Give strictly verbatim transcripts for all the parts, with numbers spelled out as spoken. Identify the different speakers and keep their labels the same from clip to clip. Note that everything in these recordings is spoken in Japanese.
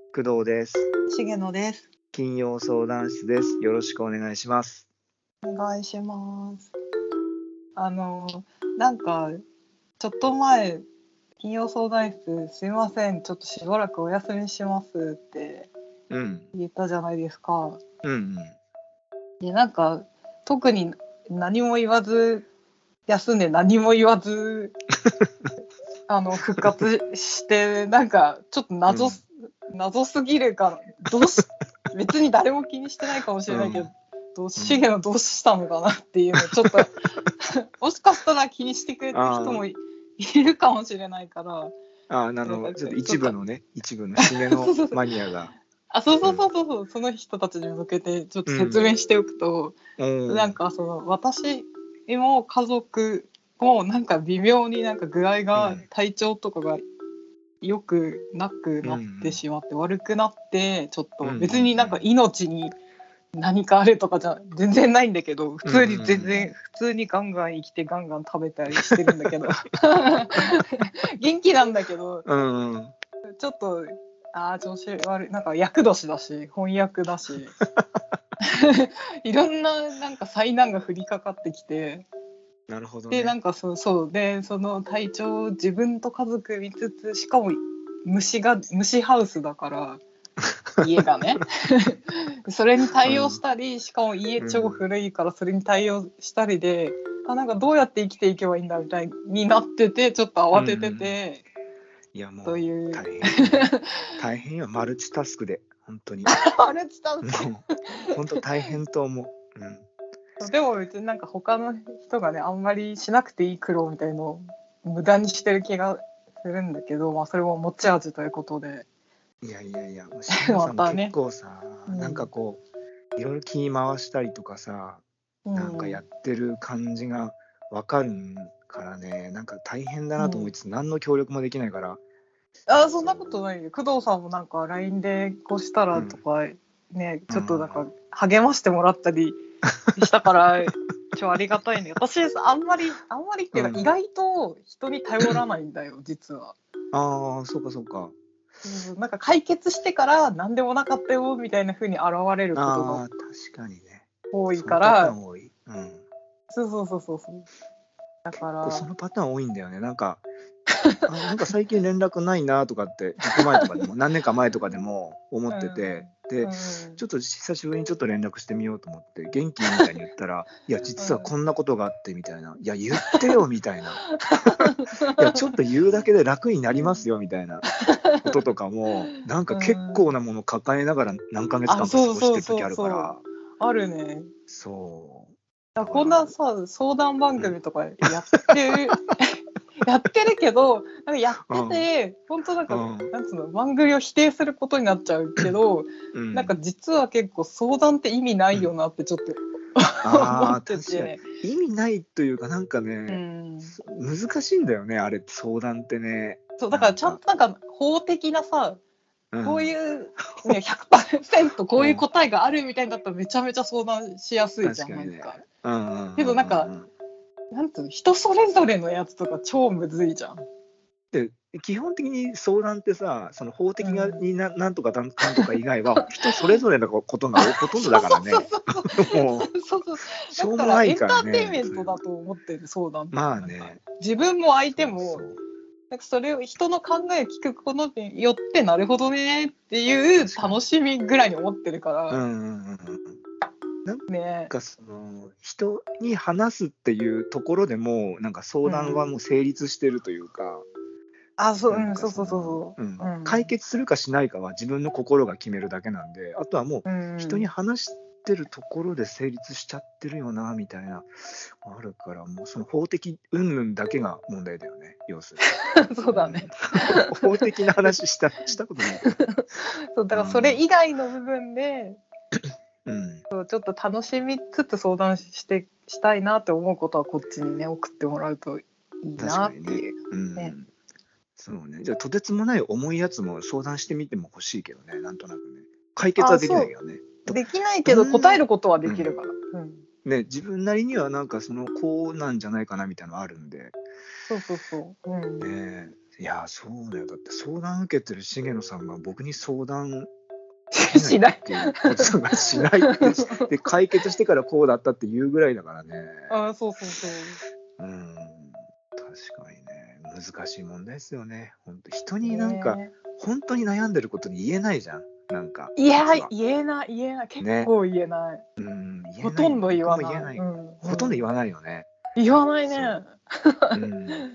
Speaker 1: 工藤です。
Speaker 2: 重野です。
Speaker 1: 金曜相談室です。よろしくお願いします。
Speaker 2: お願いします。あのなんかちょっと前金曜相談室すいませんちょっとしばらくお休みしますって
Speaker 1: うん
Speaker 2: 言ったじゃないですか。
Speaker 1: うんうん
Speaker 2: でなんか特に何も言わず休んで何も言わずあの復活してなんかちょっと謎、うん、謎すぎるからどうし別に誰も気にしてないかもしれないけど、うん、どう重野どうしたのかなっていうのちょっともしかしたら気にしてくれてる人も い, いるかもしれないから
Speaker 1: ああのちょっと一部のね一部の重野マニアが
Speaker 2: あそうそうそうそうそう、うん、その人たちに向けてちょっと説明しておくと、うん、なんかその私も家族もなんか微妙になんか具合が、うん、体調とかがよくなくなってしまって、うん、悪くなってちょっと別になんか命に何かあるとかじゃ全然ないんだけど普通に全然普通にガンガン生きてガンガン食べたりしてるんだけど元気なんだけど、うん、ちょっとあ調子悪いなんか厄年だし翻訳だしいろんななんか災難が降りかかってきて
Speaker 1: なるほどね。
Speaker 2: でなんかそうそうでその体調を自分と家族見つつしかも虫が虫ハウスだから家がねそれに対応したり、うん、しかも家超古いからそれに対応したりで、うん、あなんかどうやって生きていけばいいんだみたいになっててちょっと慌ててて、
Speaker 1: うん、いやもう
Speaker 2: という
Speaker 1: 大変大変よマルチタスクで本当に
Speaker 2: マルチタスク
Speaker 1: 本当大変と思う、
Speaker 2: うん、でも別になんか他の人がねあんまりしなくていい苦労みたいのを無駄にしてる気がするんだけど、まあ、それも持ち味ということで
Speaker 1: いやいやいや重野さんも結構さ、ね、なんかこう、うん、いろいろ気に回したりとかさ、うん、なんかやってる感じが分かるからねなんか大変だなと思いつつ、うん、何の協力もできないから
Speaker 2: あそんなことないよ工藤さんもなんか ライン でこうしたらとか、うん、ねちょっとなんか励ましてもらったりしたから超ありがたいね私あんまりあんまりっていうか、うん、意外と人に頼らないんだよ実は
Speaker 1: ああそうかそうか
Speaker 2: なんか解決してから何でもなかったよみたいな風に現れることが
Speaker 1: 確かにね
Speaker 2: 多いから
Speaker 1: そのパターン多い、うん、
Speaker 2: そうそうそうそうそうだから
Speaker 1: そのパターン多いんだよねなんかあなんか最近連絡ないなとかっていっこまえとかでも何年か前とかでも思ってて、うん、で、うん、ちょっと久しぶりにちょっと連絡してみようと思って元気みたいに言ったらいや実はこんなことがあってみたいな、いや言ってよみたいないやちょっと言うだけで楽になりますよみたいなこととかもなんか結構なもの抱えながら何ヶ月間か過ごしてる時あるから、
Speaker 2: そうそうそうそうあるね
Speaker 1: そう
Speaker 2: だこんなさ相談番組とかやってる、うんやってるけどなんかやってて、うん、本当なんか、うん、なんつうの番組を否定することになっちゃうけど、うん、なんか実は結構相談って意味ないよなってちょっと、うん、思ってて、
Speaker 1: 確かに意味ないというかなんかね、うん、難しいんだよねあれ相談ってね。
Speaker 2: そうだからちゃんとなんか法的なさ、うん、こういう、ね、ひゃくパーセント こういう答えがあるみたいだったらめちゃめちゃ相談しやすいじゃん、なんか、うん、けどなんかなんつうの人それぞれのやつとか超むずいじゃん。
Speaker 1: で基本的に相談ってさその法的な、うん、にななんとかかんとか以外は人それぞれのことがほとんどだからね。もうしょうもないからね。
Speaker 2: エンターテインメントだと思ってる相談って。
Speaker 1: まあね。
Speaker 2: 自分も相手もそうそうなんかそれを人の考えを聞くことによってなるほどねっていう楽しみぐらいに思ってるから。うんうんうん
Speaker 1: なんかその人に話すっていうところでもなんか相談はもう成立してるというか、うん、
Speaker 2: あそううんそうそうそうそう、うん
Speaker 1: うん、解決するかしないかは自分の心が決めるだけなんであとはもう人に話してるところで成立しちゃってるよなみたいなあるからもうその法的云々だけが問題だよね要する
Speaker 2: にそうだね、
Speaker 1: うん、法的な話したしたことない
Speaker 2: そうだからそれ以外の部分で
Speaker 1: うん、
Speaker 2: そうちょっと楽しみつつ相談してしたいなって思うことはこっちにね送ってもらうといいなっていう、ねね
Speaker 1: うん、そうねじゃあとてつもない重いやつも相談してみても欲しいけどねなんとなくね解決はできないけどね
Speaker 2: できないけど答えることはできるから、うんうん
Speaker 1: ね、自分なりにはなんかそのこうなんじゃないかなみたいなのあるんで
Speaker 2: そうそうそう、うん
Speaker 1: ね、 いやそうだよ。だって相談受けてる重野さんが僕に相談
Speaker 2: しない
Speaker 1: っていうことがしないってで解決してからこうだったっていうぐらいだからね。
Speaker 2: あ、そうそうそう。
Speaker 1: うん、確かにね、難しい問題ですよね。本当人になんか、
Speaker 2: ね、
Speaker 1: 本当に悩んでることに言えないじゃん。なんか
Speaker 2: いや
Speaker 1: 実は
Speaker 2: 言えない言えない結構言えない、
Speaker 1: ね、うん言えないよね。
Speaker 2: ほとんど言わない、
Speaker 1: 僕も言えない、
Speaker 2: うんうん、
Speaker 1: ほとんど言わないよね。
Speaker 2: 言わないね。
Speaker 1: そう、うん、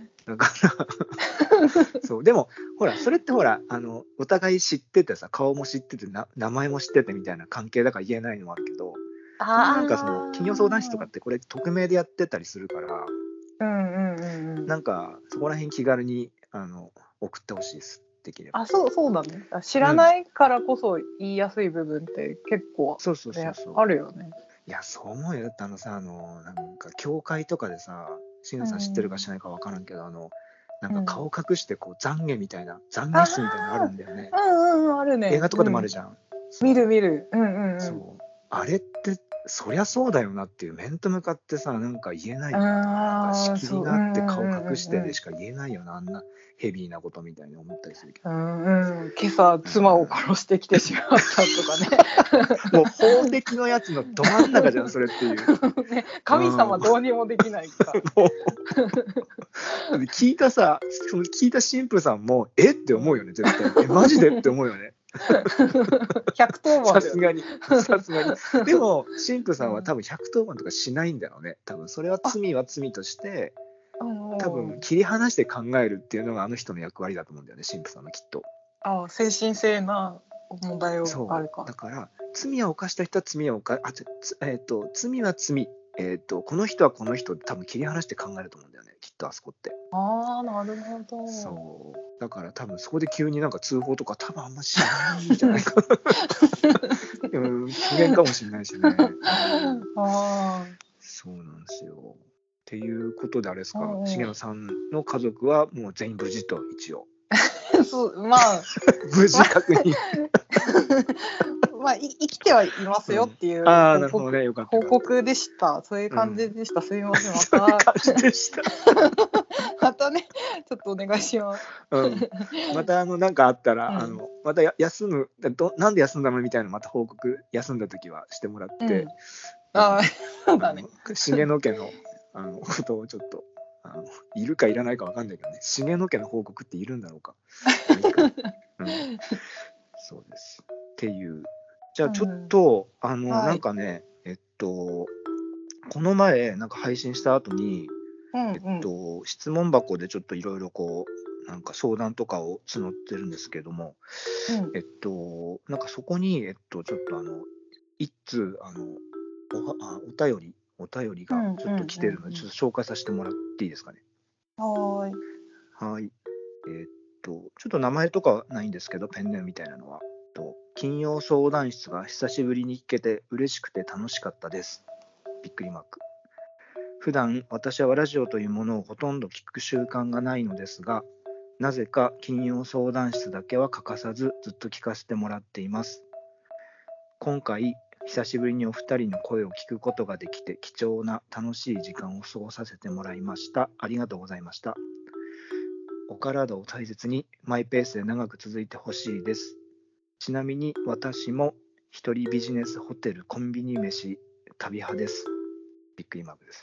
Speaker 1: だからそうでもほらそれってほらあのお互い知っててさ、顔も知っててな名前も知っててみたいな関係だから言えないのもあるけど、
Speaker 2: あ
Speaker 1: なんかその金曜相談室とかってこれ匿名でやってたりするから、
Speaker 2: うんうんうんうん、
Speaker 1: なんかそこら辺気軽にあの送ってほしいです、できれば。
Speaker 2: あ、そうそうだね。知らないからこそ言いやすい部分って結構、ね、
Speaker 1: そうそうそうそう、
Speaker 2: あるよね。
Speaker 1: いやそう思うよ。だってあのさ、あのなんか教会とかでさ、しのさん知ってるか知らないか分からんけど、あのなんか顔隠してこう懺悔みたいな、懺悔室みたいなのあるんだよね。
Speaker 2: うんうんあるね。
Speaker 1: 映画とかでもあるじゃん。うん、
Speaker 2: 見る見る。うんうんうん。
Speaker 1: そうあれってそりゃそうだよなっていう、面と向かってさ、なんか言えないよな。なんか仕切りがあって顔隠してでしか言えないよな、あんなヘビーなことみたいに思ったりするけど。
Speaker 2: うんうん、今朝妻を殺してきてしまったとかね。
Speaker 1: もう法的のやつのど真ん中じゃんそれっていう。
Speaker 2: ね、神様どうにもできないか。
Speaker 1: もう聞いたさ、その聞いた神父さんもえって思うよね絶対。えマジでって思うよね。
Speaker 2: ひゃくとおばん
Speaker 1: さすがにさすがに。でも神父さんは多分ひゃくとおばんとかしないんだろうね。多分それは罪は罪として多分切り離して考えるっていうのがあの人の役割だと思うんだよね、神父さんのきっと。
Speaker 2: あ、精神性な問題をあるか。
Speaker 1: そうだから罪を犯した人は罪を犯あつ、えー、と罪は罪、えー、とこの人はこの人で多分切り離して考えると思うんだよね、きっとあそこって。
Speaker 2: ああ、なるほど。
Speaker 1: そうだから多分そこで急になんか通報とか多分あんましないんじゃないかな。うん、苦言かもしれないしね。あそうなんですよ。っていうことであれですか、重野さんの家族はもう全員無事と一応。
Speaker 2: そうまあ
Speaker 1: 無事確認。
Speaker 2: まあ、生きてはいますよっていう報告、ね、報告でした。そういう感じでした。うん、すみません。また。そういう感じでした。またね、ちょっとお願いします。
Speaker 1: うん、またあのなんかあったら、うん、あのまたや休むどなんで休んだのみたいなまた報告休んだ時はしてもらって、うん、
Speaker 2: あそうだね。
Speaker 1: 重野家のあのことをちょっとあのいるかいらないかわかんないけどね、重野家の報告っているんだろうか。うん、そうです。っていうじゃあちょっと、うん、あの、はい、なんかねえっとこの前なんか配信した後に、うんうん、えっと質問箱でちょっといろいろこうなんか相談とかを募ってるんですけども、うん、えっとなんかそこにえっとちょっとあの一通あの お, あお便りお便りがちょっと来てるのでちょっと紹介させてもらっていいですかね。
Speaker 2: はい。
Speaker 1: はい。えー、っとちょっと名前とかはないんですけどペンネームみたいなのは。と金曜相談室が久しぶりに聞けて嬉しくて楽しかったです。びっくりマーク。普段私はラジオというものをほとんど聞く習慣がないのですが、なぜか金曜相談室だけは欠かさずずっと聞かせてもらっています。今回久しぶりにお二人の声を聞くことができて貴重な楽しい時間を過ごさせてもらいました。ありがとうございました。お体を大切にマイペースで長く続いてほしいです。ちなみに私も一人ビジネスホテルコンビニ飯旅派です。びっくりマークです。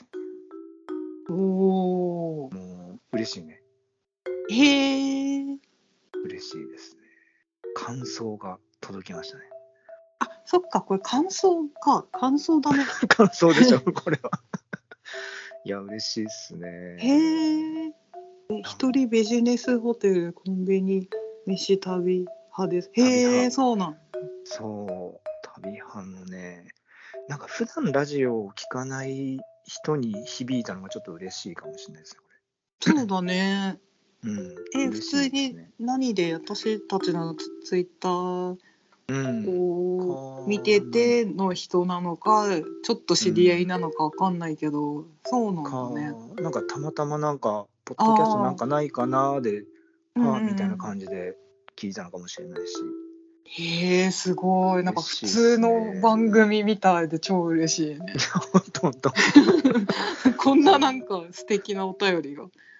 Speaker 2: おー、
Speaker 1: もう嬉しいね。
Speaker 2: へー、
Speaker 1: 嬉しいですね。感想が届きましたね。
Speaker 2: あ、そっか、これ感想か、感想だね。
Speaker 1: 感想でしょこれは。いや嬉しいですね。
Speaker 2: へー、一人ビジネスホテルコンビニ飯旅派です。へー、そうなん。
Speaker 1: そう、旅派のね、なんか普段ラジオを聞かない人に響いたのがちょっと嬉しいかもしれないですね、こ
Speaker 2: れ。そうだね。
Speaker 1: うん、
Speaker 2: え、普通に何で私たちのツイッターを見てての人なのか、ちょっと知り合いなのかわかんないけど、うん、そうなんだね。
Speaker 1: なんかたまたまなんかポッドキャストなんかないかなで、はあ、みたいな感じで聞いたのかもしれないし。
Speaker 2: へえ、すごい。なんか普通の番組みたいで超嬉しいね。
Speaker 1: ほんとほんと。
Speaker 2: こんななんか素敵なお便りが。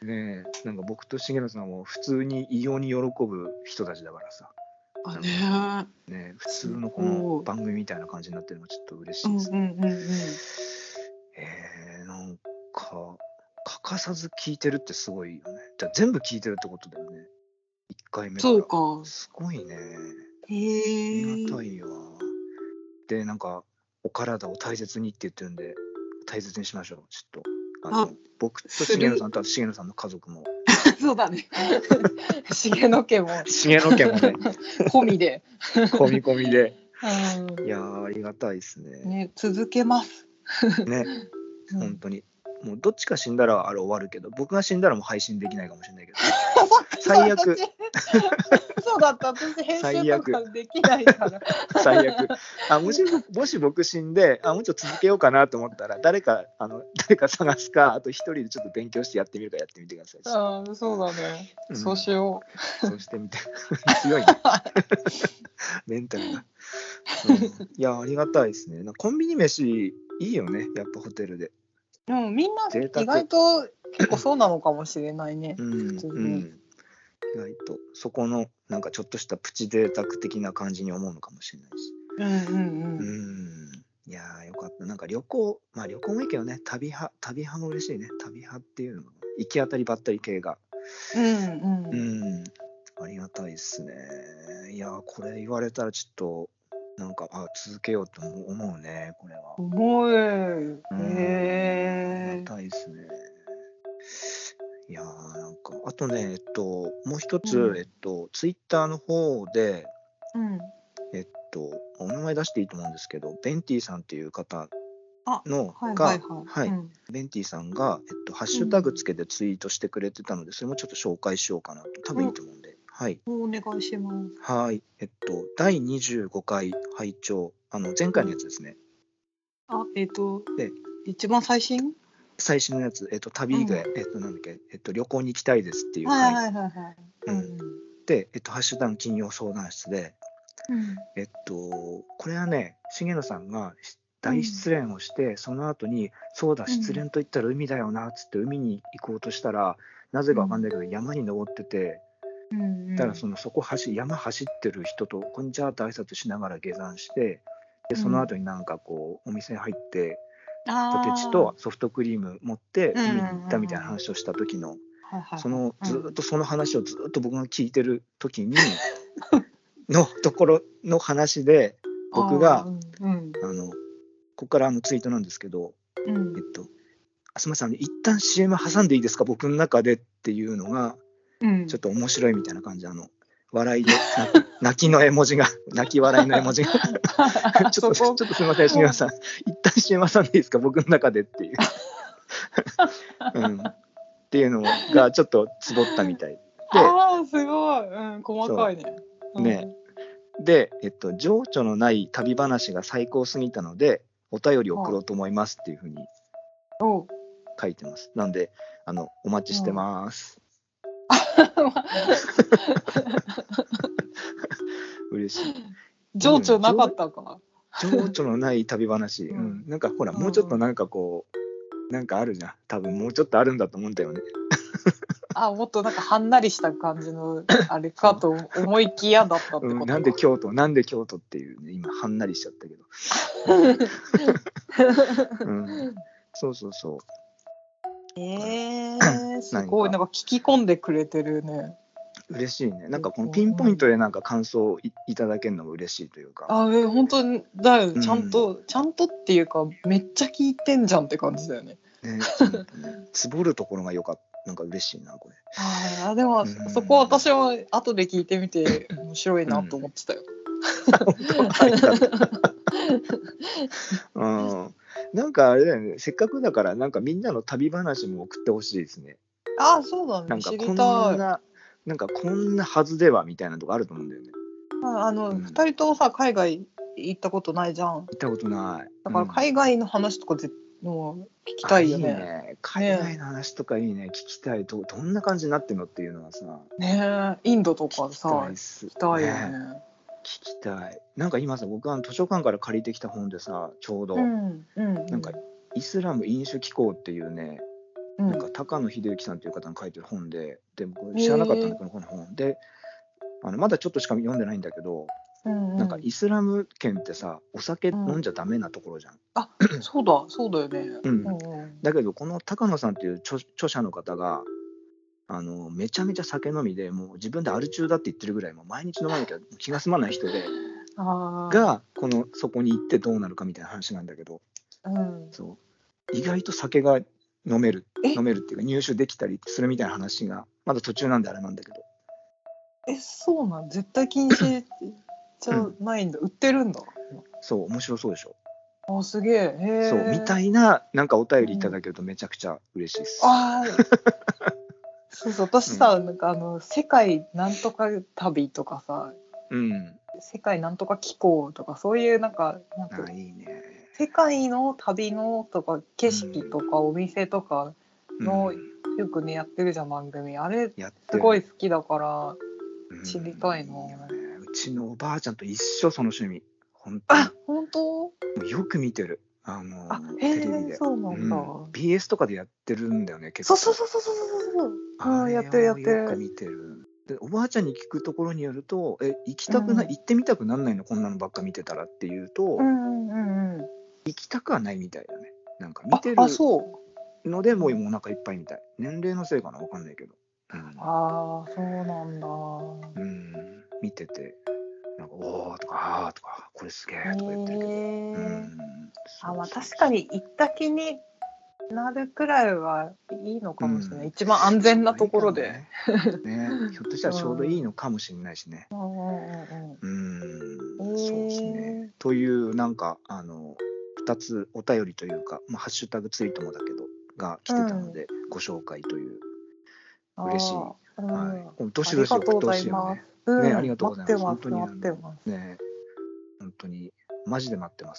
Speaker 1: ねえ、なんか僕と重野さんも普通に異様に喜ぶ人たちだからさ、
Speaker 2: あ
Speaker 1: なんか
Speaker 2: ね
Speaker 1: ね、普通のこ
Speaker 2: すごい
Speaker 1: の番組みたいな感じになってるのもちょっと嬉し
Speaker 2: うん
Speaker 1: いですね。
Speaker 2: うんうんうん
Speaker 1: えー、なんか欠かさず聞いてるってすごいよね。じゃあ全部聞いてるってことだよね。いっかいめか
Speaker 2: そう
Speaker 1: ら。
Speaker 2: か。
Speaker 1: すごいね。あ
Speaker 2: へ
Speaker 1: りが
Speaker 2: え。
Speaker 1: たいわ。で、なんかお体を大切にって言ってるんで、大切にしましょう。ちょっとあ
Speaker 2: あ、
Speaker 1: の僕と
Speaker 2: する。
Speaker 1: 重野さんとあと重野さんの家族も、
Speaker 2: そうだね。重野家も
Speaker 1: 重野家もね、
Speaker 2: 込みで。
Speaker 1: 込み込みで。
Speaker 2: うん
Speaker 1: いやー、ありがたいですね。
Speaker 2: ね、続けます。
Speaker 1: ね、
Speaker 2: うん
Speaker 1: 本当に。もうどっちか死んだらあれ終わるけど、僕が死んだらもう配信できないかもしれないけど、最悪、
Speaker 2: そうだった。私編集
Speaker 1: 最悪、
Speaker 2: とかできないから。
Speaker 1: 最悪。あ、もし僕もし僕死んで、あ、もうちょっと続けようかなと思ったら、誰かあの誰か探すか、あと一人でちょっと勉強してやってみるかやってみてください。
Speaker 2: ああ、そうだね。
Speaker 1: うん
Speaker 2: そうしよ
Speaker 1: そうしてみて。強いね。メンタルが。うん、いや、ありがたいですね。なんかコンビニ飯いいよね、やっぱホテルで。
Speaker 2: う。でもみんな
Speaker 1: 贅沢
Speaker 2: 意外と結構そうなのかもしれないね。
Speaker 1: うん
Speaker 2: 普通に。
Speaker 1: うん、意外とそこのなんかちょっとしたプチ贅沢的な感じに思うのかもしれないし。
Speaker 2: うんうん
Speaker 1: う
Speaker 2: うん。
Speaker 1: ん。いやーよかった。なんか旅行、まあ旅行もいいけどね、旅派、旅派も嬉しいね。旅派っていうのも行き当たりばったり系が。
Speaker 2: うん
Speaker 1: う
Speaker 2: うん。
Speaker 1: ん。ありがたいですね。いやーこれ言われたらちょっとなんかあ続けようと思うね、これは。
Speaker 2: 重い。へ
Speaker 1: うん。あり
Speaker 2: え。
Speaker 1: がたいですね。いやーなんかあとね、えっと、もう一つ、
Speaker 2: うん
Speaker 1: えっと、ツイッターの方で、
Speaker 2: うん。
Speaker 1: えっと、お名前出していいと思うんですけど、ベンティさんっていう方
Speaker 2: あ、
Speaker 1: のが、
Speaker 2: はいはいはい。
Speaker 1: はい、
Speaker 2: うん。
Speaker 1: ベンティさんが、えっと、ハッシュタグ
Speaker 2: うん。
Speaker 1: つけてツイートしてくれてたので、それもちょっと紹介しようかなと、多分いいと思うんで、はい。
Speaker 2: お願いします。
Speaker 1: はい、えっと、だいにじゅうごかい拝聴、あの、前回のやつですね。
Speaker 2: あ、えっと、
Speaker 1: で、
Speaker 2: 一番最新？
Speaker 1: 最新のやつ、えっと、旅で、えっと、なんだっけ、えっと、旅行に行きたいですっていう回。
Speaker 2: はいはいはいはい。
Speaker 1: うんで、えっと、ハッシュタグ金曜相談室で、
Speaker 2: うん。
Speaker 1: えっと、これはね、重野さんが
Speaker 2: うん
Speaker 1: 大失恋をして、その後に、そうだ、
Speaker 2: うん
Speaker 1: 失恋と言ったら海だよなっつって海に行こうとしたら、なぜかわかんないけど、山に登ってて、
Speaker 2: うんうん。
Speaker 1: だからそのそこ走山走ってる人と、こんにちはって挨拶しながら下山して、でその後になんかこう、お店入って、ポテチとソフトクリーム持って海に行ったみたいな話をした時の、
Speaker 2: はいはい
Speaker 1: その
Speaker 2: はい。
Speaker 1: ずっとその話をずっと僕が聞いてる時にのところの話で、僕が、
Speaker 2: うんうん
Speaker 1: あのここからあのツイートなんですけど、
Speaker 2: うん
Speaker 1: えっと、あすみません、一旦 シーエム 挟んでいいですか、僕の中でっていうのが、
Speaker 2: うん
Speaker 1: ちょっと面白いみたいな感じ、あの笑いで泣き、泣きの絵文字が、泣き笑いの絵文字が、ちょっと、ちょっとすみません、重野さん、一旦 シーエム 挟んでいいですか、僕の中でっていう、うん、っていうのがちょっとつぼったみたいで、
Speaker 2: ああ、すごい。うん、細かいね。
Speaker 1: ねで、えっと、情緒のない旅話が最高すぎたので、お便り送ろうと思いますっていうふうに
Speaker 2: お
Speaker 1: 書いてます。なんで、あの、お待ちしてます。嬉しい。
Speaker 2: 情緒なかったか。
Speaker 1: 情緒のない旅話。うん。なんかほら、もうちょっとなんかこう、なんかあるじゃん。多分もうちょっとあるんだと思うんだよね。
Speaker 2: あ、もっとなんかはんなりした感じのあれかと思いきやだったってことか、
Speaker 1: うん、なんで京都、なんで京都っていうね、今はんなりしちゃったけど。うん、そうそうそう。
Speaker 2: えー、すごいなんか聞き込んでくれてるね。
Speaker 1: 嬉しいね。なんかこのピンポイントでなんか感想を い, いただけるのも嬉しいというか。
Speaker 2: あ、え本当だよ。ちゃんと、うん、ちゃんとっていうかめっちゃ聞いてんじゃんって感じだよね。
Speaker 1: ね、つぼるところがよかった。なんか嬉しいなこれ。
Speaker 2: あでも、うん、そこ私は後で聞いてみて面白いなと思ってたよ。
Speaker 1: うん、うん、なんかあれだよね。せっかくだからなんかみんなの旅話も送ってほしいですね。
Speaker 2: あ、そうだね。
Speaker 1: なんかこんななんかこんなはずではみたいなとこあると思うんだよね。
Speaker 2: あの、うん、ふたりともさ海外行ったことないじゃん。
Speaker 1: 行ったことない。
Speaker 2: だから海外の話とかぜ、うん、聞きたいよね。
Speaker 1: いいね。海外の話とかいいね。聞きたい。どどんな感じになってんのっていうのはさ。
Speaker 2: ねえ、インドとかさ、
Speaker 1: 聞
Speaker 2: きたいよね。
Speaker 1: ね聞きたい。なんか今さ、僕は図書館から借りてきた本でさ、ちょうど、
Speaker 2: うんうんうん、
Speaker 1: なんかイスラム飲酒機構っていうね、
Speaker 2: うん、
Speaker 1: なんか高野秀幸さんという方が書いてる本で、で僕知らなかったんだけど、この本で、あのまだちょっとしか読んでないんだけど、
Speaker 2: うんうん、
Speaker 1: なんかイスラム圏ってさ、お酒
Speaker 2: うん
Speaker 1: 飲んじゃダメなところじゃん。
Speaker 2: あ、そうだ、そうだよね。
Speaker 1: うん、
Speaker 2: うんうん、
Speaker 1: だけどこの高野さんっていう著著者の方があのめちゃめちゃ酒飲みで、もう自分でアル中だって言ってるぐらい、もう毎日飲まなきゃ気が済まない人で
Speaker 2: あ
Speaker 1: がこのそこに行ってどうなるかみたいな話なんだけど、
Speaker 2: うん、
Speaker 1: そう意外と酒が飲める
Speaker 2: え
Speaker 1: 飲めるっていうか入手できたりするみたいな話がまだ途中なんであれなんだけど、
Speaker 2: え、そうなん、絶対禁止じゃないんだ、売ってるんだ。
Speaker 1: そう面白そうでしょ。
Speaker 2: あ、すげえ。へえ。
Speaker 1: そうみたいな、なんかお便りいただけるとめちゃくちゃ嬉しいです。
Speaker 2: ああ、そうそう、私さ、なんかあの世界なんとか旅とかさ、
Speaker 1: うん、
Speaker 2: 世界なんとか機構とか、そういうなんか、なんていう
Speaker 1: あ
Speaker 2: の、
Speaker 1: いいね。
Speaker 2: 世界の旅のとか景色とかお店とかの、
Speaker 1: うん
Speaker 2: よくねやってるじゃん番組。あれ
Speaker 1: やって
Speaker 2: す
Speaker 1: る
Speaker 2: ごい好きだから
Speaker 1: うん
Speaker 2: 知りたいな。
Speaker 1: いいよね。うちのおばあちゃんと一緒、その趣味。本当に
Speaker 2: あ、本当？
Speaker 1: もうよく見てる、あの
Speaker 2: あ、へえ、
Speaker 1: テレビで。
Speaker 2: そうなんだ。
Speaker 1: うん、ビーエス とかでやってるんだよね、結
Speaker 2: そう
Speaker 1: 構。
Speaker 2: そうそうそうそうそうそう。
Speaker 1: あ
Speaker 2: うん、やってるや
Speaker 1: れを
Speaker 2: ってる。
Speaker 1: よく見てる。で、おばあちゃんに聞くところによると、え、行き
Speaker 2: う
Speaker 1: たくない、
Speaker 2: ん。
Speaker 1: 行ってみたくなんないの、こんなのばっか見てたらっていうと、
Speaker 2: うんうんうんうん。
Speaker 1: 行きたくはないみたいだね。なんか見
Speaker 2: あ、あ、
Speaker 1: てる
Speaker 2: そう。
Speaker 1: のでもうお腹いっぱいみたい。年齢のせいかな、わかんないけど。うん。
Speaker 2: ああ、そうなんだ。
Speaker 1: うん、見てて、なんか、おーとか、あーとか、これすげ
Speaker 2: へ
Speaker 1: ーとか言ってるけど。う
Speaker 2: え。
Speaker 1: ん。
Speaker 2: あ、まあ
Speaker 1: そうそう
Speaker 2: 確かに行った気になるくらいはいいの
Speaker 1: そう。う
Speaker 2: かもしれない。
Speaker 1: ん。
Speaker 2: 一番安全なと
Speaker 1: ちょうどいい
Speaker 2: ころで。
Speaker 1: かもね。ね、ひょっとした
Speaker 2: う
Speaker 1: らちょうどいい
Speaker 2: ん。
Speaker 1: のかもしれないしね。
Speaker 2: うんうんうん
Speaker 1: うーん、
Speaker 2: うん。
Speaker 1: そうですね。
Speaker 2: へえ。
Speaker 1: という、なんか、あの、ふたつお便りというか、まあ、ハッシュタグツイートもだけど、が来てたの
Speaker 2: うん。
Speaker 1: で、ご紹介という、嬉しい。
Speaker 2: ああ、う
Speaker 1: は
Speaker 2: ん。
Speaker 1: い。どし
Speaker 2: あり
Speaker 1: どし送ってほ
Speaker 2: がとうござい
Speaker 1: しいよね。
Speaker 2: ます。う
Speaker 1: ね、あり
Speaker 2: ん。
Speaker 1: がとうございます。
Speaker 2: 待ってます。
Speaker 1: 本当に、あ
Speaker 2: 待って
Speaker 1: の、
Speaker 2: ます。
Speaker 1: ね、本当に、マジで待ってます。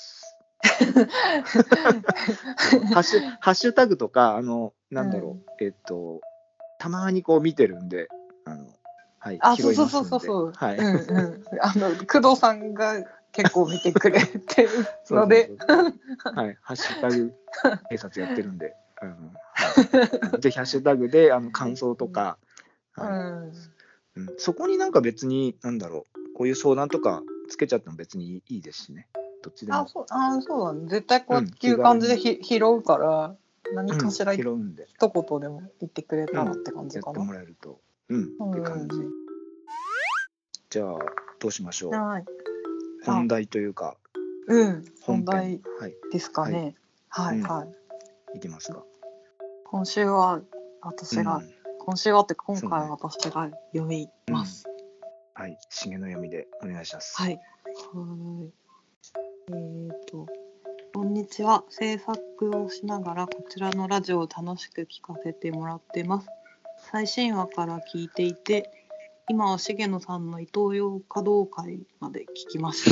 Speaker 1: そうハッシュ、ハッシュタグとか、あの、なんだろう、えっと、たまにこう見てるんで、あの、はい、
Speaker 2: あ、そ
Speaker 1: 拾い
Speaker 2: うそうそう
Speaker 1: ますんで、
Speaker 2: そうそう。
Speaker 1: はい。
Speaker 2: うんうん。あの工藤さんが結構見てくれてる
Speaker 1: そう
Speaker 2: ので、
Speaker 1: そうそうそう。はい、ハッシュタグ警察やってるんで、あのはい、ぜひハッシュタグであの感想とか、
Speaker 2: う
Speaker 1: はい、
Speaker 2: ん。
Speaker 1: うん、そこになんか別に、なんだろう、こういう相談とかつけちゃっても別にいいですしね、どっちで
Speaker 2: あ、
Speaker 1: も。
Speaker 2: そう、あ、そうだね。絶対こ
Speaker 1: うん、
Speaker 2: ういう感じで
Speaker 1: 気軽に、
Speaker 2: ひ拾うから、何
Speaker 1: うん、
Speaker 2: かしら一
Speaker 1: 拾うんで、
Speaker 2: 言でも言ってくれ
Speaker 1: うん、
Speaker 2: たらって感じかな。
Speaker 1: やってもらえると、うん、
Speaker 2: う
Speaker 1: って感じ。
Speaker 2: ん。
Speaker 1: じゃあ、どうしましょう。
Speaker 2: はい。あ、
Speaker 1: 本題というか、
Speaker 2: うん。本
Speaker 1: 本編、
Speaker 2: 題
Speaker 1: はい、
Speaker 2: ですか
Speaker 1: はい、
Speaker 2: ね。はい
Speaker 1: うん、
Speaker 2: はい。
Speaker 1: いきますか。
Speaker 2: 今週は
Speaker 1: う
Speaker 2: 私が、
Speaker 1: ん、
Speaker 2: 今週はって今回は
Speaker 1: そうね、
Speaker 2: 私が読み
Speaker 1: うん、
Speaker 2: ます。
Speaker 1: はい、重の読みでお願いします。
Speaker 2: はい。はい。えーと、こんにちは。制作をしながらこちらのラジオを楽しく聞かせてもらってます。最新話から聞いていて、今は重野さんのイトーヨーカドー会まで聞きました。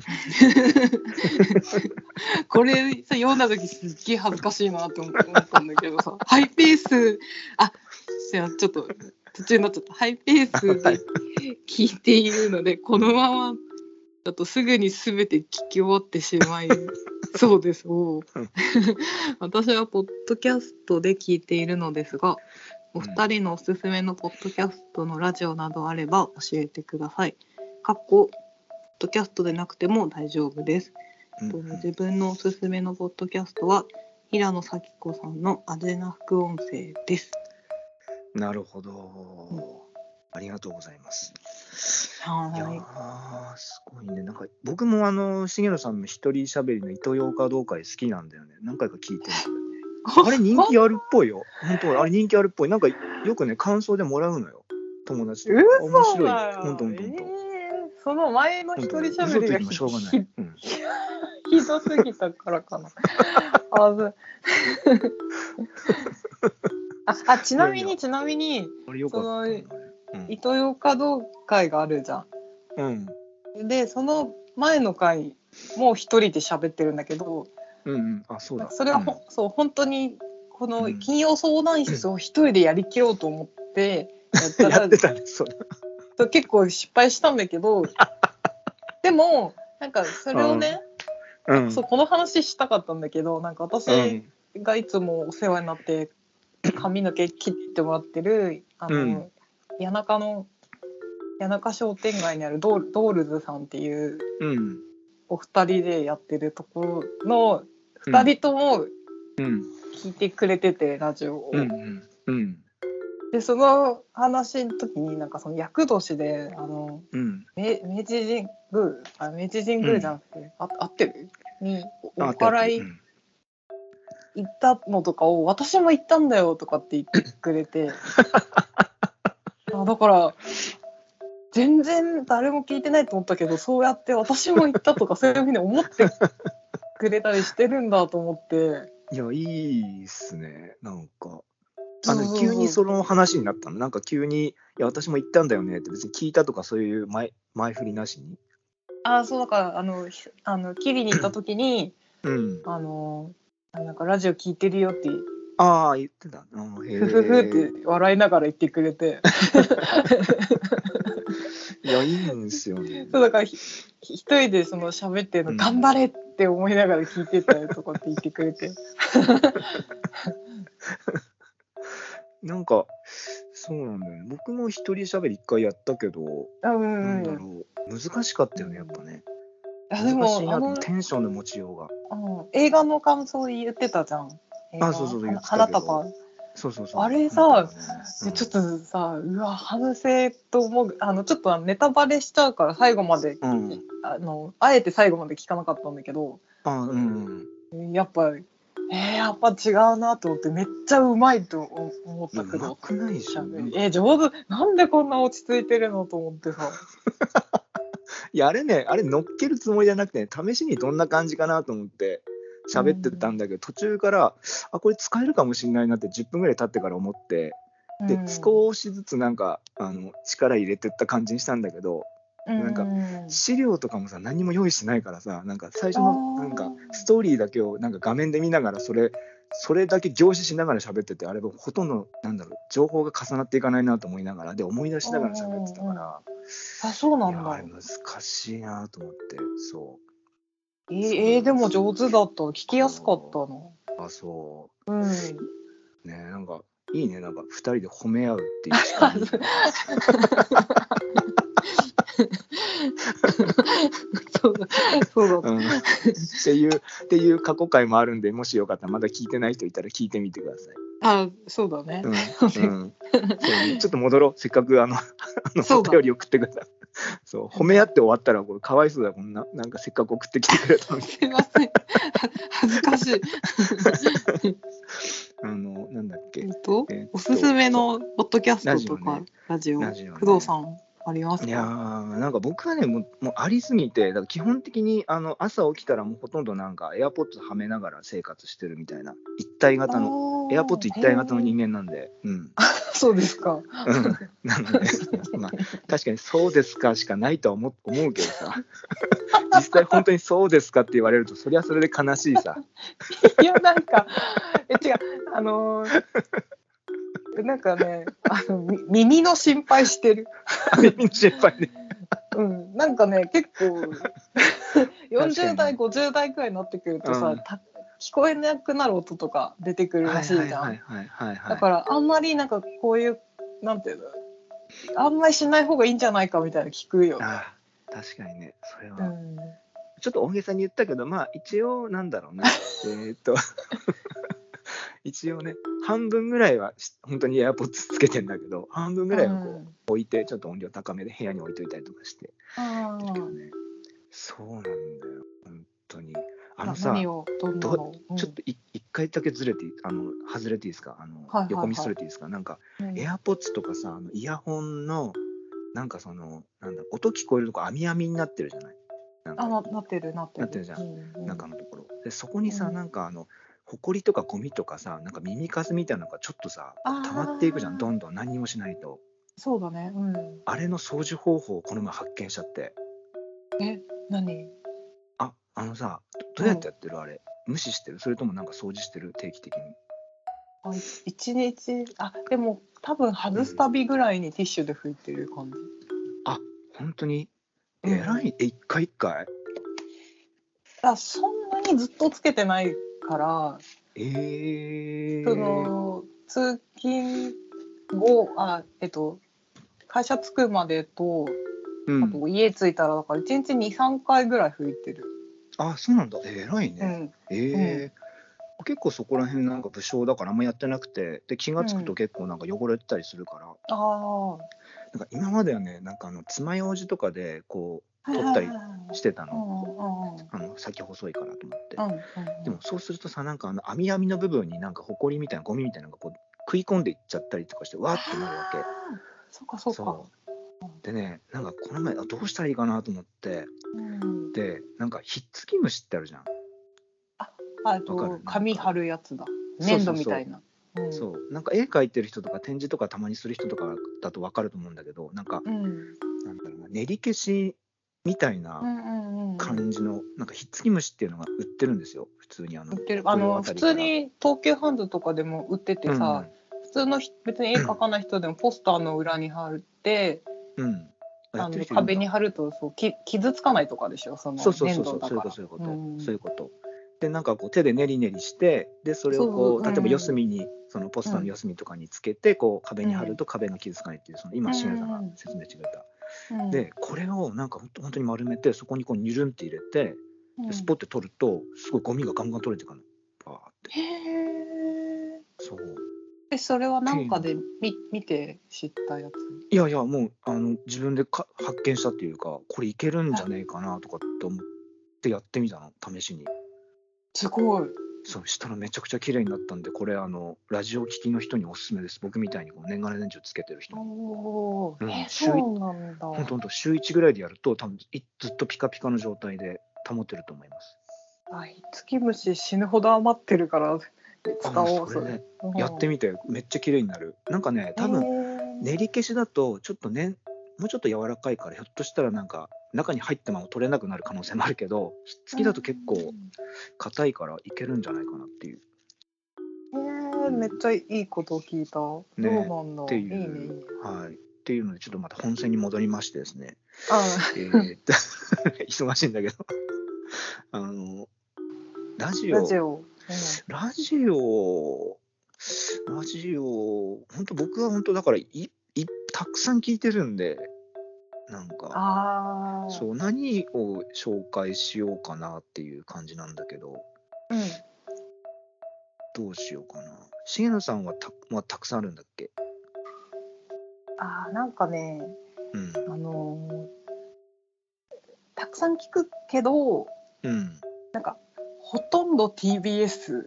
Speaker 2: これさ読んだ時すっげえ恥ずかしいなって思ったんだけどさ、ハイペース、あ、じゃあちょっと途中になっちゃった。ハイペースで聞いているので、このままだとすぐに全て聞き終わってしまいそうです。お私はポッドキャストで聞いているのですが、お二人のおすすめのポッドキャストのラジオなどあれば教えてください。かっこポッドキャストでなくても大丈夫です。
Speaker 1: うん
Speaker 2: と自分のおすすめのポッドキャストは平野咲子さんのアジェナ副音声です。
Speaker 1: なるほど、うん、ありがとうございます。
Speaker 2: はい。
Speaker 1: いやー、すごいね。なんか僕もあの重野さんの一人喋りのイトーヨーカドー会好きなんだよね。何回か聞いてる。あれ人気あるっぽいよ。本当あれ人気あるっぽい。なんかよくね感想でもらうのよ。友達とか。面白い。本当本当本当。
Speaker 2: その前の一人喋りがひ
Speaker 1: ょうがない、うん、
Speaker 2: ひどすぎたからかな。ああ, あちなみにちなみにそのイトーヨーカドー会があるじゃん。うん、でその前の回もう一人で喋ってるんだけど、
Speaker 1: うんうん、あそうだ。
Speaker 2: それはほ、うん、そう本当にこの金曜相談室を一人でやりきろうと思ってやったら、
Speaker 1: やってたね、そう
Speaker 2: だ結構失敗したんだけどでもなんかそれをね、うん、そうこの話したかったんだけど、なんか私がいつもお世話になって髪の毛切ってもらってるあの、うん、谷中の谷中商店街にあるドー、ドールズさんっていうお二人でやってるところの二人とも聞いてくれてて、うん、ラジオを、うんうんうん、でその話の時になんかその厄年であの、うん、明, 明治神宮あ明治神宮じゃなくて、うん、あ合ってるにお祓い行ったのとかを私も行ったんだよとかって言ってくれてあだから全然誰も聞いてないと思ったけどそうやって私も行ったとかそういうふうに思ってくれたりしてるんだと思って
Speaker 1: いやいいっすねなんかあの急にその話になったのなんか急にいや私も行ったんだよねって別に聞いたとかそういう前前振りなしに
Speaker 2: あそうだからあのあのキリに行った時に、うん、あのなんかラジオ聞いてるよって
Speaker 1: ああ言ってた
Speaker 2: ふふふって笑いながら言ってくれて
Speaker 1: いやいいんですよね
Speaker 2: そうだからひ一人でその喋ってるの、うん、頑張れって思いながら聞いてたよとかって言ってくれて
Speaker 1: なんかそうなんだよね僕も一人喋り一回やったけど、うんうん、なんだろう難しかったよねやっぱね、うん、難しいなとテンションの持ちようが、
Speaker 2: うん、映画の感想言ってたじゃん
Speaker 1: あそうそうそう言ってた
Speaker 2: 花束
Speaker 1: そうそうそう
Speaker 2: あれさ、ねうん、ちょっとさうわ反省と思うあのちょっとネタバレしちゃうから最後まで、うん、あのあえて最後まで聞かなかったんだけどあ、うん、やっぱえー、やっぱ違うなと思ってめっちゃうまいと思ったけど
Speaker 1: うまくないじゃん
Speaker 2: えー、上手なんでこんな落ち着いてるのと思ってさ
Speaker 1: いやあれねあれ乗っけるつもりじゃなくて、ね、試しにどんな感じかなと思って喋ってたんだけど、うん、途中からあこれ使えるかもしれないなってじゅっぷんぐらい経ってから思ってで、うん、少しずつなんかあの力入れてった感じにしたんだけど、うん、なんか資料とかもさ何も用意してないからさなんか最初のなんかストーリーだけをなんか画面で見ながらそれそれだけ凝視しながら喋っててあれほとんどなんだろう情報が重なっていかないなと思いながらで思い出しながら喋ってたから
Speaker 2: あそうなんだ
Speaker 1: いやあれ難しいなと思ってそう
Speaker 2: えー、えー、でも上手だった聞きやすかったの
Speaker 1: あそううんねなんかいいねなんかふたりで褒め合うっていう時間
Speaker 2: そうだそうだ、うん、
Speaker 1: っていうっていう過去回もあるんでもしよかったらまだ聞いてない人いたら聞いてみてください
Speaker 2: あそうだね、うんうん、
Speaker 1: そうちょっと戻ろうせっかくあのあのお便り送ってくださいそう褒め合って終わったらこれかわいそうだこんななんかせっかく送ってきてくれたのに
Speaker 2: すいません恥ずかしい
Speaker 1: あのなんだっけ、え
Speaker 2: っと、えっと、おすすめのポッドキャストとかラジオ、ねラジオね、工藤さんありますか？
Speaker 1: いやなんか僕はねもう、もうありすぎてだから基本的にあの朝起きたらもうほとんどなんかエアポッツはめながら生活してるみたいな一体型のエアポッツ一体型の人間なんで、うん、
Speaker 2: そうですか、
Speaker 1: うん、なので、まあ、確かにそうですかしかないとは思, 思うけどさ実際本当にそうですかって言われるとそりゃそれで悲しいさ
Speaker 2: いやなんかえ違うあのーなんかねあの耳の心配してる
Speaker 1: 耳の心配ね
Speaker 2: うんなんかね結構よんじゅう代ごじゅう代くらいになってくるとさ、うん、聞こえなくなる音とか出てくるらしいじゃんだからあんまりなんかこういうなんていうのあんまりしない方がいいんじゃないかみたいな聞くよ、ね、
Speaker 1: あ確かにねそれは、うん、ちょっと大げさに言ったけどまあ一応なんだろうなえーっと一応ね半分ぐらいは本当にエアポッツつけてんだけど半分ぐらいはこう、うん、置いてちょっと音量高めで部屋に置いといたりとかしてだけどねそうなんだよ本当にあのさ
Speaker 2: 何をどんなの、
Speaker 1: うん、ちょっと一回だけずれてあの外れていいですかあの、はいはいはい、横見それていいですかなんか、うん、エアポッツとかさあのイヤホンのなんかそのなんだ音聞こえるとこ網網になってるじゃないなんか
Speaker 2: あ な, なってるなってる
Speaker 1: なってるじゃん、うんうん、中のところでそこにさ、うん、なんかあのほこりとかゴミとかさなんか耳かすみたいなのがちょっとさ溜まっていくじゃんどんどん何にもしないと
Speaker 2: そうだね、うん、
Speaker 1: あれの掃除方法をこの前発見しちゃって
Speaker 2: え何
Speaker 1: ああのさ ど, どうやってやってる、うん、あれ無視してるそれともなんか掃除してる定期的に
Speaker 2: あ一日あでも多分外すたびぐらいにティッシュで拭いてる感じ、うん、
Speaker 1: あ本当にえらい、うん、え一回一回
Speaker 2: あそんなにずっとつけてないから
Speaker 1: えー、
Speaker 2: その通勤後、あ、えっと、会社着くまでと、
Speaker 1: うん、
Speaker 2: あと家着いたらだからいちにちに、さんかいぐらい拭いてる。
Speaker 1: あ、そうなんだ。えらいね。
Speaker 2: うん
Speaker 1: えー結構そこら辺なんか武将だからあんまやってなくて、で気がつくと
Speaker 2: うん
Speaker 1: 結構なんか汚れてたりするから、
Speaker 2: ああ、は
Speaker 1: なんか今まではね、なんかあの爪楊枝とかでこう
Speaker 2: いはいはい
Speaker 1: 取ったり
Speaker 2: はい。
Speaker 1: してたの。
Speaker 2: うんうんうん
Speaker 1: あの先細いからと思って。
Speaker 2: うんうん
Speaker 1: でもそうするとさ、なんかあの網網の部分になんかホコリみたいなゴミみたいなのがこう食い込んでいっちゃったりとかして、わーってなるわけ。
Speaker 2: あーそうかそうか。
Speaker 1: そうでね、なんかこの前あどうしたらいいかなと思って、
Speaker 2: うん、
Speaker 1: でなんかひっつき虫ってあるじゃん。
Speaker 2: あ、あ
Speaker 1: わか
Speaker 2: と
Speaker 1: る？なんか
Speaker 2: 紙貼るやつだ。粘
Speaker 1: そうそうそう
Speaker 2: 土みたいな。うん。
Speaker 1: そうなんか絵描いてる人とか展示とかたまにする人とかだとわかると思うんだけど、なんか
Speaker 2: うん。
Speaker 1: なんだろうな、練り消しみたいな
Speaker 2: うんうんうんうん。
Speaker 1: 感じのなんかひっつき虫っていうのが売ってるんですよ、普通にあの
Speaker 2: 売ってる。あ
Speaker 1: 御用
Speaker 2: の普
Speaker 1: あたりから。
Speaker 2: 通に東急ハンズとかでも売っててさ、
Speaker 1: うん
Speaker 2: 普通のひ別に絵描かない人でもポスターの裏に貼って、
Speaker 1: うんあやってる
Speaker 2: あの
Speaker 1: 人いるんだ。
Speaker 2: 壁に貼るとそうき傷つかないとかでしょ、そ
Speaker 1: そう
Speaker 2: の
Speaker 1: そうそうそう、
Speaker 2: 粘土だから。
Speaker 1: そういうことそういうこと、
Speaker 2: うん
Speaker 1: そういうこと。でなんかこう手で練り練りして、でそれを
Speaker 2: そうそう、
Speaker 1: こう例えば四
Speaker 2: うん
Speaker 1: 隅にそのポスターの
Speaker 2: うん
Speaker 1: 四隅とかにつけてこう壁に貼る
Speaker 2: うん
Speaker 1: と壁が傷つかないっていう、その
Speaker 2: う
Speaker 1: 今重野さんが
Speaker 2: ん
Speaker 1: 説明してくれた。
Speaker 2: うん
Speaker 1: でこれをなんかほんと本当に丸めて、そこにこうニュルンって入れて、
Speaker 2: うん。
Speaker 1: でスポッて取るとすごいゴミがガンガン取れてくるの、バーって。
Speaker 2: へえ。
Speaker 1: そうっ
Speaker 2: え、それはな
Speaker 1: ていうの。
Speaker 2: んかで見見て知ったやつ？
Speaker 1: いやいや、もうあの自分でか発見したっていうか、これいけるんじゃねえかなとかって思ってやってみたの、試しに。
Speaker 2: すごい。
Speaker 1: そうしたらめちゃくちゃ綺麗になったんで、これあのラジオ聞きの人におすすめです。僕みたいにこう年がら年中つけてる人に。
Speaker 2: おお、
Speaker 1: うん、
Speaker 2: え、
Speaker 1: 週い
Speaker 2: そうなんだ。
Speaker 1: ほんとほんと週いちぐらいでやると多分いずっとピカピカの状態で保てると思います。
Speaker 2: あ、ひっつき虫死ぬほど余ってるから
Speaker 1: あ、もう
Speaker 2: 使おうそれ。
Speaker 1: それね、やってみてめっちゃ綺麗になる。なんかね、
Speaker 2: うん、
Speaker 1: 多分
Speaker 2: え
Speaker 1: 練り消しだとちょっとね、もうちょっと柔らかいからひょっとしたらなんか中に入ったまま取れなくなる可能性もあるけど、ひっつ
Speaker 2: ー、
Speaker 1: きだと結構
Speaker 2: うん
Speaker 1: 硬いからいけるんじゃないかなっていう。
Speaker 2: えー、めっちゃいいことを聞いた。そう
Speaker 1: ね、
Speaker 2: なんだ。
Speaker 1: って
Speaker 2: いいねいい
Speaker 1: いう、
Speaker 2: ね。
Speaker 1: はい。っていうのでちょっとまた本線に戻りましてですね。
Speaker 2: あ、
Speaker 1: えーっと忙しいんだけどあのラジオ
Speaker 2: ラジオ。
Speaker 1: ラジオラジオ本当僕は本当だからいいたくさん聞いてるんで、なんか
Speaker 2: ああ。
Speaker 1: そう何を紹介しようかなっていう感じなんだけど、
Speaker 2: うん。
Speaker 1: どうしようかな。重野さんはた、まあ、たくさんあるんだっけ？
Speaker 2: ああ、なんかね、
Speaker 1: うん
Speaker 2: あのーたくさん聞くけど、
Speaker 1: うん
Speaker 2: なんかほとんど ティービーエス。うん、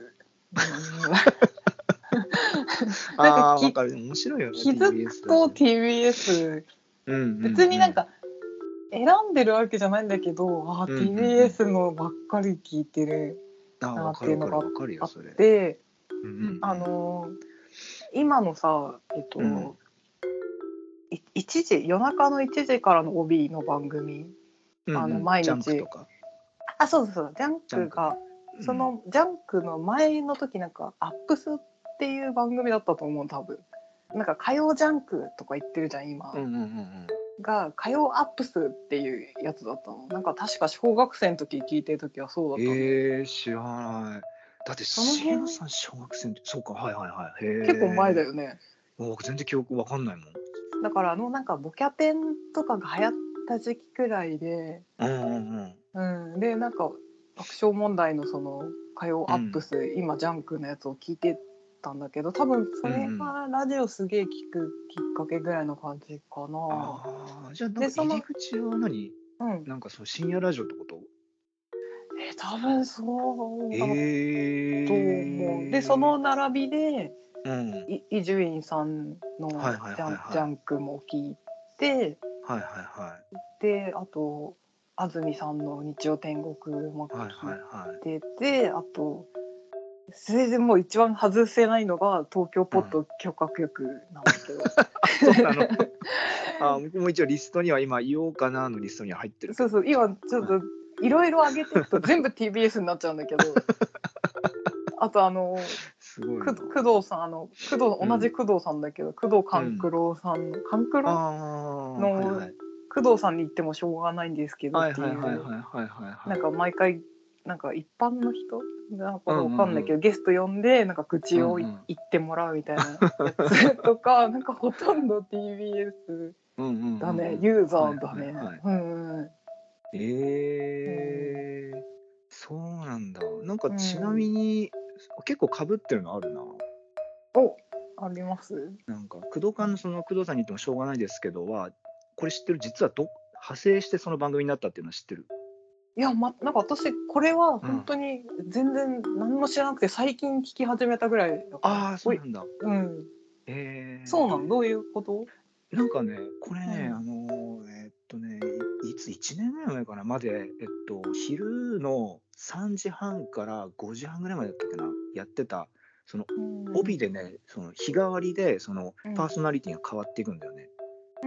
Speaker 2: なんかき
Speaker 1: ああーわかる、面白いよね。
Speaker 2: 気づくと ティービーエス、
Speaker 1: うんうんうん、
Speaker 2: 別になんか選んでるわけじゃないんだけど、あー、
Speaker 1: うんうんうん、
Speaker 2: ティービーエス のばっかり聞いてる
Speaker 1: ああ
Speaker 2: な
Speaker 1: わかるわかる
Speaker 2: っていうのが
Speaker 1: わかるよ
Speaker 2: あっ
Speaker 1: それ。
Speaker 2: て、
Speaker 1: うんうんうん、
Speaker 2: あのー今のさ、えっと、
Speaker 1: うん、
Speaker 2: いいちじ夜中のいちじからの帯の番組、
Speaker 1: うん
Speaker 2: あの
Speaker 1: うん、ジャンク
Speaker 2: 毎日、
Speaker 1: とか
Speaker 2: あ、そうそうそう、ジャン
Speaker 1: ジャンクね、
Speaker 2: クが、
Speaker 1: うん、
Speaker 2: そのジャンクの前の時なんかアップスっていう番組だったと思う、多分。なんか火曜ジャンクとか言ってるじゃん今、
Speaker 1: うんうんうんうん
Speaker 2: が火曜アップスっていうやつだったの。なんか確か小学生の時聞いてる時はそうだったんだよ。
Speaker 1: えー、知らない。だって
Speaker 2: その辺
Speaker 1: 重野さん小学生ってそうか、はいはいはい、へ
Speaker 2: 結構前だ
Speaker 1: え。
Speaker 2: よね。
Speaker 1: 僕全然記憶わかんないもん。
Speaker 2: だからあのなんかボキャテンとかが流行った時期くらいで、
Speaker 1: うんうんうん。
Speaker 2: うん、でなんか爆笑問題のその火曜アップス、うん、今ジャンクのやつを聞いてたんだけど、多分それがラジオすげえ聞くきっかけぐらいの感じかな。うん、
Speaker 1: ああ、じゃあなんか入り口は何？うん、なんかその深夜ラジオってこと？
Speaker 2: えー、多分そうだと思う。
Speaker 1: えー、
Speaker 2: でその並びで伊集院、
Speaker 1: うん、
Speaker 2: さんのジャン、
Speaker 1: はいはいはいはい、
Speaker 2: ジャンクも聞いて、
Speaker 1: はいはいはい、
Speaker 2: であと安住さんの日曜天国も聞いてて、はいはいはい、あとそれでもう一番外せないのが東京ポッド許可局なんだけど、
Speaker 1: うん、そうなのあ、僕も一応リストには今言おうかなのリストには入ってるけど、
Speaker 2: そうそう、今ちょっといろいろ上げていくと全部 ティービーエス になっちゃうんだけどあとあのすごいな、工藤さん、あの工藤、同じ工藤さんだけど、うん、工藤官九郎さんの、うん、官九郎の、はいはい、工藤さんに言ってもしょうがないんですけどっていう、なんか毎回なんか一般の人なんかわかんないけど、うんうんうん、ゲスト呼んでなんか愚痴を、うんうん、言ってもらうみたいなやつとかなんかほとんど ティービーエス だね、うんうんうんうん、ユーザーだね、はいはいはい、うんうん、
Speaker 1: えー、うん、そうなんだ。なんかちなみに、うん、結構被ってるのあるな。
Speaker 2: お、あります。
Speaker 1: なんか工藤館のその工藤さんに言ってもしょうがないですけどは、これ知ってる？実はど派生してその番組になったっていうのは知ってる？
Speaker 2: いや、ま、なんか私これは本当に全然何も知らなくて、最近聞き始めたぐらいだから。
Speaker 1: ああ、そうなんだ。
Speaker 2: うん。
Speaker 1: えー、
Speaker 2: そうなの？どういうこと？
Speaker 1: なんかね、これね、
Speaker 2: うん、
Speaker 1: あのー、えー、っとね、いついちねんぐらい前かなまで、えっと昼のさんじはんからごじはんぐらいまでだったっけな、やってたその帯でね、その日替わりでそのパーソナリティが変わっていくんだよね。
Speaker 2: うん、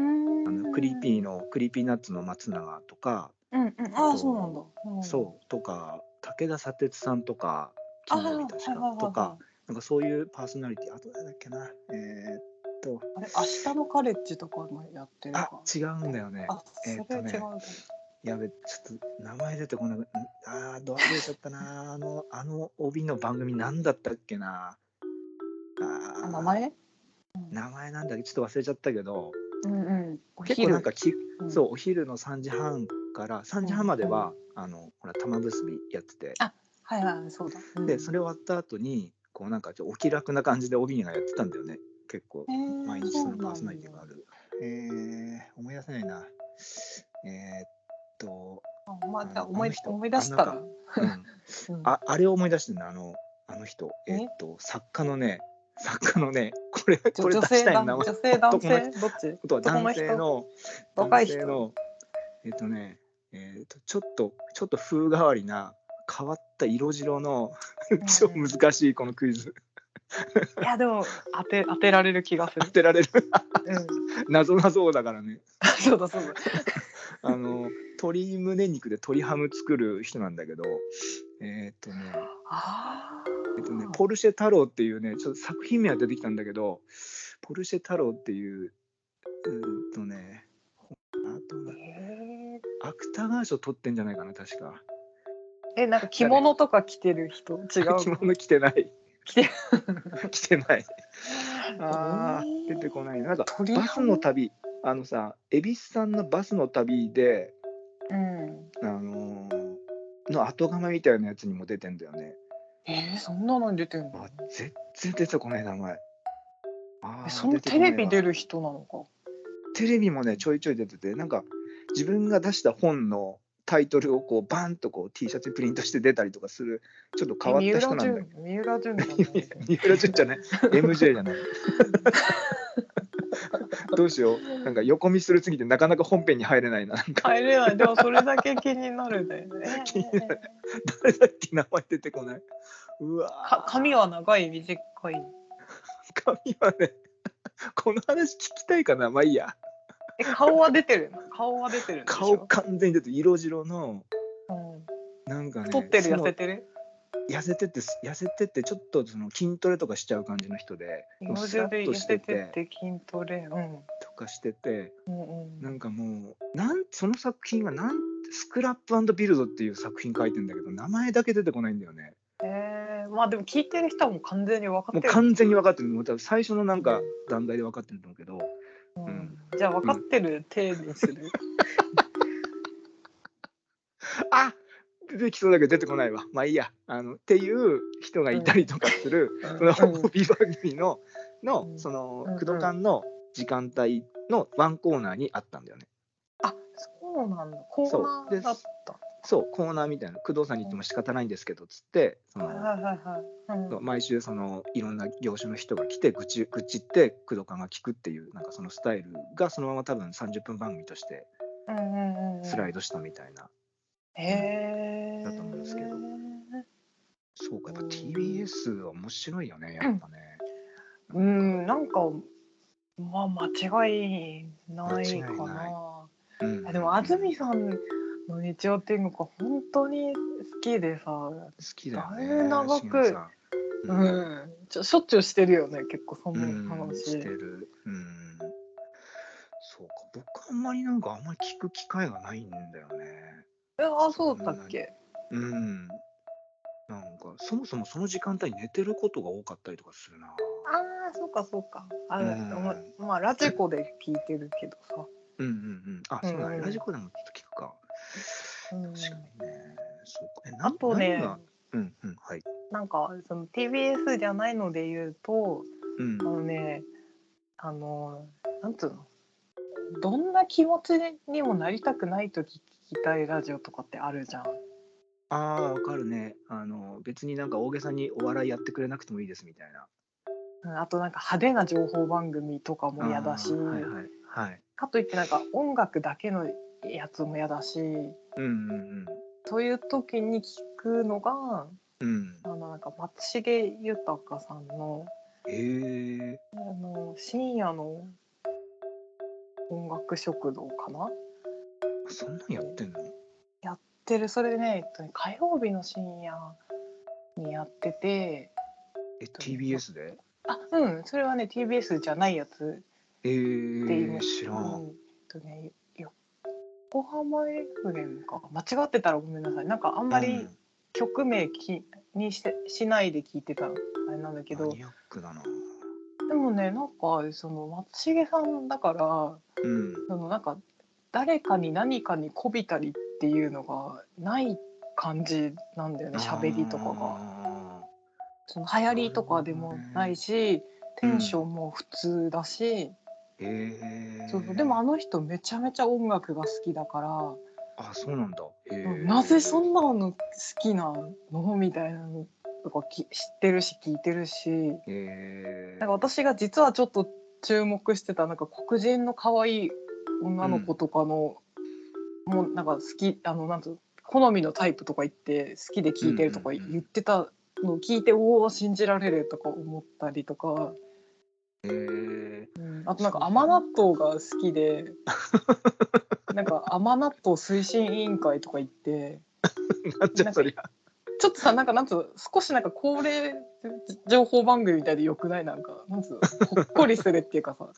Speaker 1: あのクリーピーのクリーピーナッツの松永とか、
Speaker 2: うんうん、ああ、そうなんだ、
Speaker 1: うん、そうとか武田砂鉄さんとか金曜日確か、はいはいはいはい、とかなんかそういうパーソナリティ、あと誰だっけな、えー、っと
Speaker 2: あれ明日のカレッジとかもやってるか。
Speaker 1: あ、違うんだよね。
Speaker 2: あ、
Speaker 1: えー、っとね、やべ、ちょっと名前出てこなく、あー、ど忘れちゃったな。あの、あの帯の番組なんだったっけな。
Speaker 2: あ、名前？
Speaker 1: 名前なんだっけ、ちょっと忘れちゃったけど、
Speaker 2: うんうん、
Speaker 1: 結構なんかき、
Speaker 2: うん、
Speaker 1: そう、お昼のさんじはんからさんじはんまでは、うん、あの、ほら、玉結びやってて。
Speaker 2: あ、はいはい、そうだ。
Speaker 1: うん、で、それ終わった後に、こうなんかちょっとお気楽な感じで帯がやってたんだよね。結構、毎日そのパーソナリティがある。えー、思い出せないな。えー、っと、
Speaker 2: あ、まあ、じゃあ
Speaker 1: あ
Speaker 2: 思い、
Speaker 1: の人
Speaker 2: 思い出したら。
Speaker 1: あ、うん、あ、あれを思い出してるの、あの、あの人、えー、っと、作家のね、作家のね、これ、これ出したい名前。
Speaker 2: 女性、男性、どっち？
Speaker 1: 男性の、男性の、えー、っとね、えー、っと、ちょっと、ちょっと風変わりな、変わった色白の、超難しいこのクイズ。
Speaker 2: いやでも当て当てられる気がする。
Speaker 1: 当てられる。
Speaker 2: うん。
Speaker 1: 謎なそうだからね。
Speaker 2: そうだそうだ。
Speaker 1: あの鶏胸肉で鶏ハム作る人なんだけど、えー、っとね、
Speaker 2: あ
Speaker 1: えっとねポルシェ太郎っていうね、ちょっと作品名は出てきたんだけど、ポルシェ太郎っていう、うんとね、あとね、えー、芥川賞取ってんじゃないかな確か。
Speaker 2: え、なんか着物とか着てる人？違う。
Speaker 1: 着物着てない。
Speaker 2: 着て
Speaker 1: 着てない。あー、出てこない。なんかバスの旅、あのさ、恵比寿さんのバスの旅で、うん、あのー、の後釜みたいなやつにも出てんだよね。
Speaker 2: えー、そんなのに出てんの？
Speaker 1: あ、全然出てこない名前。
Speaker 2: あ、そのテレビ出る人なのか。
Speaker 1: テレビもねちょいちょい出てて、なんか自分が出した本のタイトルをこうバンとこう T シャツにプリントして出たりとかするちょっと変わった人なんだけど。
Speaker 2: 三浦淳
Speaker 1: 三浦淳じゃない、エムジェー じゃない。どうしよう、なんか横見するすぎてなかなか本編に入れないな。なんか
Speaker 2: 入れない。でもそれだけ気になるね。
Speaker 1: 気になる。誰だっけ、名前出てこない。うわ
Speaker 2: か髪は長い短い？
Speaker 1: 髪はね、この話聞きたいかな。まあいいや。
Speaker 2: え、顔は出てるの？顔は出てるんでしょ？
Speaker 1: 顔完全に出てる、色白の、うん、なんかね、
Speaker 2: 太ってる痩せてる？
Speaker 1: 痩せてて痩せててちょっとその筋トレとかしちゃう感じの人で、
Speaker 2: 色白で痩せてて筋トレ、うん、
Speaker 1: とかしてて、
Speaker 2: うんうん、
Speaker 1: なんかもうなんその作品がなんスクラップ&ビルドっていう作品書いてんだけど、名前だけ出てこないんだよね。
Speaker 2: えー、まあでも聞いてる人はもう完全に分かってる。
Speaker 1: もう完全に分かってる。もう多分最初のなんか段階で分かってると思うけど、
Speaker 2: うんうん、じゃあ分かってる体にする。うん、
Speaker 1: あ、出てきそうだけど出てこないわ。まあいいや。あのっていう人がいたりとかする、うん、その帯番組のの、うん、その工藤館の時間帯のワンコーナーにあったんだよね。
Speaker 2: あ、そうなんだ。コーナーだった。
Speaker 1: そうコーナーみたいな、工藤さんに言っても仕方ないんですけどつって、その、はいはいはいはい、毎週そのいろんな業種の人が来て愚痴愚痴って工藤館が聞くっていう、なんかそのスタイルがそのまま多分さんじゅっぷん番組としてスライドしたみたいな、へー、だと思うんですけど。そうか、やっぱ ティービーエス は面白いよね、やっぱね。
Speaker 2: うん、なんかまあ間違いないかな。うん、でも安住さんの日曜天国は本当に好きでさ、好
Speaker 1: きだよね、
Speaker 2: だいぶ長く、うん、うん、ちょしょっちゅうしてるよね、結構その話、うん、
Speaker 1: してる。うん、そうか、僕あんまりなんかあんまり聞く機会がないんだよね。
Speaker 2: え、あ、そうだっけ。
Speaker 1: うん。なんか、そもそもその時間帯寝てることが多かったりとかするな。
Speaker 2: ああ、そうかそうか。あ、
Speaker 1: う
Speaker 2: ま、
Speaker 1: ん。
Speaker 2: まあラジコで聞いてるけどさ。
Speaker 1: うんうんうん。あ、
Speaker 2: う
Speaker 1: そうだね。ラジ
Speaker 2: ん
Speaker 1: コでもちょっと聞くか。
Speaker 2: うん。
Speaker 1: 確かにね。そうか。え、
Speaker 2: あ
Speaker 1: な
Speaker 2: とね、
Speaker 1: 何がうんうん、はい。
Speaker 2: なんかその ティービーエス じゃないので言うと、あ
Speaker 1: うん。
Speaker 2: のね、あの、なんつうの、どんな気持ちにもなりたくないとき聞きたいラジオとかってあるじゃん。
Speaker 1: ああ、わかるね。あの、別になんか大げさにお笑いやってくれなくてもいいですみたいな。
Speaker 2: うん、あとなんか派手な情報番組とかも嫌だし、
Speaker 1: ああ、はいはい。はい。
Speaker 2: かといってなんか音楽だけのやつも嫌だし、
Speaker 1: うんうん
Speaker 2: そういう時に聞くのが、
Speaker 1: うん。うん。
Speaker 2: あのなんか松重豊さんの
Speaker 1: へえ。
Speaker 2: あの深夜の音楽食堂かな。
Speaker 1: あ、そんなんやってんの？
Speaker 2: やってる、それね、えっとね、火曜日の深夜にやってて、え
Speaker 1: え、
Speaker 2: っとね、ま
Speaker 1: ティービーエス で？
Speaker 2: あ、うん、それはね ティービーエス じゃないやつ
Speaker 1: え
Speaker 2: で今、
Speaker 1: え、知らん。
Speaker 2: うん、えっとね、横浜 エフエム か間違ってたらごめんなさい。なんかあんまり
Speaker 1: うん。
Speaker 2: 曲名きにしてしないで聞いてたあれなんだけど、
Speaker 1: マニアックだな。
Speaker 2: でもね、なんかその松重さんだから、
Speaker 1: うん。
Speaker 2: そのなんか誰かに何かにこびたりっていうのがない感じなんだよね、喋りとかが。
Speaker 1: あ
Speaker 2: その流行
Speaker 1: あ、な
Speaker 2: りと
Speaker 1: るほど
Speaker 2: かでもない
Speaker 1: ね。
Speaker 2: し、テンショ
Speaker 1: うん。
Speaker 2: ンも普通だし、
Speaker 1: へ
Speaker 2: そうそう、でもあ
Speaker 1: え。
Speaker 2: の人めちゃめちゃ音楽が好きだから、
Speaker 1: あ、そうなんだ。へ
Speaker 2: うん、なぜそ
Speaker 1: え。
Speaker 2: んなの好きなのみたいなのとかき知ってるし聞いてるし、
Speaker 1: へ
Speaker 2: なんか
Speaker 1: え。
Speaker 2: 私が実はちょっと注目してたなんか黒人の可愛い女の子
Speaker 1: うん。
Speaker 2: とかのもうなんか好き、あのなんと好みのタイプとか言って好きで
Speaker 1: うんうん
Speaker 2: 聞いてるとか言ってたのを聞いて、おお信じられるとか思ったりとか、
Speaker 1: うん。へえ。
Speaker 2: うん、あとなんか
Speaker 1: そう
Speaker 2: 甘納
Speaker 1: なんだ。
Speaker 2: 豆が好きで、なんか甘納豆推進委員会とか言って、
Speaker 1: なんじゃ
Speaker 2: なんか
Speaker 1: そりゃ。
Speaker 2: ちょっとさ、なんかなんつうの、少しなんか高齢情報番組みたいでよくない？なんかなんつうの、ほっこりするっていうかさ。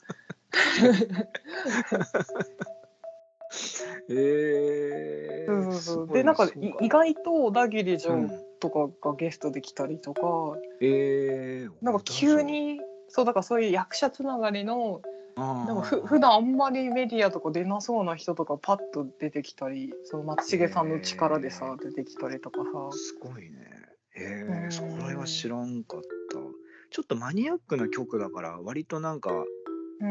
Speaker 2: そう
Speaker 1: ええ、
Speaker 2: そうそう。で、
Speaker 1: すごい、
Speaker 2: なんか
Speaker 1: そうか。
Speaker 2: い意外と小田切城
Speaker 1: うん。
Speaker 2: とかがゲストで来たりとか、
Speaker 1: ええ、
Speaker 2: なんか
Speaker 1: 小田城。
Speaker 2: 急に、そうだからそういう役者つながりの、
Speaker 1: ああ、
Speaker 2: なんかふ
Speaker 1: ああ、
Speaker 2: 普段
Speaker 1: ああ。
Speaker 2: あんまりメディアとか出なそうな人とかパッと出てきたり、その松重さんの力でさ
Speaker 1: ええ、
Speaker 2: 出てきたりとかさ。
Speaker 1: すごいね。
Speaker 2: う
Speaker 1: ええ、それは知
Speaker 2: ん。
Speaker 1: らんかった。ちょっとマニアックな曲だから、割となんか、
Speaker 2: うん。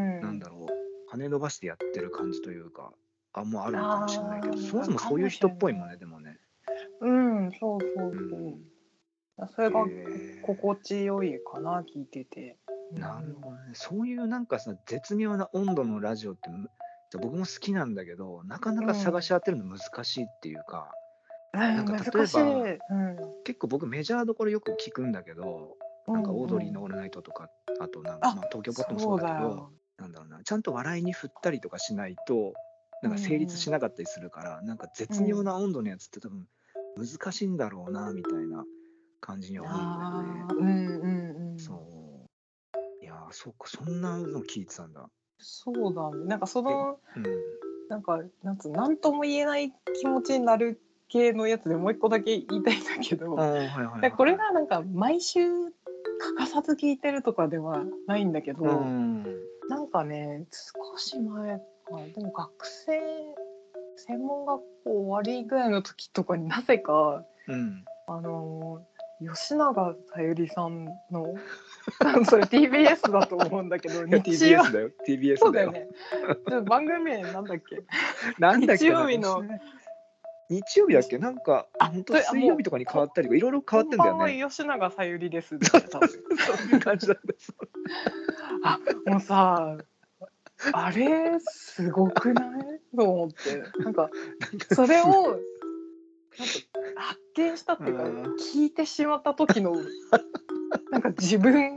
Speaker 1: なんだろう、羽伸ばしてやってる感じというか、あ、もうあるのかもしれないけど、そもそ
Speaker 2: ああ、
Speaker 1: もそういう
Speaker 2: かもしれ
Speaker 1: 人っぽいもんね、
Speaker 2: ない。
Speaker 1: でもね。
Speaker 2: うん、そうそうそう。
Speaker 1: うん。
Speaker 2: それ
Speaker 1: へ
Speaker 2: がこ
Speaker 1: え。
Speaker 2: 心地よいかな、聞いてて。う
Speaker 1: なる
Speaker 2: ん。
Speaker 1: ほどね。そういうなんかさ、絶妙な温度のラジオって、む僕も好きなんだけど、なかなか探し
Speaker 2: うん。
Speaker 1: 当てるの難しいっていうか、
Speaker 2: え
Speaker 1: なんか
Speaker 2: ー、難しい。
Speaker 1: 例えば、
Speaker 2: うん。
Speaker 1: 結構僕メジャーどころよく聞くんだけど、なんか
Speaker 2: うん
Speaker 1: オードリーのオー
Speaker 2: うん。
Speaker 1: ルナイトとか、あとなんか、
Speaker 2: あ、
Speaker 1: まあ東京ポットもそう
Speaker 2: そう
Speaker 1: だけど、
Speaker 2: だよ。
Speaker 1: なんだろうな、ちゃんと笑いに振ったりとかしないと、
Speaker 2: う
Speaker 1: なんか成立
Speaker 2: んうん。
Speaker 1: しなかったりするから、なんか絶妙
Speaker 2: うん。
Speaker 1: な温度のやつって多分難しいんだろうな、みたいな感じには思うんだよね。
Speaker 2: ああ、うんうんうん。
Speaker 1: そう。いやー、そっか、そんなの聞いてたんだ。
Speaker 2: そうだね。なんかそ
Speaker 1: え、
Speaker 2: の、
Speaker 1: うん。
Speaker 2: なんか、なんつう、なんとも言えない気持ちになる系のやつでもう一個だけ言いたいんだけど、
Speaker 1: ああ、はいはい
Speaker 2: でこれ
Speaker 1: はいはい。
Speaker 2: がなんか毎週欠かさず聞いてるとかではないんだけ
Speaker 1: うー
Speaker 2: ど、
Speaker 1: ん。
Speaker 2: なんかね、少し前か、でも学生、専門学校終わりぐらいの時とかになぜか、
Speaker 1: うん。
Speaker 2: あの吉永小百合さんのそれ ティービーエス だと思うんだけど、
Speaker 1: いや、
Speaker 2: 日曜、
Speaker 1: ティービーエス だよ。ティービーエス だよ。
Speaker 2: そうだよね。ちょっと番組名なんだっけ？
Speaker 1: なんだっ
Speaker 2: 日
Speaker 1: けな、
Speaker 2: 曜日の、
Speaker 1: 忘れ日曜日だっけなんか、
Speaker 2: あ、
Speaker 1: ほんと
Speaker 2: とあもう
Speaker 1: 水曜日とかに変わ
Speaker 2: こ
Speaker 1: ったりとか、いろいろ変わっ
Speaker 2: こんばんは
Speaker 1: てんだよね。
Speaker 2: 吉永小百合ですだよね多分。
Speaker 1: そういう感じだった。
Speaker 2: あ、もうさ、あれすごくないと思って、なんか
Speaker 1: なんか
Speaker 2: それ
Speaker 1: す
Speaker 2: をなんか発見したっていうか
Speaker 1: あ
Speaker 2: 聞いてしまった時のなんか自分、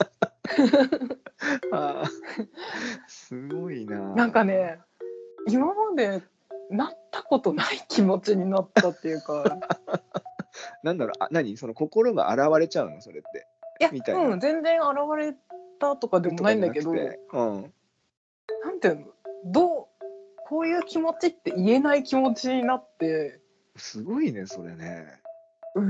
Speaker 1: あ、ああ、すごい
Speaker 2: なんか
Speaker 1: な。
Speaker 2: ね、今までなったことない気持ちになったっていうか、
Speaker 1: なんだろう、あ、何その心が洗われちゃうの、それって。
Speaker 2: いや、
Speaker 1: みたいな。
Speaker 2: うん、全然現れたとかでもないん
Speaker 1: とかじゃ
Speaker 2: だけど、
Speaker 1: なくて、うん。
Speaker 2: なんていうの、どう、こういう気持ちって言えない気持ちになって、
Speaker 1: すごいねそれね。
Speaker 2: うん、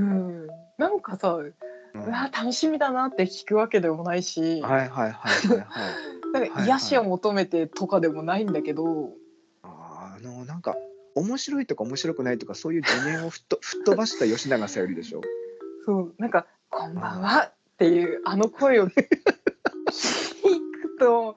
Speaker 2: なんかさ、う
Speaker 1: うん、
Speaker 2: わ楽しみだなって聞くわけでもないし、
Speaker 1: はいはいはいはいはい
Speaker 2: なんか癒しを
Speaker 1: はいはい。
Speaker 2: 求めてとかでもないんだけど、
Speaker 1: あーあのなんか面白いとか面白くないとかそういう次元をふっと吹っ飛ばした吉永小百合でしょ。
Speaker 2: そうなんかこんばん
Speaker 1: うん、
Speaker 2: はっていうあの声を聞くと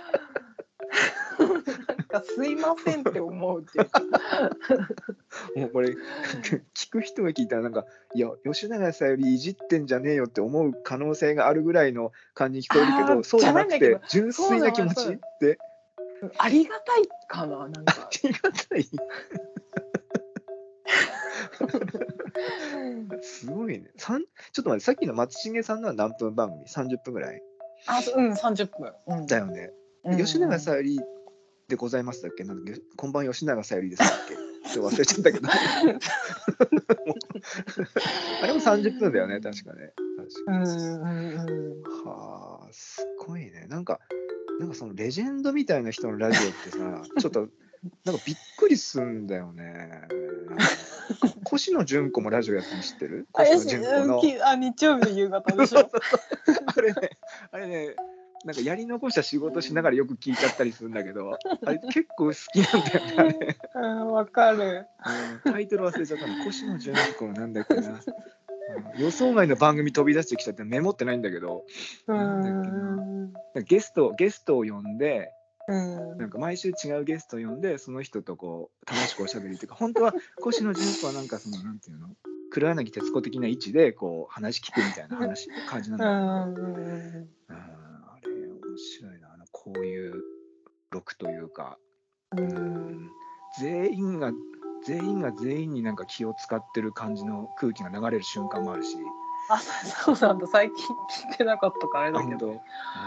Speaker 2: なんかすいませんって思うっていうか。
Speaker 1: もうこれ聞く人が聞いたらなんかいや吉永小百合いじってんじゃねえよって思う可能性があるぐらいの感じに聞こえるけ
Speaker 2: ああ、
Speaker 1: ど、そう
Speaker 2: じ
Speaker 1: じゃなくて
Speaker 2: ゃないんだけど、
Speaker 1: 純粋
Speaker 2: そうじゃない、
Speaker 1: な気持ち
Speaker 2: そう、
Speaker 1: で
Speaker 2: ありがたいかな、なん
Speaker 1: あ
Speaker 2: か。
Speaker 1: りがたい。すごいね。さんちょっと待って、さっきの松重さんのは何分番組？ さんじゅっ 分ぐらい
Speaker 2: あ、そうん、さんじゅっぷん。うん。
Speaker 1: だよね。
Speaker 2: う
Speaker 1: で吉永
Speaker 2: んうん。
Speaker 1: 小百合でございますだっけ？なんだっけ？こんばん吉永小百合ですだっけ？ちょっと忘れちゃったけど。あれもさんじゅっぷんだよね、確かね。確か。
Speaker 2: うんうんうん。
Speaker 1: はあ、すごいね。なんか、なんかそのレジェンドみたいな人のラジオってさ、ちょっとなんかびっくりすんだよね。なんか越野純子もラジオやってるの知ってる？
Speaker 2: あ、よし、
Speaker 1: 越野純子
Speaker 2: うん、
Speaker 1: の。
Speaker 2: きあ、日曜日夕方でしょ。
Speaker 1: そうそうそう。あれね、あれね、なんかやり残した仕事しながらよく聞いちゃったりするんだけど、あれ結構好きなんだよね、あれ。
Speaker 2: うん、わかる。
Speaker 1: うん、タイトル忘れちゃったの。越野純子のなんだっけな。うん予想外の番組飛び出してきちゃってメモってないんだけど、
Speaker 2: う
Speaker 1: なんだっけな。
Speaker 2: ん。
Speaker 1: なんかゲスト、ゲストを呼んで、
Speaker 2: うん。
Speaker 1: なんか毎週違うゲストを呼んで、その人とこう楽しくおしゃべりっていうか、本当は越野純子はなんかそのなんていうの、黒柳徹子的な位置でこう話聞くみたいな話感じなん
Speaker 2: う
Speaker 1: だけど、
Speaker 2: ん。
Speaker 1: うん、あれ面白いな、あのこういう録というか、
Speaker 2: う
Speaker 1: うん、
Speaker 2: ん。
Speaker 1: 全員が全員が全員になんか気を使ってる感じの空気が流れる瞬間もあるし、
Speaker 2: あ、そうなんだ。最近聞いてなかったからあれ
Speaker 1: あ
Speaker 2: だけど。
Speaker 1: 本当、うん、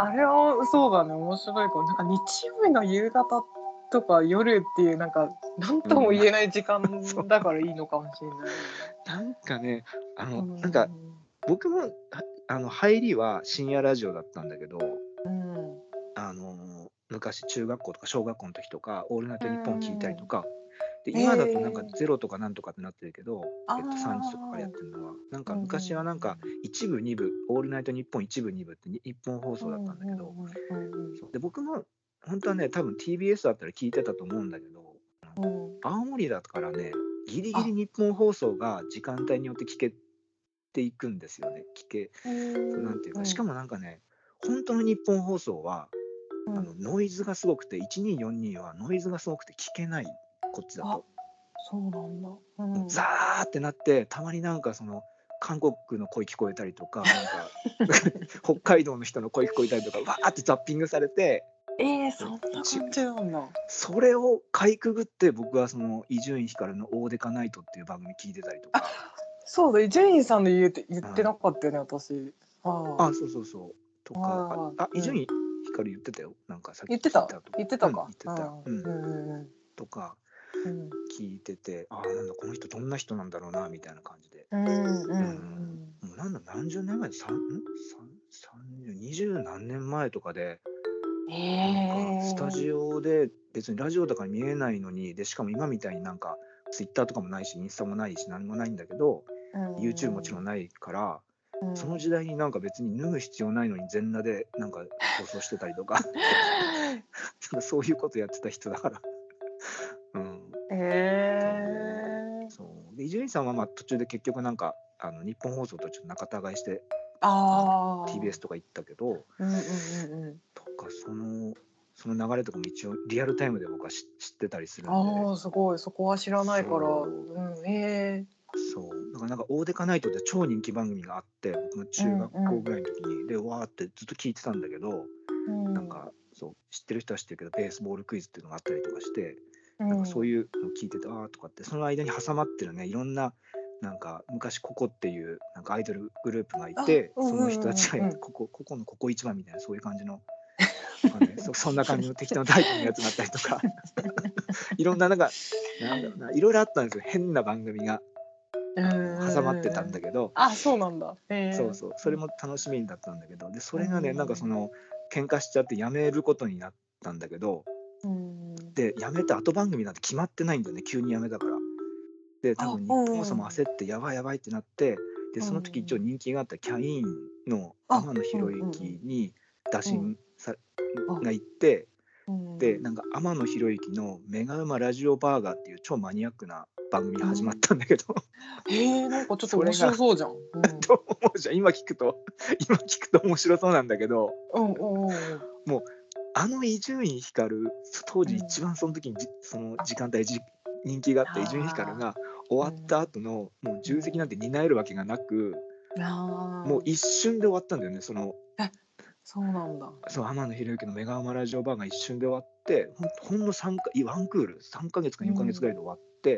Speaker 2: あれはそうだね、面白いかも。なんか日曜日の夕方とか夜っていうなんか何とも
Speaker 1: うん、
Speaker 2: 言えない時
Speaker 1: そう
Speaker 2: 間だからいいのかもしれない。
Speaker 1: なんかね、あ
Speaker 2: う
Speaker 1: のなんか
Speaker 2: ん。
Speaker 1: 僕もはあの入りは深夜ラジオだったんだけど、
Speaker 2: うん。
Speaker 1: あの昔中学校とか小学校の時とか「オールナイ
Speaker 2: う
Speaker 1: トニッポン」聞いたりと
Speaker 2: ん。
Speaker 1: かで、
Speaker 2: へ
Speaker 1: 今だとなんか
Speaker 2: え。
Speaker 1: ゼロとかなんとかってなってるけど、
Speaker 2: あ
Speaker 1: えっと、さんじとかからや
Speaker 2: あ。
Speaker 1: ってるのはなんか
Speaker 2: うんうん
Speaker 1: 昔はなんか一部二部「オールナイトニッポン」一部二部ってに日本放送だっ
Speaker 2: うんう
Speaker 1: たんだけど、
Speaker 2: んうん
Speaker 1: そうで僕も本当はね多分 ティービーエス だったら聞いてたと思うんだけど、
Speaker 2: うんうん。
Speaker 1: 青森だからねギリギリ
Speaker 2: あ、
Speaker 1: 日本放送が時間帯によって聞けていくんですよね。聞け
Speaker 2: へえ。
Speaker 1: そうなんていう
Speaker 2: うん
Speaker 1: かしかもなんかね本当の日本放送はあの
Speaker 2: うん。
Speaker 1: ノイズがすごくていちにーよんにーはノイズがすごくて聞けない、こっちだ
Speaker 2: あ、
Speaker 1: と。
Speaker 2: そうなんだ。う
Speaker 1: もう
Speaker 2: ん。
Speaker 1: ザーってなってたまになんかその韓国の声聞こえたりとかなんか北海道の人の声聞こえたりとかわーってザッピングされて、
Speaker 2: ええ、
Speaker 1: で
Speaker 2: そんな
Speaker 1: ち
Speaker 2: 感じなんだ。
Speaker 1: それをかいくぐって僕はその伊集院光の「オーデカナイト」っていう番組聞いてたりとか、
Speaker 2: そうだ、伊集院さんで言うて言って
Speaker 1: うん、
Speaker 2: なかったよね、私。は
Speaker 1: あそうそうそうと
Speaker 2: い。
Speaker 1: かあ
Speaker 2: はい。うん。
Speaker 1: あ伊集院光言ってたよ、なんかさっ
Speaker 2: 言ってた？
Speaker 1: き聞いたと
Speaker 2: 言ってたか。
Speaker 1: うん言って
Speaker 2: う
Speaker 1: たうん
Speaker 2: ん。うん
Speaker 1: とか
Speaker 2: うんうん。
Speaker 1: 聞いてて、ああ、なんだ、この人どんな人なんだろうな、みたいな感じで。
Speaker 2: うん。うんう
Speaker 1: う
Speaker 2: ん
Speaker 1: ん、もうなんだ、何十年前で、さん、んさん、さんじゅう、にじゅう何年前とかで、
Speaker 2: うん。
Speaker 1: なんか、スタ
Speaker 2: へえ。
Speaker 1: ジオで、別にラジオとかに見えないのに、で、しかも今みたいになんか、ツイッターとかもないし、インスタもないし、何もないんだけど、
Speaker 2: うん
Speaker 1: YouTube もちろんないから、
Speaker 2: うん。
Speaker 1: その時代になんか別に脱ぐ必要ないのに全裸でなんか放送してたりとか、そういうことやってた人だから。うん。
Speaker 2: へ
Speaker 1: そう
Speaker 2: え。
Speaker 1: そうで伊集院さんはまあ途中で結局なんかあの日本放送とちょっと仲違いしてあの
Speaker 2: ああ。
Speaker 1: ティービーエス とか行ったけど
Speaker 2: うんうんうんうん。
Speaker 1: とかそのその流れとかも一応リアルタイムで僕は知知ってたりするんで、
Speaker 2: ああ、すごい。そこは知らないから。
Speaker 1: そう
Speaker 2: うん、へえ。
Speaker 1: そうだからなんか「オーデカナイト」って超人気番組があって僕が
Speaker 2: う
Speaker 1: 中学
Speaker 2: んうん
Speaker 1: 校ぐらいの時にでわーってずっと聞いてたんだけど、
Speaker 2: うん。
Speaker 1: なんかそう知ってる人は知ってるけどベースボールクイズっていうのがあったりとかして、
Speaker 2: う
Speaker 1: なんかそう
Speaker 2: ん。
Speaker 1: いうのを聞いてて、ああとかって、その間に挟まってるね、いろんな、なんか昔ココっていうなんかアイドルグループがい
Speaker 2: あ、
Speaker 1: て、その
Speaker 2: うんうん
Speaker 1: 人たちがやって、
Speaker 2: うんうん。
Speaker 1: ここ、ここのここ一番みたいな、そういう感じの、わかんないそ、そんな感じの適当なタイトルのやつだったりとか、いろんな、なんか、なんだろうな、いろいろあったんですよ、変な番組が
Speaker 2: うん
Speaker 1: あの挟まってた
Speaker 2: うんうん。
Speaker 1: んだけど、
Speaker 2: あ、そうなんだ。へえ。
Speaker 1: そうそう、それも楽しみだったんだけど、で、そ
Speaker 2: う
Speaker 1: れがね、なんかそ
Speaker 2: ん。
Speaker 1: の、喧嘩しちゃってやめることになったんだけど、
Speaker 2: うん。
Speaker 1: で、やめて後番組なんて決まってないんだよね、急にやめたから。 で多
Speaker 2: あ、
Speaker 1: 分日
Speaker 2: う
Speaker 1: 本放送も
Speaker 2: ん。
Speaker 1: 焦ってやばいやばいってなって、で
Speaker 2: う
Speaker 1: その時一応
Speaker 2: ん。
Speaker 1: 人気があったキャインの
Speaker 2: あ、
Speaker 1: 天野
Speaker 2: うん
Speaker 1: 博
Speaker 2: うんうん。
Speaker 1: 之に打
Speaker 2: うん。
Speaker 1: 診さ
Speaker 2: あ、
Speaker 1: が行って、
Speaker 2: うん。
Speaker 1: でなんか天野博之のメガウマラジオバーガーっていう超マニアックな番組が始まっ
Speaker 2: うん。
Speaker 1: たんだけど
Speaker 2: へえ、なんかちょっと面
Speaker 1: それが
Speaker 2: 白そうじゃん。うん。
Speaker 1: どう思うじゃん今聞くと今聞くと面白そうなんだけど、
Speaker 2: うんうんうん。
Speaker 1: もうあの伊集院光、当時
Speaker 2: うん。
Speaker 1: 一番その時にじその時間帯じ人気があった伊集院光
Speaker 2: ああ。
Speaker 1: が終わった
Speaker 2: うん。
Speaker 1: 後のもう
Speaker 2: うん。
Speaker 1: 重責なんて担えるわけがなく、もう
Speaker 2: あ
Speaker 1: 一瞬で終わったんだよね。その
Speaker 2: あ。え、そうなんだ。
Speaker 1: そう天野博之のメガウマラジオバーが一瞬で終わって、ほんほんのさんかワンクールさんかげつかよんかげつぐらいで終わって、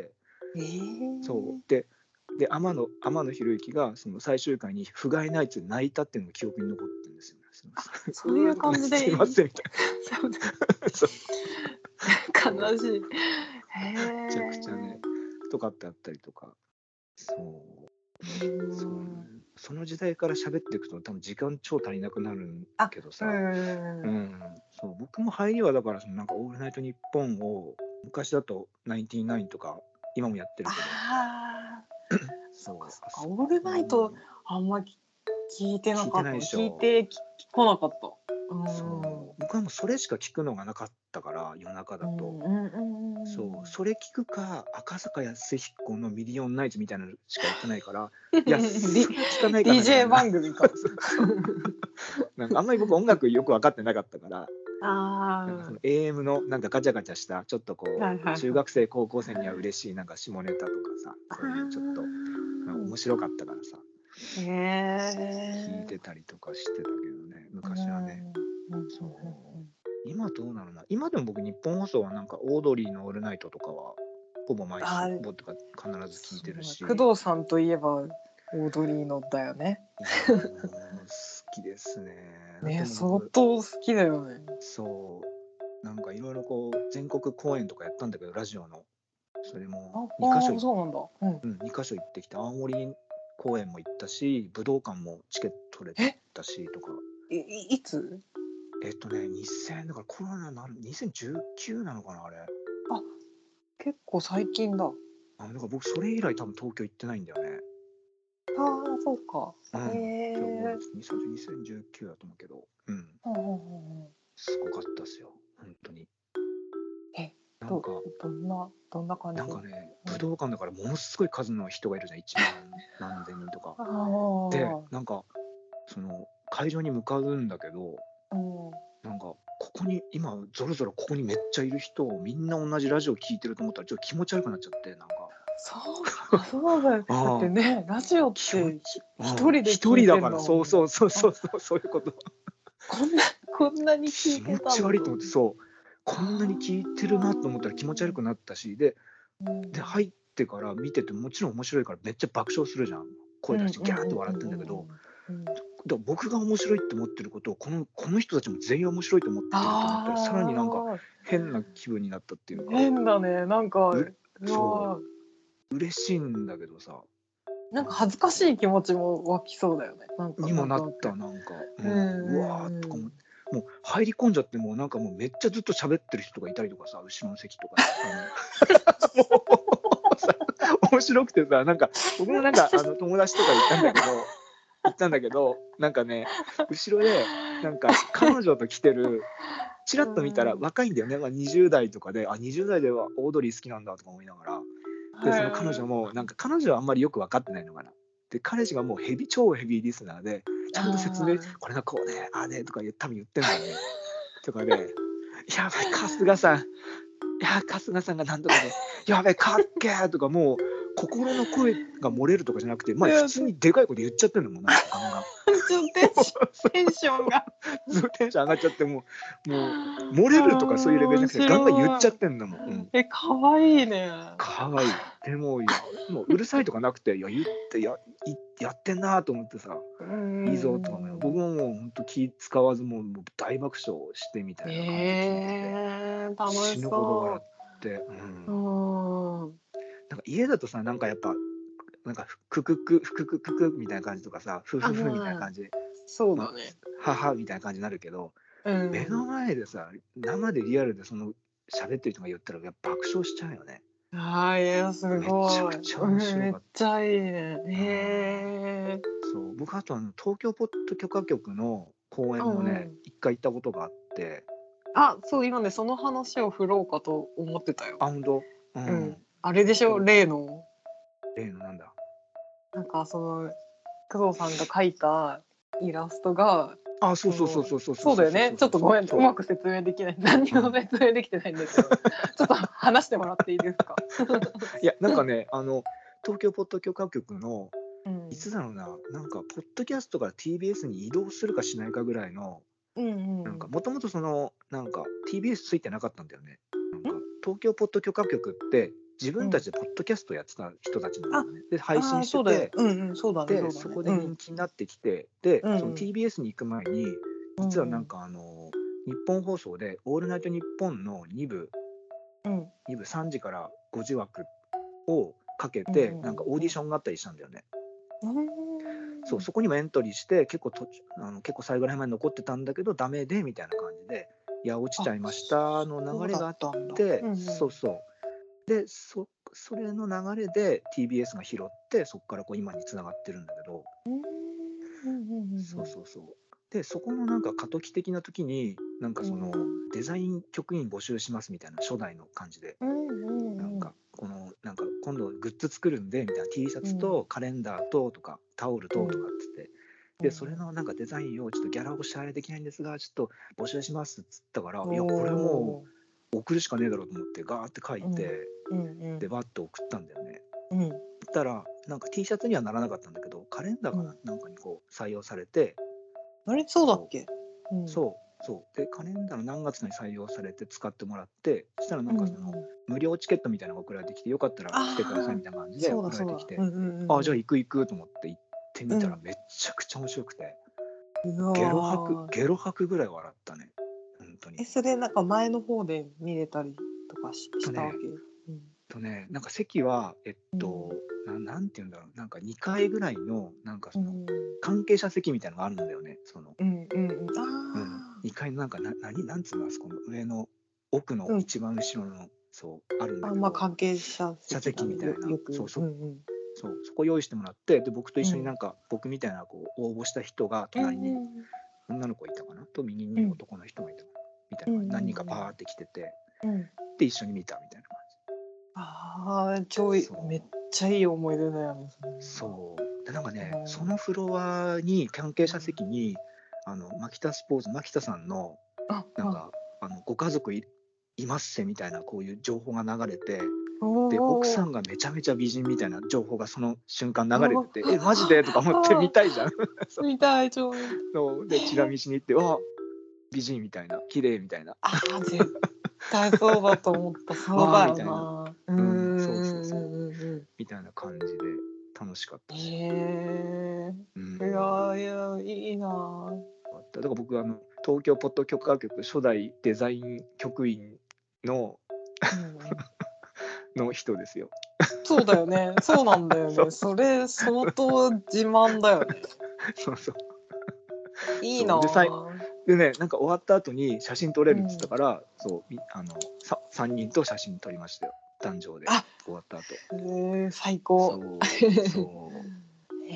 Speaker 2: ええ。
Speaker 1: そうでで天野天野博之がその最終回に不甲斐ないって泣いたっていうのが記憶に残ってるんですよね。す
Speaker 2: あ、そういう
Speaker 1: うー
Speaker 2: 感じ
Speaker 1: すいま
Speaker 2: で、
Speaker 1: せんみたい
Speaker 2: そうで
Speaker 1: な。そうそう
Speaker 2: 悲しい。へ
Speaker 1: めちゃくちゃね、
Speaker 2: え。
Speaker 1: とかってあったりとか、そう
Speaker 2: うー
Speaker 1: そう
Speaker 2: ん。
Speaker 1: その時代から喋っていくと多分時間超足りなくなるん
Speaker 2: あ、うん
Speaker 1: けどさ、
Speaker 2: うんうん。
Speaker 1: うん、そう僕も入りはだからそのなんか「オールナイトニッポン」を昔だとナインティナインとか今もやってるけど、
Speaker 2: ああ、そっかそっか。
Speaker 1: そうあそ
Speaker 2: オール
Speaker 1: こ
Speaker 2: ナイトあんまき聞いてな
Speaker 1: 聞いて
Speaker 2: かったの。
Speaker 1: ないでしょ。
Speaker 2: 聞いてき来なかった。うーん。
Speaker 1: そう僕はもうそれしか聞くのがなかったから夜中だと。
Speaker 2: うんうんうんうん。
Speaker 1: そうそれ聞くか赤坂康彦の「ミリオンナイツ」みたいなのしかやってないから、いや
Speaker 2: ディ
Speaker 1: それは聞かないかなみた
Speaker 2: ディージェー
Speaker 1: いな。
Speaker 2: 番組か。
Speaker 1: そうそうなんかあんまり僕音楽よく分かってなかったから、なんかその
Speaker 2: あ
Speaker 1: エーエム のなんかガチャガチャしたちょっとこ
Speaker 2: あ、はいは
Speaker 1: う
Speaker 2: いはい。
Speaker 1: 中学生高校生には嬉しいなんか下ネタとかさ、
Speaker 2: あ
Speaker 1: そういうちょっとなんか面白かったからさ
Speaker 2: あ、へ
Speaker 1: 聞いて
Speaker 2: え。
Speaker 1: たりとかしてたけどね
Speaker 2: う
Speaker 1: 昔はね。
Speaker 2: ん。うんうん
Speaker 1: そ
Speaker 2: うん
Speaker 1: う今どうなのな、今でも僕日本放送はなんかオードリーの「オールナイト」とかはほぼ毎週
Speaker 2: あ
Speaker 1: ほぼとか必ず聞いてる
Speaker 2: そうだ。
Speaker 1: し、
Speaker 2: 工藤さんといえばオードリーのだよね。
Speaker 1: いやーもう好きですね。だって
Speaker 2: ね、相
Speaker 1: もう僕
Speaker 2: 当好きだよね。
Speaker 1: そうなんかいろいろこう全国公演とかやったんだけどラジオのそれも
Speaker 2: あ、あ
Speaker 1: にかしょ
Speaker 2: あ、そうなんだ。うん。
Speaker 1: うん、にかしょ行ってきて、青森公演も行ったし、武道館もチケット取れ
Speaker 2: え、
Speaker 1: たしとか、
Speaker 2: いいいつ？
Speaker 1: えっとね、にせんだからコロナになる、にせんじゅうきゅうなのかな、あれ。
Speaker 2: あ、結構最近だ。
Speaker 1: あ、だから僕、それ以来多分東京行ってないんだよね。
Speaker 2: ああ、そうか。へ
Speaker 1: うん。じゃあ、もう
Speaker 2: え。
Speaker 1: にせんじゅうきゅうだと思うけど、うん。
Speaker 2: うんうんうんうん。
Speaker 1: すごかったっすよ、本当に。
Speaker 2: え、ど
Speaker 1: なんか、
Speaker 2: どんなどんな感じ？
Speaker 1: なんかね、武道館だからものすごい数の人がいるじゃん、いちまん何千人とか。
Speaker 2: あ
Speaker 1: で、
Speaker 2: あ、
Speaker 1: なんか、その、会場に向かうんだけど、
Speaker 2: うん。
Speaker 1: なんか、ここに、今、ぞろぞろここにめっちゃいる人、みんな同じラジオ聞いてると思ったら、ちょっと気持ち悪くなっちゃって、なんか、
Speaker 2: そうか、そうだよ。だって
Speaker 1: ああ、
Speaker 2: ね、ラジオっ
Speaker 1: 気持
Speaker 2: てひ
Speaker 1: ち、うん、
Speaker 2: 一人で聞いてん
Speaker 1: 一人だから、
Speaker 2: だもんね。
Speaker 1: そうそうそうそ
Speaker 2: あ、
Speaker 1: うそう、そういうこと。
Speaker 2: こんなこんなに聞い
Speaker 1: 気持
Speaker 2: てたのと。
Speaker 1: ち悪いと思って、そう、こんなに聞いてるなと思ったら気持ち悪く
Speaker 2: あ
Speaker 1: なったし、で、
Speaker 2: あ、うん。
Speaker 1: で、入ってから見てて、もちろん面白いからめっちゃ爆笑するじゃん。声出してギャーって笑ってんだけど、
Speaker 2: うん。
Speaker 1: だ僕が面白いって思ってることを、このこの人たちも全員面白いと思ってると思ったら、さらになんか
Speaker 2: ああ、
Speaker 1: 変な気分になったっていうか、
Speaker 2: 変だね。なんか、
Speaker 1: う
Speaker 2: う
Speaker 1: そ
Speaker 2: わ、
Speaker 1: う、嬉しいんだけどさ、
Speaker 2: なんか恥ずかし
Speaker 1: なんかこ
Speaker 2: い気持ちも湧きそうだよね。なん
Speaker 1: う、
Speaker 2: か
Speaker 1: にも
Speaker 2: なんとなく。
Speaker 1: なった、なんか、う
Speaker 2: うん
Speaker 1: ん、う
Speaker 2: う
Speaker 1: わーとか
Speaker 2: んうん。
Speaker 1: 思って、もう入り込んじゃって、もうなんかもうめっちゃずっと喋ってる人がいたりとかさ、後ろの席とかで、あの、もうさ、面白くてさ、なんか僕もなんかあの友達とかで行ったんだけど、行ったんだけど、なんかね、後ろでなんか彼女と来てる、ちら
Speaker 2: う
Speaker 1: っと見たら
Speaker 2: ん。
Speaker 1: 若いんだよね、まあ、にじゅう代とかで、あ、にじゅう代ではオードリー好きなんだとか思いながら、で、その彼女
Speaker 2: は
Speaker 1: もなんか彼女はあんまりよく分かってないのかな。で、彼氏がもうヘビ超ヘビーリスナーで、
Speaker 2: い。
Speaker 1: ちゃんと説明、
Speaker 2: あ
Speaker 1: これがこうで、ああでとか言多分言ってんだよね。とかで、やばい、春日さん、いや、春日さんがなんとかで、やべえ、かっけーとか、もう心の声が漏れるとかじゃなくて、
Speaker 2: あ。
Speaker 1: まあ、
Speaker 2: いや、
Speaker 1: 普通にでかいこと言っちゃってんのもん、なんかガンガン。
Speaker 2: ちょっとテンシテンションが。
Speaker 1: ずっとテンション上がっちゃって、もうもう漏れるとかそういうレベルじゃ
Speaker 2: 面
Speaker 1: なくて、ガンガン言っちゃ
Speaker 2: 白い。
Speaker 1: ってんだもん。うん。
Speaker 2: え、可愛いね。
Speaker 1: 可愛い。でも、いや、もううるさいとかなくて、いや、言って、やいやってんなと思ってさ、
Speaker 2: う
Speaker 1: いいぞとか思いながら、僕
Speaker 2: ん。
Speaker 1: ももう本当気使わず、もうもう大爆笑してみたいな感じで聞いてて、
Speaker 2: ええ、楽し
Speaker 1: 死ぬほど笑
Speaker 2: そ
Speaker 1: って、う
Speaker 2: う。
Speaker 1: ん。
Speaker 2: うん。
Speaker 1: なんか家だとさ、なんかやっぱ、なんかふくくく、ふくくくくみたいな感じとかさ、ふ
Speaker 2: あ、
Speaker 1: ふふみたいな
Speaker 2: まあ、
Speaker 1: 感じで、まあ、
Speaker 2: そうだね。
Speaker 1: ははみたいな感じになるけど、
Speaker 2: う
Speaker 1: 目の
Speaker 2: ん。
Speaker 1: 前でさ、生でリアルでその喋ってる人が言ったら、やっぱ爆笑しちゃうよね。
Speaker 2: ああ、いや、す
Speaker 1: めちゃ
Speaker 2: ごい。
Speaker 1: くちゃ
Speaker 2: うん、めっ
Speaker 1: 面白かった。
Speaker 2: ちゃいいね。
Speaker 1: うん。
Speaker 2: へえ。
Speaker 1: そう、僕あとあの東京ポッド許可局の公演もね、
Speaker 2: うんうん。
Speaker 1: 一回行ったことがあって、
Speaker 2: あ、そう、今ね、その話を振ろうかと思ってたよ。
Speaker 1: あ、ほんと？う
Speaker 2: うん。
Speaker 1: ん。
Speaker 2: あれでしょ、
Speaker 1: そう、
Speaker 2: 例の、
Speaker 1: 例のなんだ？
Speaker 2: なんかその、工藤さんが描いたイラストが、
Speaker 1: あ、そうそうそう
Speaker 2: その、
Speaker 1: そうそうそうそうそう
Speaker 2: そうだよね。
Speaker 1: そうそうそう。
Speaker 2: ちょっとごめん、う
Speaker 1: そ
Speaker 2: まく説明できない。何に
Speaker 1: う。うん。
Speaker 2: も説明できてないんだけど、ちょっと話してもらっていいですか？
Speaker 1: いや、なんかね、あの、東京ポッド許可局の、い
Speaker 2: うん。
Speaker 1: つだろうな、なんかポッドキャストから ティービーエス に移動するかしないかぐらいの、
Speaker 2: うん
Speaker 1: なんか
Speaker 2: うん
Speaker 1: もともとその、なんか ティービーエス ついてなかったんだよね。なん
Speaker 2: うん。ん？
Speaker 1: か東京ポッド許可局って自分たち
Speaker 2: うん。
Speaker 1: でポッドキャストやってた人たちなんだ
Speaker 2: あ、
Speaker 1: よね。で、配信
Speaker 2: ああ、そうだよ。
Speaker 1: してて、
Speaker 2: うんうん、そうだねそ
Speaker 1: で、
Speaker 2: うだね。
Speaker 1: そこで
Speaker 2: うん。
Speaker 1: 人気になってきて、で、その
Speaker 2: うんうん。
Speaker 1: ティービーエス に行く前に、実はなん
Speaker 2: うんうん。
Speaker 1: かあの、日本放送でオールナイトニッポンのに部、
Speaker 2: うん。
Speaker 1: に部さんじからごじ枠をかけ
Speaker 2: うんう
Speaker 1: て、なんかオーディ
Speaker 2: んうんうん。
Speaker 1: ションがあったりしたんだよね。
Speaker 2: うー
Speaker 1: そう、
Speaker 2: ん。
Speaker 1: そこにもエントリーして、結構とあの結構最後ら辺まで残ってたんだけど、ダメでみたいな感じで、いや、落ちち
Speaker 2: あ、
Speaker 1: ゃいましたの
Speaker 2: そうだっ
Speaker 1: 流れがあっ
Speaker 2: たんだ。
Speaker 1: て、
Speaker 2: うんうん。
Speaker 1: そうそう。で、そそれの流れで ティービーエス が拾って、そこからこう今に繋がってるんだけど、
Speaker 2: うーん。うんうんうん
Speaker 1: そうそうそう。で、そこのなんか過渡期的な時に、なんか
Speaker 2: うん。
Speaker 1: その
Speaker 2: うん。
Speaker 1: デザイン局員募集しますみたいな初代の感じで、
Speaker 2: うんうんうん。
Speaker 1: なんかこのなんか今度グッズ作るんでみたいな T シャツ
Speaker 2: うん。
Speaker 1: とカレンダーととかタオル
Speaker 2: うん。
Speaker 1: ととかっつって、で、それ
Speaker 2: うんうん。
Speaker 1: のなんかデザインをちょっとギャラお支払いできないんですが、ちょっと募集しますっつったから、
Speaker 2: お
Speaker 1: いや、これも
Speaker 2: お。
Speaker 1: う送るしかねえだろうと思ってガーって書い
Speaker 2: うん。
Speaker 1: て、
Speaker 2: うんう
Speaker 1: で、
Speaker 2: ん。
Speaker 1: バッと送ったんだよね。
Speaker 2: うん。
Speaker 1: そしたら、なんか T シャツにはならなかったんだけど、カレンダーかな
Speaker 2: うん。
Speaker 1: なんかにこう採用されて、
Speaker 2: あれ、そうだっ
Speaker 1: そう、
Speaker 2: け？うん。
Speaker 1: そう、そう。で、カレンダーの何月に採用されて使ってもらって、そしたらな
Speaker 2: うんう
Speaker 1: んかその、
Speaker 2: ん。
Speaker 1: 無料チケットみたいなのが送られてきて、よかったら来てください
Speaker 2: ああ、
Speaker 1: みたいな感じで
Speaker 2: そう
Speaker 1: 送
Speaker 2: だそうだ。
Speaker 1: られてきて、
Speaker 2: うんうんう
Speaker 1: あ、じゃあ
Speaker 2: んうん。
Speaker 1: 行く行くと思って行ってみたら
Speaker 2: うん。
Speaker 1: めちゃくちゃ面白くて、
Speaker 2: う
Speaker 1: ゲロ吐く、
Speaker 2: わ。
Speaker 1: ゲロ吐くぐらい笑ったね。本当に。
Speaker 2: え、それなんか前の方で見れたりとかし
Speaker 1: とね、
Speaker 2: したわけ？うん。
Speaker 1: とね、なんか席は、えっ
Speaker 2: うん。
Speaker 1: と、ななんて言うんだろう、なんかにかいぐらいの、なんかその、
Speaker 2: うん。
Speaker 1: 関係者席みたいなのがあるんだよね。その、
Speaker 2: うんうんうん。
Speaker 1: うん、
Speaker 2: ああ。
Speaker 1: にかいのなんか、な、何、なんつうの、あそこの上の奥の
Speaker 2: うん。
Speaker 1: 一番後ろの、そう、あるんだ
Speaker 2: あ、ま、
Speaker 1: けど、
Speaker 2: 関係者
Speaker 1: 茶
Speaker 2: 席だね。よ
Speaker 1: 席みたいな、
Speaker 2: よく、う
Speaker 1: そうそ、
Speaker 2: んうん。
Speaker 1: そう、そこ用意してもらって、で、僕と一
Speaker 2: うん。
Speaker 1: 緒になんか、僕みたいなこう応募した人が
Speaker 2: うん
Speaker 1: 隣に
Speaker 2: うん。
Speaker 1: 女の子いたかなと、右に
Speaker 2: うん。
Speaker 1: 男の人がいたかなみたい
Speaker 2: うんう
Speaker 1: な感じ、何人か
Speaker 2: ん
Speaker 1: バーって来てて、
Speaker 2: うん。うん。
Speaker 1: で、一緒に見たみたいな感
Speaker 2: ああ、超
Speaker 1: じ。
Speaker 2: いめっ
Speaker 1: そう、
Speaker 2: ちゃいい思い出だよね、それは。
Speaker 1: そう。で、なんかね、そ
Speaker 2: う
Speaker 1: のフロアに、関係者
Speaker 2: ん。
Speaker 1: 席に、あの、マキタスポーツ、牧田さんの、
Speaker 2: あ、
Speaker 1: なんか、
Speaker 2: はい。
Speaker 1: あの、ご家族いいますせみたいな、こういう情報が流れて、
Speaker 2: お
Speaker 1: で、奥さ
Speaker 2: お。
Speaker 1: んがめちゃめちゃ美人みたいな情報がその瞬間流れ
Speaker 2: おお。
Speaker 1: てて、え、マジでとか思って見
Speaker 2: ああ、
Speaker 1: たいじゃん。そう
Speaker 2: 見たい、超見たい。
Speaker 1: そう。で、チラ見しに行って、わ、美人みたいな、綺麗みたいな、
Speaker 2: ああ、絶対そうだと思った。そう
Speaker 1: わー
Speaker 2: だよ
Speaker 1: みたいな。
Speaker 2: な。う
Speaker 1: う
Speaker 2: んう
Speaker 1: ん、そうそう
Speaker 2: んう
Speaker 1: そう。
Speaker 2: んうんうん。
Speaker 1: みたいな感じで楽しかった
Speaker 2: へ
Speaker 1: し。
Speaker 2: え。
Speaker 1: う
Speaker 2: い
Speaker 1: ん。
Speaker 2: やいや、いいな。
Speaker 1: だから僕、あの、東京ポッド許可局初代デザイン局員の
Speaker 2: うんうん。
Speaker 1: の人ですよ。
Speaker 2: そうだよね。そうなんだよね。
Speaker 1: そう
Speaker 2: それ相当自慢だよね。
Speaker 1: そうそう。
Speaker 2: いいな
Speaker 1: そうで、さい
Speaker 2: あ。
Speaker 1: でね、なんか終わった後に写真撮れるっつった
Speaker 2: うん。
Speaker 1: から、そう、みあの、ささんにんと写真撮りましたよ。壇上で、
Speaker 2: あ、
Speaker 1: 終わった後。
Speaker 2: へえ、最高。
Speaker 1: そう、そう、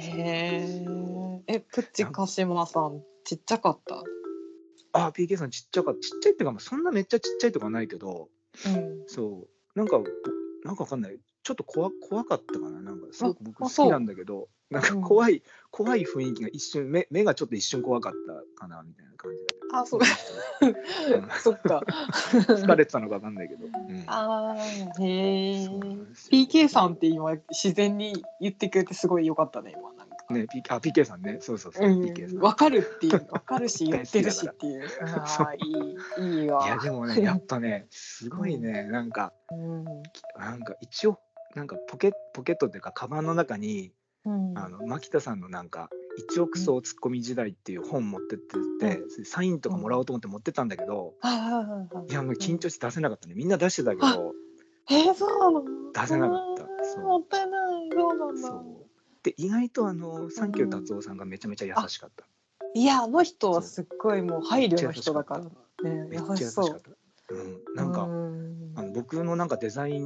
Speaker 1: そうなんで
Speaker 2: へ
Speaker 1: すよ。
Speaker 2: え。え、プチ
Speaker 1: なん
Speaker 2: 鹿島さん、ちっちゃかった？
Speaker 1: あ、ピーケー さんちっちゃかちっちゃいっていうか、ま、そんなめっちゃちっちゃいとかはないけど、
Speaker 2: うん。
Speaker 1: そう、なんか、ぼなんかわかんない。ちょっとこわ怖かったかな。なんかすご
Speaker 2: あ、
Speaker 1: く僕好
Speaker 2: あ、
Speaker 1: きなん
Speaker 2: そ
Speaker 1: だけど、なんか
Speaker 2: う。うん。
Speaker 1: 怖い怖い雰囲気が一瞬、目目がちょっと一瞬怖かったかなみたいな感じだけど、
Speaker 2: あ、そう。
Speaker 1: でもいい人だった。うん。
Speaker 2: そっか。
Speaker 1: 疲れてたのかわかんないけど、うん。
Speaker 2: ああ、へ
Speaker 1: そうな
Speaker 2: え。
Speaker 1: んですよ。
Speaker 2: ピーケー さんっ
Speaker 1: そ
Speaker 2: て今自然に言ってくれてすごい良かったね、今なん
Speaker 1: う。
Speaker 2: か。
Speaker 1: ね、ピあ、ピーケー さんね。そうそうそう、ピーケー
Speaker 2: うん、
Speaker 1: さん。
Speaker 2: 分かるっていう、分かるし言ってる
Speaker 1: 大好きだから。
Speaker 2: しっていう。
Speaker 1: そう。
Speaker 2: ああ、いい、いい
Speaker 1: いや、
Speaker 2: わ。
Speaker 1: でもね、やっぱね、す
Speaker 2: うん。
Speaker 1: ごいね、なんか、
Speaker 2: うん。
Speaker 1: きなんか一応、なんかポケポケットっていうか、カバンの中に
Speaker 2: うん。
Speaker 1: あの、牧田さんのなんか、一億
Speaker 2: うん。
Speaker 1: 総ツッコミ時代っていう本持ってってて、
Speaker 2: うん。
Speaker 1: それサインとかもらお
Speaker 2: うん。
Speaker 1: うと思って持ってったんだけど、
Speaker 2: はいはいはいはい。
Speaker 1: いや、もう
Speaker 2: うん。
Speaker 1: 緊張して出せなかったね。みんな出してたけ
Speaker 2: あ、
Speaker 1: ど、
Speaker 2: えー、そうなの？
Speaker 1: 出せなかった。
Speaker 2: ああ、も
Speaker 1: そ
Speaker 2: ったいない。そうな
Speaker 1: う、
Speaker 2: んだ。
Speaker 1: そう。で、意外とあの、
Speaker 2: う
Speaker 1: サンキュー達
Speaker 2: ん。
Speaker 1: 夫さんがめちゃめちゃ優
Speaker 2: あ、
Speaker 1: しかった。
Speaker 2: いや、あの人は
Speaker 1: そう、
Speaker 2: すっごいもう
Speaker 1: めっちゃ
Speaker 2: 配慮の
Speaker 1: 優しかった。
Speaker 2: 人だからね、優
Speaker 1: めっちゃ優しか
Speaker 2: しそ
Speaker 1: った。うん、
Speaker 2: う。う
Speaker 1: なんか、
Speaker 2: ーん。
Speaker 1: あの、僕のなんかデザイン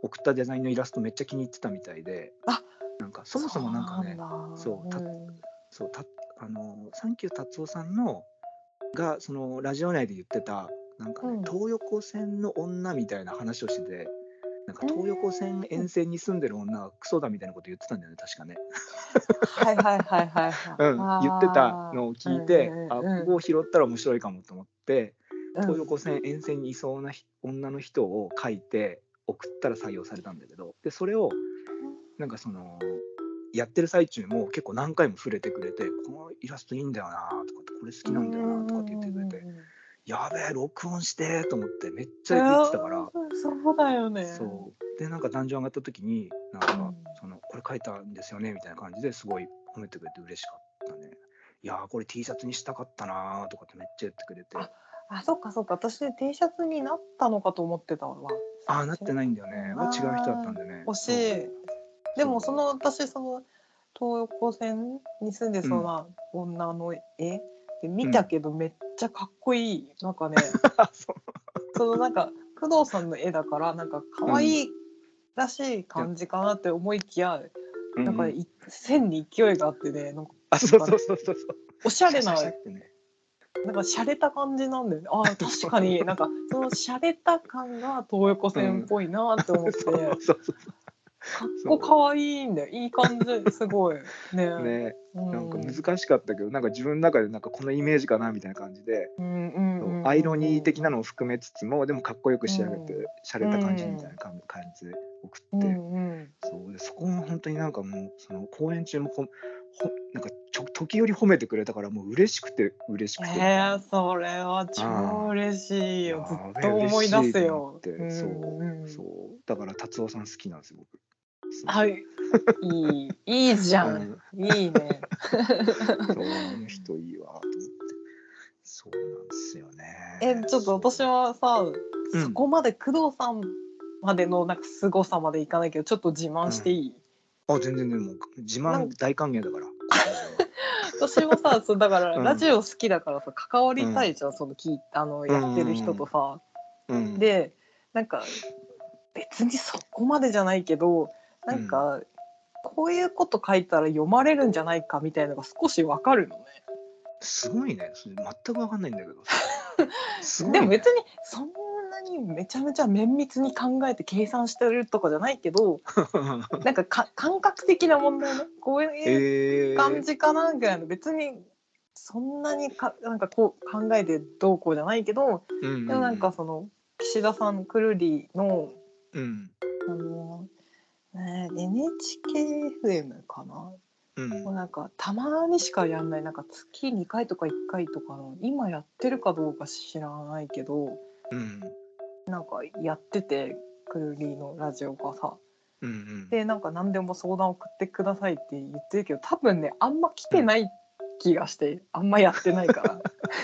Speaker 1: 送ったデザインのイラストめっちゃ気に入ってたみたいで、
Speaker 2: あ、
Speaker 1: なんかそもそもなんかね、そうた
Speaker 2: うん
Speaker 1: そうたあのサンキュー達夫さんのがそのラジオ内で言ってたなんかね、
Speaker 2: うん、
Speaker 1: 東横線の女みたいな話をしてて、なんか
Speaker 2: う
Speaker 1: 東横線
Speaker 2: ん、
Speaker 1: 沿線に住んでる女はクソだみたいなこと言ってたんだよね、確かね。
Speaker 2: はいはいはいはいはい。
Speaker 1: うん、言ってたのを
Speaker 2: ああ、うん
Speaker 1: 聞いて、あ、ここを
Speaker 2: うん
Speaker 1: 拾ったら面白いかもと思って、
Speaker 2: うんうん。
Speaker 1: 東横線沿線にいそうなひ女の人を書いて送ったら採用されたんだけど、でそれをなんかそのやってる最中も結構何回も触れてくれて、このイラストいいんだよなとかって、これ好
Speaker 2: う
Speaker 1: きなんだよなとかって言ってくれて、
Speaker 2: ん。
Speaker 1: やべえ録音してと思ってめっちゃ言っ
Speaker 2: ああ、
Speaker 1: てたから、
Speaker 2: そうだよね。
Speaker 1: そうでなんか壇上上がった時になんか
Speaker 2: うん
Speaker 1: そのこれ書いたんですよねみたいな感じですごい褒めてくれて嬉しかったね。いやーこれ T シャツにしたかったなーとかってめっちゃ言ってくれ
Speaker 2: あ、
Speaker 1: て、
Speaker 2: あ、そっかそっか。私 T シャツになったのかと思ってたわ。
Speaker 1: ああなってないんだよ
Speaker 2: うん、
Speaker 1: ね、は違う人だった
Speaker 2: あ
Speaker 1: んでね。
Speaker 2: ー、惜
Speaker 1: そう
Speaker 2: しい。でもそ
Speaker 1: そ
Speaker 2: の私その東横線に住んで
Speaker 1: ううん
Speaker 2: そうな女の絵で見た
Speaker 1: うん
Speaker 2: けどめっちゃかっこいい。なんかね、
Speaker 1: そ
Speaker 2: そのなんか工藤さんの絵だからなんか
Speaker 1: ううん
Speaker 2: 可愛いらしい
Speaker 1: じゃ
Speaker 2: 感じかなって思いきや、
Speaker 1: うんうん
Speaker 2: なんかい線に勢いがあってね、なんか、
Speaker 1: あそうそうそうそうそう
Speaker 2: おしゃれな、
Speaker 1: シャシャシャってね
Speaker 2: なんか洒落た感じなんだよね。ああ、確かになんかその洒落た感が東横線っ
Speaker 1: うん
Speaker 2: ぽいなって思っ
Speaker 1: そう
Speaker 2: て、
Speaker 1: そうそう
Speaker 2: かっこ
Speaker 1: そ
Speaker 2: 可愛いんだよ。いい感じ、すごいね。
Speaker 1: うね、
Speaker 2: う
Speaker 1: なんか
Speaker 2: ん。
Speaker 1: 難しかったけどなんか自分の中でなんかこのイメージかなみたいな感じで、
Speaker 2: うんうんう
Speaker 1: そう
Speaker 2: ん
Speaker 1: アイロニー
Speaker 2: うん
Speaker 1: 的なのを含めつつもでもかっこよく仕上げて洒
Speaker 2: う
Speaker 1: 落た感じみ
Speaker 2: ん
Speaker 1: たいな感じで送
Speaker 2: う
Speaker 1: って、
Speaker 2: んうん。
Speaker 1: そうでそこも本当になんかもうその公演中もほほなんかちょ時折褒めてくれたからもう嬉しくて嬉しくてみたいな。
Speaker 2: えー、それは超
Speaker 1: ああ
Speaker 2: 嬉しい
Speaker 1: や
Speaker 2: よ。ずっ
Speaker 1: べえ
Speaker 2: と思い出
Speaker 1: 嬉しいと思っ
Speaker 2: すよ。う
Speaker 1: て、そうそ
Speaker 2: んうん。
Speaker 1: うだから達夫さん好きなんですよ僕すごい。
Speaker 2: はい、いい、いいじゃん。
Speaker 1: うん、
Speaker 2: いいね。
Speaker 1: そうあの人いいわと思って、そうなんですよ
Speaker 2: え、
Speaker 1: ね。
Speaker 2: ちょっと私
Speaker 1: そ
Speaker 2: はさ、
Speaker 1: ううん
Speaker 2: そこまで工藤さんまでのなんか凄さまでいかないけど、ちょっと自慢してい
Speaker 1: うん
Speaker 2: い？
Speaker 1: あ全然でも自慢
Speaker 2: なん
Speaker 1: 大歓迎だからこちらでは。
Speaker 2: 私もさ、そうだからラ
Speaker 1: うん
Speaker 2: ジオ好きだからさ、関わ
Speaker 1: うん
Speaker 2: りたいじゃん、その聞いあの
Speaker 1: う
Speaker 2: やってる人
Speaker 1: ん
Speaker 2: とさ。
Speaker 1: うん
Speaker 2: で、なんか別にそこまでじゃないけど、な
Speaker 1: うん
Speaker 2: んかこういうこと書いたら読まれるんじゃないかみたいなのが少しわかるのね。
Speaker 1: すごいね。それ全く分かんないんだけどそれ。すごいね。
Speaker 2: でも別にそんなにめちゃめちゃ綿密に考えて計算してるとかじゃないけど、なんかか感覚的な問題ね。こういう感
Speaker 1: ええ
Speaker 2: じかなぐらいの、別にそんなにかなんかこう考えてどうこうじゃないけど、
Speaker 1: うんうん
Speaker 2: でもなんかその岸田さんくるりの
Speaker 1: うん
Speaker 2: あの、ね、エヌエイチケーエフエム かな。
Speaker 1: うん
Speaker 2: もうなんかたまにしかやんない、なんか月にかいとかいっかいとかの、今やってるかどうか知らないけど、
Speaker 1: うん
Speaker 2: なんかやってて、くるりのラジオがさ、
Speaker 1: うんうん
Speaker 2: でなんか何でも相談送ってくださいって言ってるけど、多分ねあんま来
Speaker 1: うん
Speaker 2: てない気がして、あんまやってないから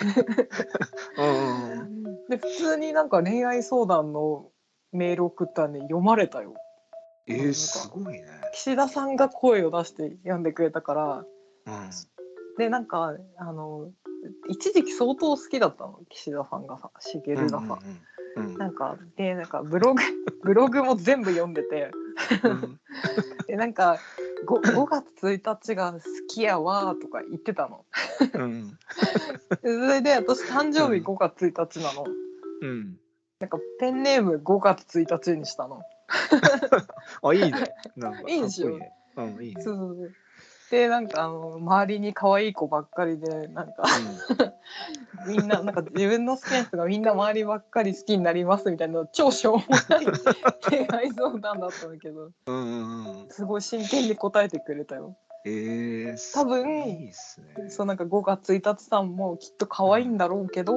Speaker 1: うんうん
Speaker 2: で普通になんか恋愛相談のメール送ったらね、読まれたよ。
Speaker 1: えー、
Speaker 2: なんか
Speaker 1: すごいね。
Speaker 2: 岸田さんが声を出して読んでくれたから。
Speaker 1: うん
Speaker 2: でなんかあの一時期相当好きだったの、岸田さんがさ、しげ
Speaker 1: うんう
Speaker 2: るがさ、
Speaker 1: んうん
Speaker 2: なんかでなんかブログブログも全部読んでて
Speaker 1: うん
Speaker 2: でなんか 5, ごがつついたちが好きやわとか言ってたの。
Speaker 1: うん
Speaker 2: でそれで私誕生日
Speaker 1: うん
Speaker 2: ごがつついたちなの。
Speaker 1: うん
Speaker 2: なんかペンネームごがつついたちにしたの。
Speaker 1: あいいね。なんか
Speaker 2: いいでしょ。
Speaker 1: かっこいいね。うんいいね。
Speaker 2: そうそうそう。でなんかあの周りに可愛い子ばっかりで、なんか
Speaker 1: うん
Speaker 2: みんななんか自分の好きな人がみんな周りばっかり好きになりますみたいな、超しょうもない恋愛相談だったんだけど、
Speaker 1: うんうんうん
Speaker 2: すごい真剣に答えてくれたよ。
Speaker 1: えー、す
Speaker 2: 多
Speaker 1: ごいい
Speaker 2: 分
Speaker 1: いっすね。
Speaker 2: そうなんかごがつついたちさんもきっと可愛いんだろうけど、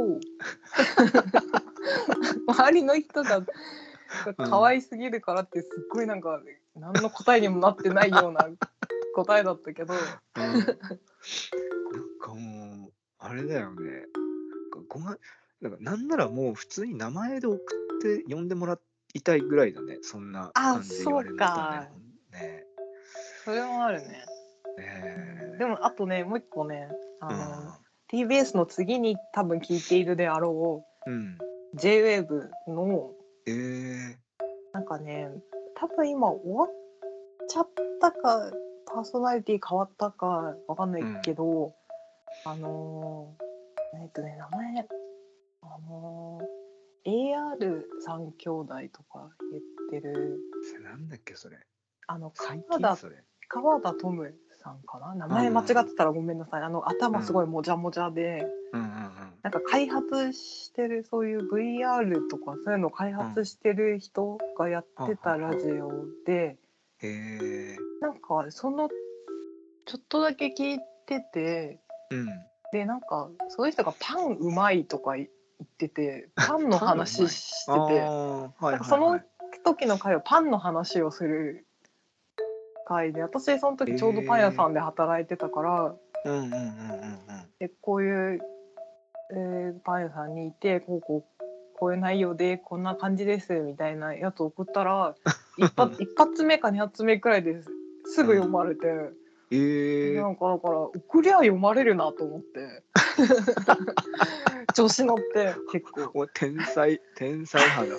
Speaker 2: 周りの人が可愛すぎるからってすっごいなんか何の答えにもなってないような答えだったけど、
Speaker 1: うん、なんかもうあれだよね。ごがなんかなんならもう普通に名前で送って呼んでもらいたいぐらいだね。そんな
Speaker 2: あ、
Speaker 1: 感じで言
Speaker 2: そう
Speaker 1: われるんだったらね。
Speaker 2: か、
Speaker 1: ほんね
Speaker 2: それもあるね。うん、で
Speaker 1: え
Speaker 2: もあとねもう一個ね、あ
Speaker 1: ー、
Speaker 2: の ティービーエス の次に多分聞いているであろ
Speaker 1: うん。うん。
Speaker 2: う ジェイウェーブ の
Speaker 1: えー、
Speaker 2: なんかね、 多分今終わっちゃったかパーソナリティ変わったかわかんないけど、うん、あのー、えっとね名前あのー、エーアール 三兄弟とか言ってる。
Speaker 1: それなんだっけそれ。
Speaker 2: あの
Speaker 1: 最
Speaker 2: 川田
Speaker 1: 近それ。
Speaker 2: 川田トムさんかな、名前間違ってたらごめんなさい。あの頭すごいもじゃもじゃで、うんうんうんうん、なんか開発してるそういう ブイアール とかそういうのを開発してる人がやってたラジオで、うん、へなんかそのちょっとだけ聞いてて、うん、でなんかそういう人がパンうまいとか言っててパンの話しててはいはい、はい、その時の回はパンの話をする回で、私その時ちょうどパン屋さんで働いてたから、でこういう、えー、パン屋さんにいてこうこうこういう内容でこんな感じですみたいなやつ送ったら一発一発目か二発目くらいですぐ読まれて、うんえー、なんかだから送りゃ読まれるなと思って調子乗って結構
Speaker 1: もう天才天才肌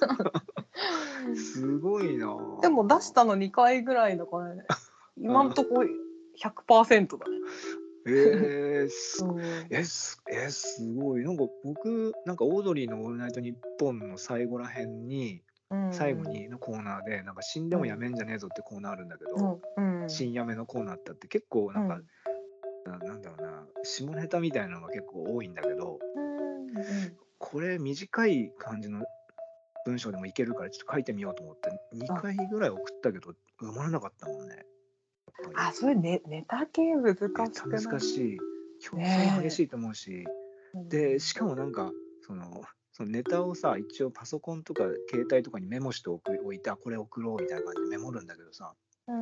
Speaker 1: すごいな。
Speaker 2: でも出したのにかいぐらいだからね今んとこ ひゃくパーセント だね。
Speaker 1: えーすうん、えすえすごい。なんか僕なんかオードリーの「オールナイトニッポン」の最後らへんに、うん、最後にのコーナーでなんか死んでもやめんじゃねえぞってコーナーあるんだけど、うんうん、死んやめのコーナーってあって結構なんか、うん、な, なんだろうな下ネタみたいなのが結構多いんだけど、うんうん、これ短い感じの文章でもいけるからちょっと書いてみようと思ってにかいぐらい送ったけど埋まらなかったもんね。
Speaker 2: あ、それ、ね、ネタ系難しくない？
Speaker 1: ネタ難しい。競争も激しいと思うし、ね、でしかもなんかそのそのネタをさ一応パソコンとか携帯とかにメモしておく置いてこれ送ろうみたいな感じでメモるんだけどさ、うん、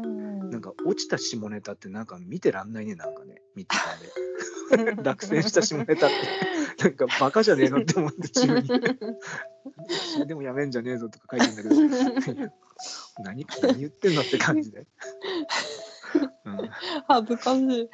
Speaker 1: なんか落ちた下ネタってなんか見てらんないねなんかね見てたんで落選した下ネタってなんかバカじゃねえのって思って自分に死んでもやめんじゃねえぞとか書いてんだけど何何言ってんのって感じで。うん、
Speaker 2: 恥ずかしい。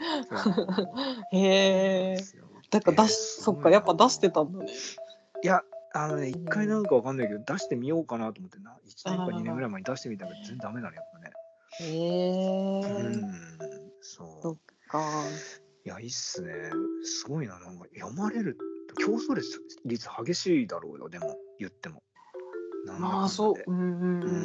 Speaker 2: へえ。だから出し、えー、そっかやっぱ出してたんだね。
Speaker 1: いやあのね一回なんかわかんないけど、うん、出してみようかなと思ってないちねんかにねんぐらい前に出してみたけど全然ダメだねやっぱね。へえー。うんそう。そっか。いやいいっすね。すごいななんか読まれる競争率率激しいだろうよでも言っても。
Speaker 2: まあそう、うんうんうん、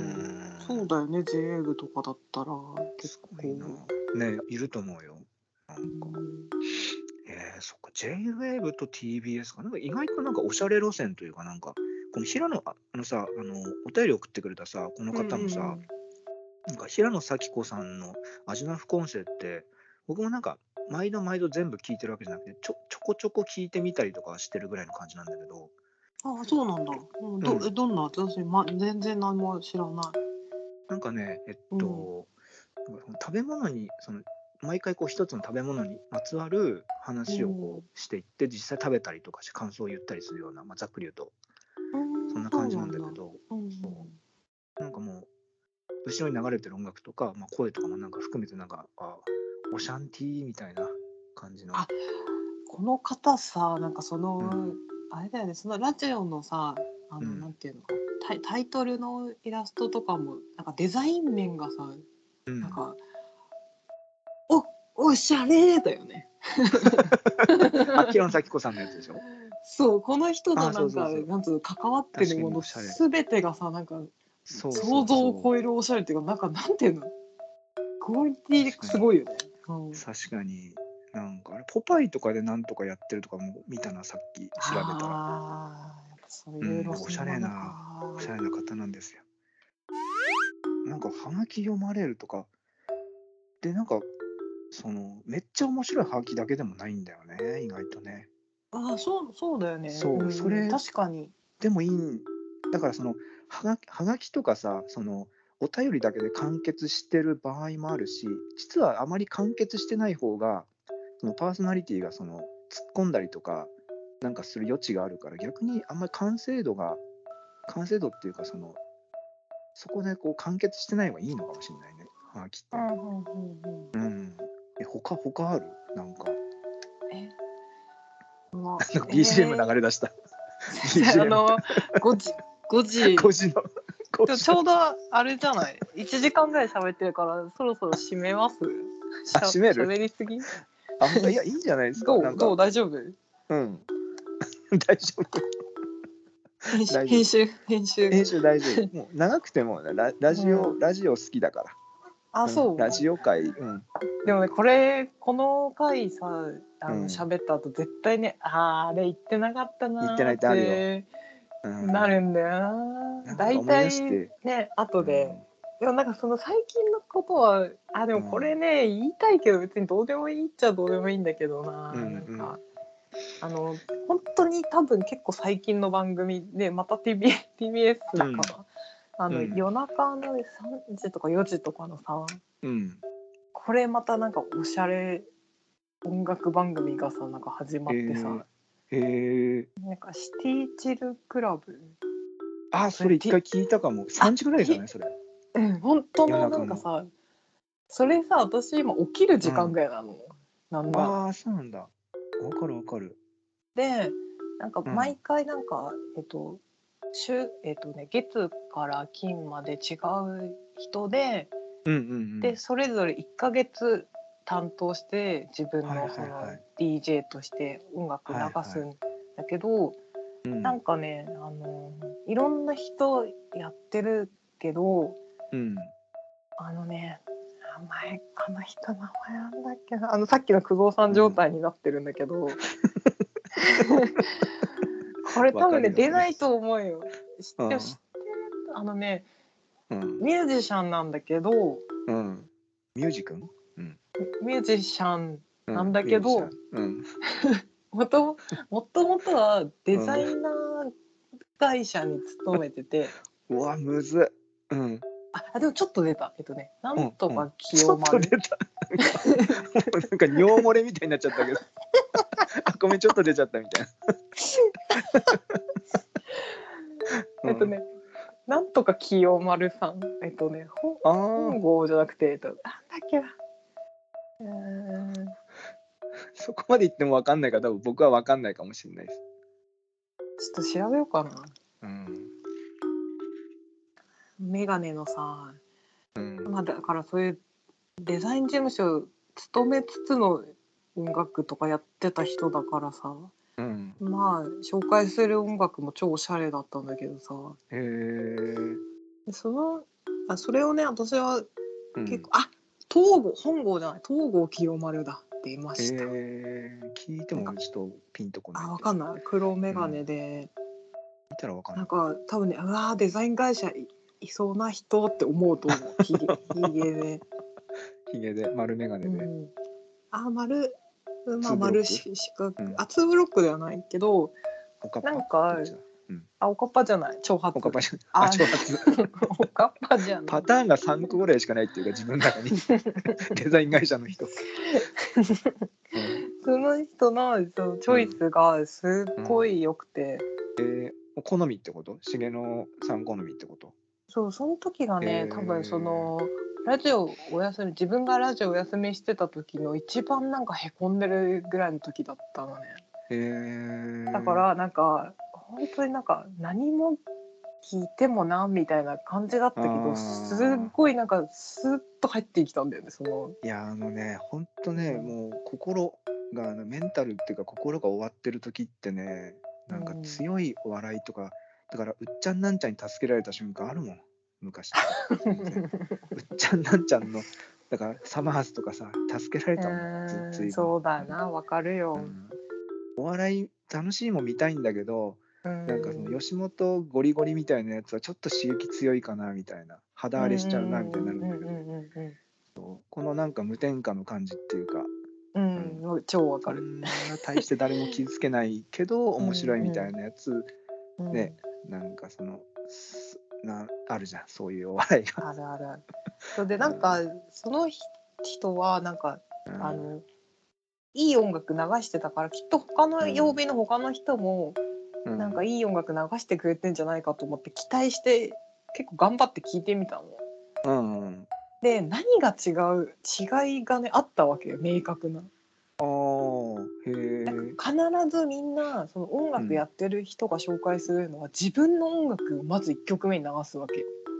Speaker 2: そうだよね ジェイエー 部とかだったら結構
Speaker 1: すごいなねいると思うよなんか、うん、えー、そっか ジェイウェーブ と ティービーエス かなんか意外となんかおしゃれ路線というかなんかこの平野あのさあのお便り送ってくれたさこの方もさ、うんうん、なんか平野咲子さんのアジナ副音声って僕もなんか毎度毎度全部聞いてるわけじゃなくてちょちょこちょこ聞いてみたりとかしてるぐらいの感じなんだけど。
Speaker 2: ああそうなんだ、うん、ど, うん、どんな私、ま、全然何も知らない。
Speaker 1: なんかねえっと、うん、食べ物にその毎回こう一つの食べ物にまつわる話をこうしていって、うん、実際食べたりとかして感想を言ったりするような、まあ、ざっくり言うと、うん、そんな感じなんだけど、うん、そうなんかもう後ろに流れてる音楽とか、まあ、声とかもなんか含めてなんかあオシャンティーみたいな感じの。
Speaker 2: あこの方さなんかその、うん、あれだよねそのラジオのさあの、うん、なんていうのタイ、タイトルのイラストとかもなんかデザイン面がさ、うん、なんかおおしゃれだよね。
Speaker 1: あ平野咲子さんのやつでしょ。
Speaker 2: そうこの人のなんかなんつう関わってるものすべてがさなんか想像を超えるおしゃれっていうかなんかなんていうのクオリティすごいよね。
Speaker 1: うん、確かになんかあれポパイとかでなんとかやってるとかも見たなさっき調べたら。あそういう路線、うん、おしゃれなおしゃれな方なんですよ。なんかはがき読まれるとかでなんかそのめっちゃ面白いはがきだけでもないんだよね意外とね。
Speaker 2: ああそうそうだよね。
Speaker 1: そう、うん、それ
Speaker 2: 確かに
Speaker 1: でもいいんだからそのはがはがきとかさそのお便りだけで完結してる場合もあるし実はあまり完結してない方がそのパーソナリティがその突っ込んだりとかなんかする余地があるから逆にあんまり完成度が完成度っていうかそのそこでこう完結してない方がいいのかもしれないねはがきって。うんうんうんうん。うん。え他他あるなんか。え。まあ、なんか ビージーエム 流れ出した。
Speaker 2: あのごじごじ
Speaker 1: ごじの
Speaker 2: でもちょうどあれじゃないいちじかんぐらい喋ってるからそろそろ締めますしゃ
Speaker 1: あ締める
Speaker 2: 喋りすぎ
Speaker 1: あいやいいんじゃないですか。
Speaker 2: どう
Speaker 1: なんか
Speaker 2: どう大丈夫
Speaker 1: うん大丈夫
Speaker 2: 編集
Speaker 1: 大丈夫
Speaker 2: 編集編集
Speaker 1: 編集大丈夫。もう長くてもララジオ、
Speaker 2: うん
Speaker 1: ラジオ好きだから。
Speaker 2: あ、
Speaker 1: うん
Speaker 2: そう
Speaker 1: ラジオ界、うん
Speaker 2: でもねこれこの回さあ
Speaker 1: うん
Speaker 2: の喋った後絶対ねあーあれ言ってなかった
Speaker 1: 言ってな
Speaker 2: なーっ
Speaker 1: いってあるよ。
Speaker 2: て
Speaker 1: うん
Speaker 2: なるんだよな
Speaker 1: なんか
Speaker 2: 大
Speaker 1: 思い出し
Speaker 2: 体
Speaker 1: て、
Speaker 2: ね後で、
Speaker 1: うん
Speaker 2: でもなんかその最近のことはあでもこれね、言いたいけど別にどうでもいいっちゃどうでもいいんだけどな、
Speaker 1: うん
Speaker 2: なんかあの本当に多分結構最近の番組でまた ティービーエス, ティービーエスだから、うん、あの、うん、夜中のさんじとかよじとかのさ、うん、これまたなんかおしゃれ音楽番組がさなんか始まってさ、
Speaker 1: へえ
Speaker 2: なんかシティチルクラブ
Speaker 1: あそれ一回聞いたかも。さんじぐらいじゃないそれ。
Speaker 2: うん、本当のなんかさそれさ私今起きる時間ぐらいなの、うん、なんだ
Speaker 1: ああそうなんだ。わかるわかる。
Speaker 2: でなんか毎回なんか、うん、えっと週えっとね月から金まで違う人で、
Speaker 1: うんうんうん、
Speaker 2: でそれぞれいっかげつ担当して自分のその ディージェー として音楽流すんだけど、はいはい、なんかねあのいろんな人やってるけど、うん、あのね名前あの人名前なんだっけなあのさっきの久保さん状態になってるんだけど、うん、これ多分ね出ないと思うよ。知ってる知ってるあのね、うん、ミュージシャンなんだけど、
Speaker 1: うん、ミュージ君、うん、
Speaker 2: ミュージシャンなんだけど、うん、もともともとはデザイナー会社に勤めてて、
Speaker 1: うん、うわむずっ、うん、
Speaker 2: あでもちょっと出たえっとねなんとか清丸、
Speaker 1: うんうん、ちょっと出たなんか尿漏れみたいになっちゃったけどあごめんちょっと出ちゃったみたいな
Speaker 2: えっとね、うん、なんとか清丸さんえっとね本郷じゃなくてえっとなんだっけなうーん
Speaker 1: そこまで言っても分かんないから多分僕は分かんないかもしれないです。
Speaker 2: ちょっと調べようかな。
Speaker 1: うん、
Speaker 2: メガネのさ、うん、まあだからそういうデザイン事務所勤めつつの音楽とかやってた人だからさ、うん、まあ紹介する音楽も超おしゃれだったんだけどさ、へえ。そのあそれをね私は結構、うん、あ東郷本郷じゃない東郷清丸だって言いました。
Speaker 1: へえ聞いてもちょっとピンとこない。
Speaker 2: あ分かんない黒メガネで、
Speaker 1: 見たら分かんない。
Speaker 2: なんか多分ねうわデザイン会社 い, いそうな人って思うと思うひげひげで
Speaker 1: ひげで丸メガネで、うん、
Speaker 2: あ丸まあ丸四角、うん、あツーブロックではないけどなんかうん、あおかっぱじゃない長髪
Speaker 1: おかっぱじゃないあ長髪
Speaker 2: おかっぱじゃない
Speaker 1: パターンがさんこぐらいしかないっていうか自分の中にデザイン会社の人、うん、
Speaker 2: その人のそのチョイスがすっごい良くて、
Speaker 1: うんうん、えー、好みってこと重野さん好みってこと？
Speaker 2: そうその時がね、えー、多分そのラジオお休み自分がラジオお休みしてた時の一番なんかへこんでるぐらいの時だったのね、えー、だからなんか本当になんか何も聞いてもなみたいな感じだったけどすっごいなんかスッと入ってきたんだよねその
Speaker 1: いやあのね本当ね、うん、もう心がメンタルっていうか心が終わってる時ってねなんか強いお笑いとか、うん、だからうっちゃんなんちゃんに助けられた瞬間あるもん昔うっちゃんなんちゃんのだからサマースとかさ助けられたもんずつい
Speaker 2: そうだなわかるよ、うん、
Speaker 1: お笑い楽しいもん見たいんだけどなんかその吉本ゴリゴリみたいなやつはちょっと刺激強いかなみたいな肌荒れしちゃうなみたいになるんだけどこのなんか無添加の感じっていうか、
Speaker 2: うん、うん、超わかる。
Speaker 1: そんな大して誰も傷つけないけど面白いみたいなやつ、うん、ねなんかそのなあるじゃんそういうお笑いが。
Speaker 2: あるあるある。そうでなんか、うん、その人はなんか、うん、あのいい音楽流してたからきっと他の曜日の他の人も、うん、なんかいい音楽流してくれてんじゃないかと思って期待して結構頑張って聞いてみたの。うんうん、で何が違う違いがねあったわけよ明確な。
Speaker 1: あへ
Speaker 2: 必ずみんなその音楽やってる人が紹介するのは、うん、自分の音楽をまずいっきょくめに流すわけよ。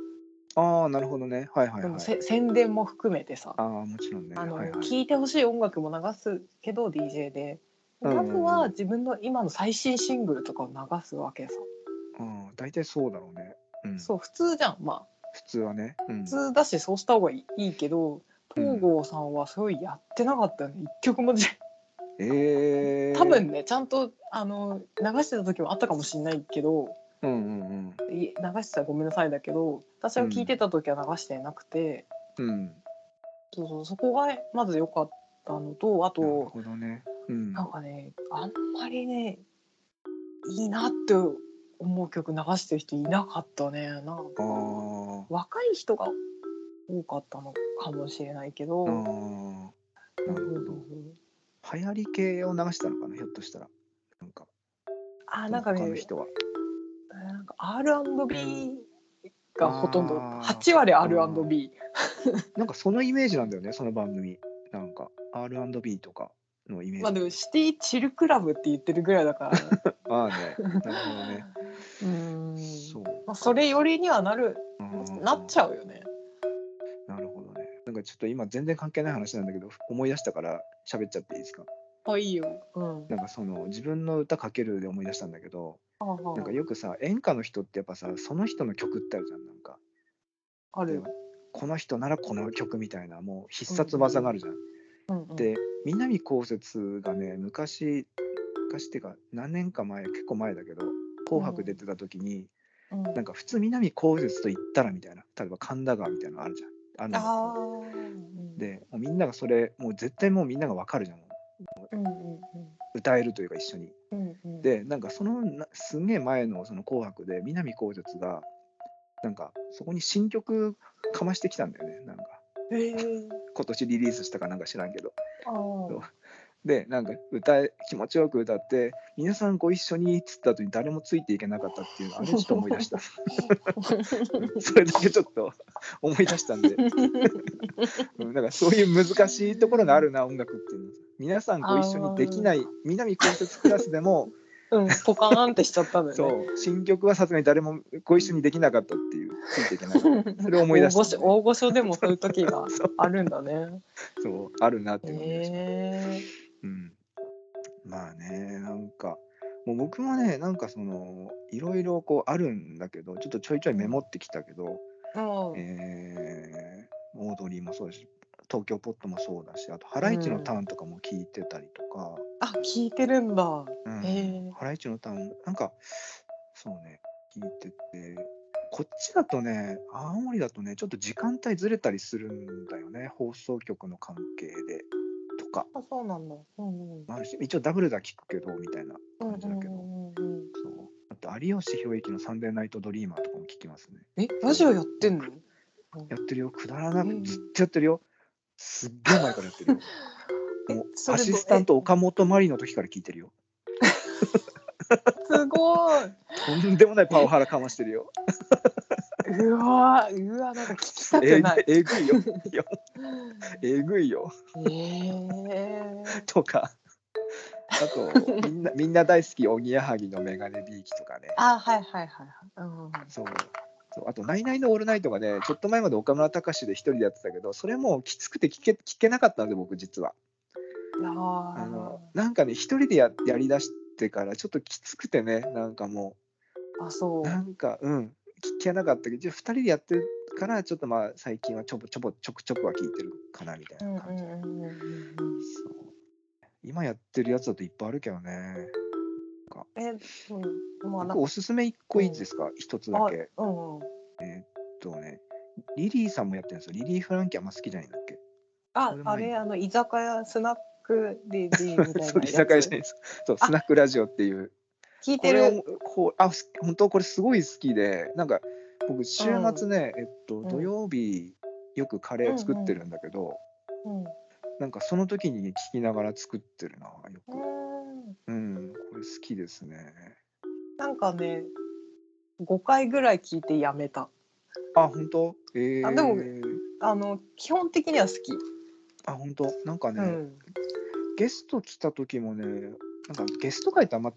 Speaker 1: ああ、なるほどね。はいはい
Speaker 2: でも
Speaker 1: はい。
Speaker 2: せ宣伝も含めてさ、
Speaker 1: ああ、もちろんね。
Speaker 2: あの、
Speaker 1: はいはい。
Speaker 2: 聴いてほしい音楽も流すけど ディージェー で、
Speaker 1: うん
Speaker 2: まず
Speaker 1: うんうん。
Speaker 2: は自分の今の最新シングルとかを流すわけさ。
Speaker 1: ああ、大体そうだろうね。うん。
Speaker 2: そう、普通じゃん。まあ
Speaker 1: 普通はね。う
Speaker 2: 普
Speaker 1: ん。
Speaker 2: 通だしそうした方がいいけど、東
Speaker 1: うん。
Speaker 2: 郷さんはそういうやってなかったよね。一曲もじ多
Speaker 1: ええ
Speaker 2: 分ね、ちゃんとあの流してた時もあったかもしれないけど、
Speaker 1: ー。うんうん
Speaker 2: い流してたらごめんなさいだけど、私
Speaker 1: うん。
Speaker 2: が聞いてた時は流してなくて、
Speaker 1: うん。うん。
Speaker 2: そうそう、そこがまず良かったのと、あ
Speaker 1: なる
Speaker 2: と
Speaker 1: ほどね。うん。
Speaker 2: なんかね、あんまりね、いいなって思う曲流してる人いなかったね。なん
Speaker 1: あ
Speaker 2: か
Speaker 1: あ。
Speaker 2: 若い人が多かったのかもしれないけ
Speaker 1: あ
Speaker 2: ど、
Speaker 1: あ。
Speaker 2: そうそうそう
Speaker 1: なるほど。
Speaker 2: そう。
Speaker 1: 流行り系を流したのかな、ひょっとしたら。なんか、
Speaker 2: あ、
Speaker 1: その
Speaker 2: なんかね、
Speaker 1: 他の人は。
Speaker 2: なんか アールアンドビー がほとんど、
Speaker 1: あ
Speaker 2: はち割
Speaker 1: あ、ああ。
Speaker 2: アールアンドビー。
Speaker 1: なんかそのイメージなんだよね、その番組。なんか アールアンドビー とかのイメー
Speaker 2: まあでも
Speaker 1: ジだけど。
Speaker 2: シティチルクラブって言ってるぐらいだから。
Speaker 1: ああね、なるほどね。
Speaker 2: うーん。
Speaker 1: そう
Speaker 2: まあ、そ
Speaker 1: か。
Speaker 2: れ寄りにはなる、
Speaker 1: あ
Speaker 2: なっちゃうよね。
Speaker 1: あ、なるほどね。なんかちょっと今全然関係ない話なんだけど、思い出したから喋っちゃっていいですか？
Speaker 2: あ、いいよ。うん。
Speaker 1: なんかその自分の歌かけるで思い出したんだけど、
Speaker 2: はあ
Speaker 1: なんか
Speaker 2: は
Speaker 1: よくさ、演歌の人ってやっぱさ、その人の曲ってあるじゃん、なんか。
Speaker 2: あ。ある。
Speaker 1: 例えば、この人ならこの曲みたいな、もう必殺
Speaker 2: うんうん
Speaker 1: 技があるじゃん。
Speaker 2: うんうん
Speaker 1: で、南こうせつがね、昔、昔っていうか何年か前、結構前だけど、紅白出てた時に、
Speaker 2: うんうん。
Speaker 1: なんか普通南こうせつと言ったらみたいな、例えば神田川みたいなのあるじゃん。あるんだけど、
Speaker 2: ああ。うん
Speaker 1: で、もうみんながそれ、もう絶対もうみんながわかるじゃん。もう
Speaker 2: うんうん
Speaker 1: 歌えるというか一緒に。
Speaker 2: うんうん
Speaker 1: で、なんかそのなすんげえ前のその紅白で南こうせつが、なんかそこに新曲かましてきたんだよね。なんか
Speaker 2: うん。へえ。
Speaker 1: 今年リリースしたかなんか知らんけど。
Speaker 2: あ
Speaker 1: そう
Speaker 2: あ。
Speaker 1: で、なんか歌え気持ちよく歌って、皆さんご一緒にっつった後に誰もついていけなかったっていう、あれちょっと思い出した。うん、それだけちょっと思い出したんで、うん、だからそういう難しいところがあるな、音楽っていうのは。皆さんご一緒にできない、
Speaker 2: あ
Speaker 1: 南こうせつクラスでも、
Speaker 2: あ。うん、ポカーンってしちゃったんだよね。
Speaker 1: そう、新曲はさすがに誰もご一緒にできなかったっていう、ついていけなかったっていう、それを思い出
Speaker 2: 大御所、
Speaker 1: したんでね。
Speaker 2: 大御所でもそういう時が
Speaker 1: そう
Speaker 2: あるんだね。
Speaker 1: そう、あるなっていうのを思い出しました。
Speaker 2: へえ。
Speaker 1: うん。まあね、なんか、もう僕もね、なんかその、いろいろこうあるんだけど、ちょっとちょいちょいメモってきたけど、
Speaker 2: うん。
Speaker 1: えー、オードリーもそうだし、東京ポットもそうだし、あとハ
Speaker 2: う
Speaker 1: ライチのター
Speaker 2: ん。
Speaker 1: ンとかも聞いてたりとか、
Speaker 2: あ、聞いてるんだ。
Speaker 1: うん、
Speaker 2: へえ。
Speaker 1: ハライチのターン、なんか、そうね、聞いてて、こっちだとね、青森だとね、ちょっと時間帯ずれたりするんだよね、放送局の関係で、とか。
Speaker 2: あ、そうなんだ。うんうん。
Speaker 1: まああるし、一応ダブルだ聞くけど、みたいな
Speaker 2: うんう
Speaker 1: 感じだけど。
Speaker 2: んうんうんうん。
Speaker 1: そう。あと、有吉弘行のサンデーナイトドリーマーとかも聞きますね。
Speaker 2: え、ラジオやってんの？
Speaker 1: やってるよ。くだらなく、
Speaker 2: うん。
Speaker 1: ずっとやってるよ。すっげえ前からやってるよ。
Speaker 2: え、
Speaker 1: もう、
Speaker 2: それど、
Speaker 1: アシスタン
Speaker 2: え、
Speaker 1: ト岡本真理の時から聞いてるよ。
Speaker 2: すごい。
Speaker 1: とんでもないパワハラかましてるよ。
Speaker 2: うわー、うわ、なんか聞きたく
Speaker 1: えぐ
Speaker 2: ない。
Speaker 1: えぐいよ。いやえぐいよ。
Speaker 2: ええ。
Speaker 1: とか、あと、みんな、みんな大好き、おぎやはぎのメガネビーキとかね。
Speaker 2: あ、はいはいはいはい。うんうん。
Speaker 1: そう。そうあと、ナイナイのオールナイトがね、ちょっと前まで岡村隆史で一人でやってたけど、それもきつくて聞け聞けなかったので、僕、実は。あの、
Speaker 2: あ
Speaker 1: なんかね、一人でややりだしてから、ちょっときつくてね、なんかも
Speaker 2: あ、あ、
Speaker 1: う、な
Speaker 2: そ
Speaker 1: んか、うん、聞けなかったけど、じゃあ二人でやってるから、ちょっとまあ、最近はちょぼちょぼちょくちょくは聞いてるかな、みたい
Speaker 2: う。うんうん
Speaker 1: な感じ。
Speaker 2: うんうんうんうん。
Speaker 1: そう。今やってるやつだといっぱいあるけどね。なんか
Speaker 2: え、うん、まあなんか、
Speaker 1: 僕おすすめ一個いい
Speaker 2: うん。
Speaker 1: ですか？一つだ
Speaker 2: あ、
Speaker 1: け。
Speaker 2: うんうん。
Speaker 1: えーっとね、リリーさんもやってるんですよ。リリー・フランキーあんま好きじゃないんだっけ？そう
Speaker 2: あ、
Speaker 1: でもないの？
Speaker 2: あれ、あの、居酒屋、スナックレディみたい
Speaker 1: そう、居酒屋じゃ
Speaker 2: なやつ。
Speaker 1: ないです。そう、ス
Speaker 2: あ、
Speaker 1: ナックラジオっていう。
Speaker 2: 聞い
Speaker 1: これを、
Speaker 2: てる。
Speaker 1: こう、あ、す本当これすごい好きで、なんか、僕、
Speaker 2: う
Speaker 1: 週末
Speaker 2: ん。
Speaker 1: ね、えっと、土
Speaker 2: うん。
Speaker 1: 曜日、よくカレー作ってるんだけど、
Speaker 2: うん。
Speaker 1: なんかその時に聞きながら作ってるな、よ
Speaker 2: う
Speaker 1: く。
Speaker 2: ん。
Speaker 1: うん、これ好きですね。
Speaker 2: なんかね、ごかいぐらい聞いてやめた。
Speaker 1: あ、本当？え
Speaker 2: あ、でも、
Speaker 1: ー、
Speaker 2: あの、基本的には好き。
Speaker 1: あ、本当なんかね、
Speaker 2: うん。
Speaker 1: ゲスト来た時もね、なんかゲスト会ってあんま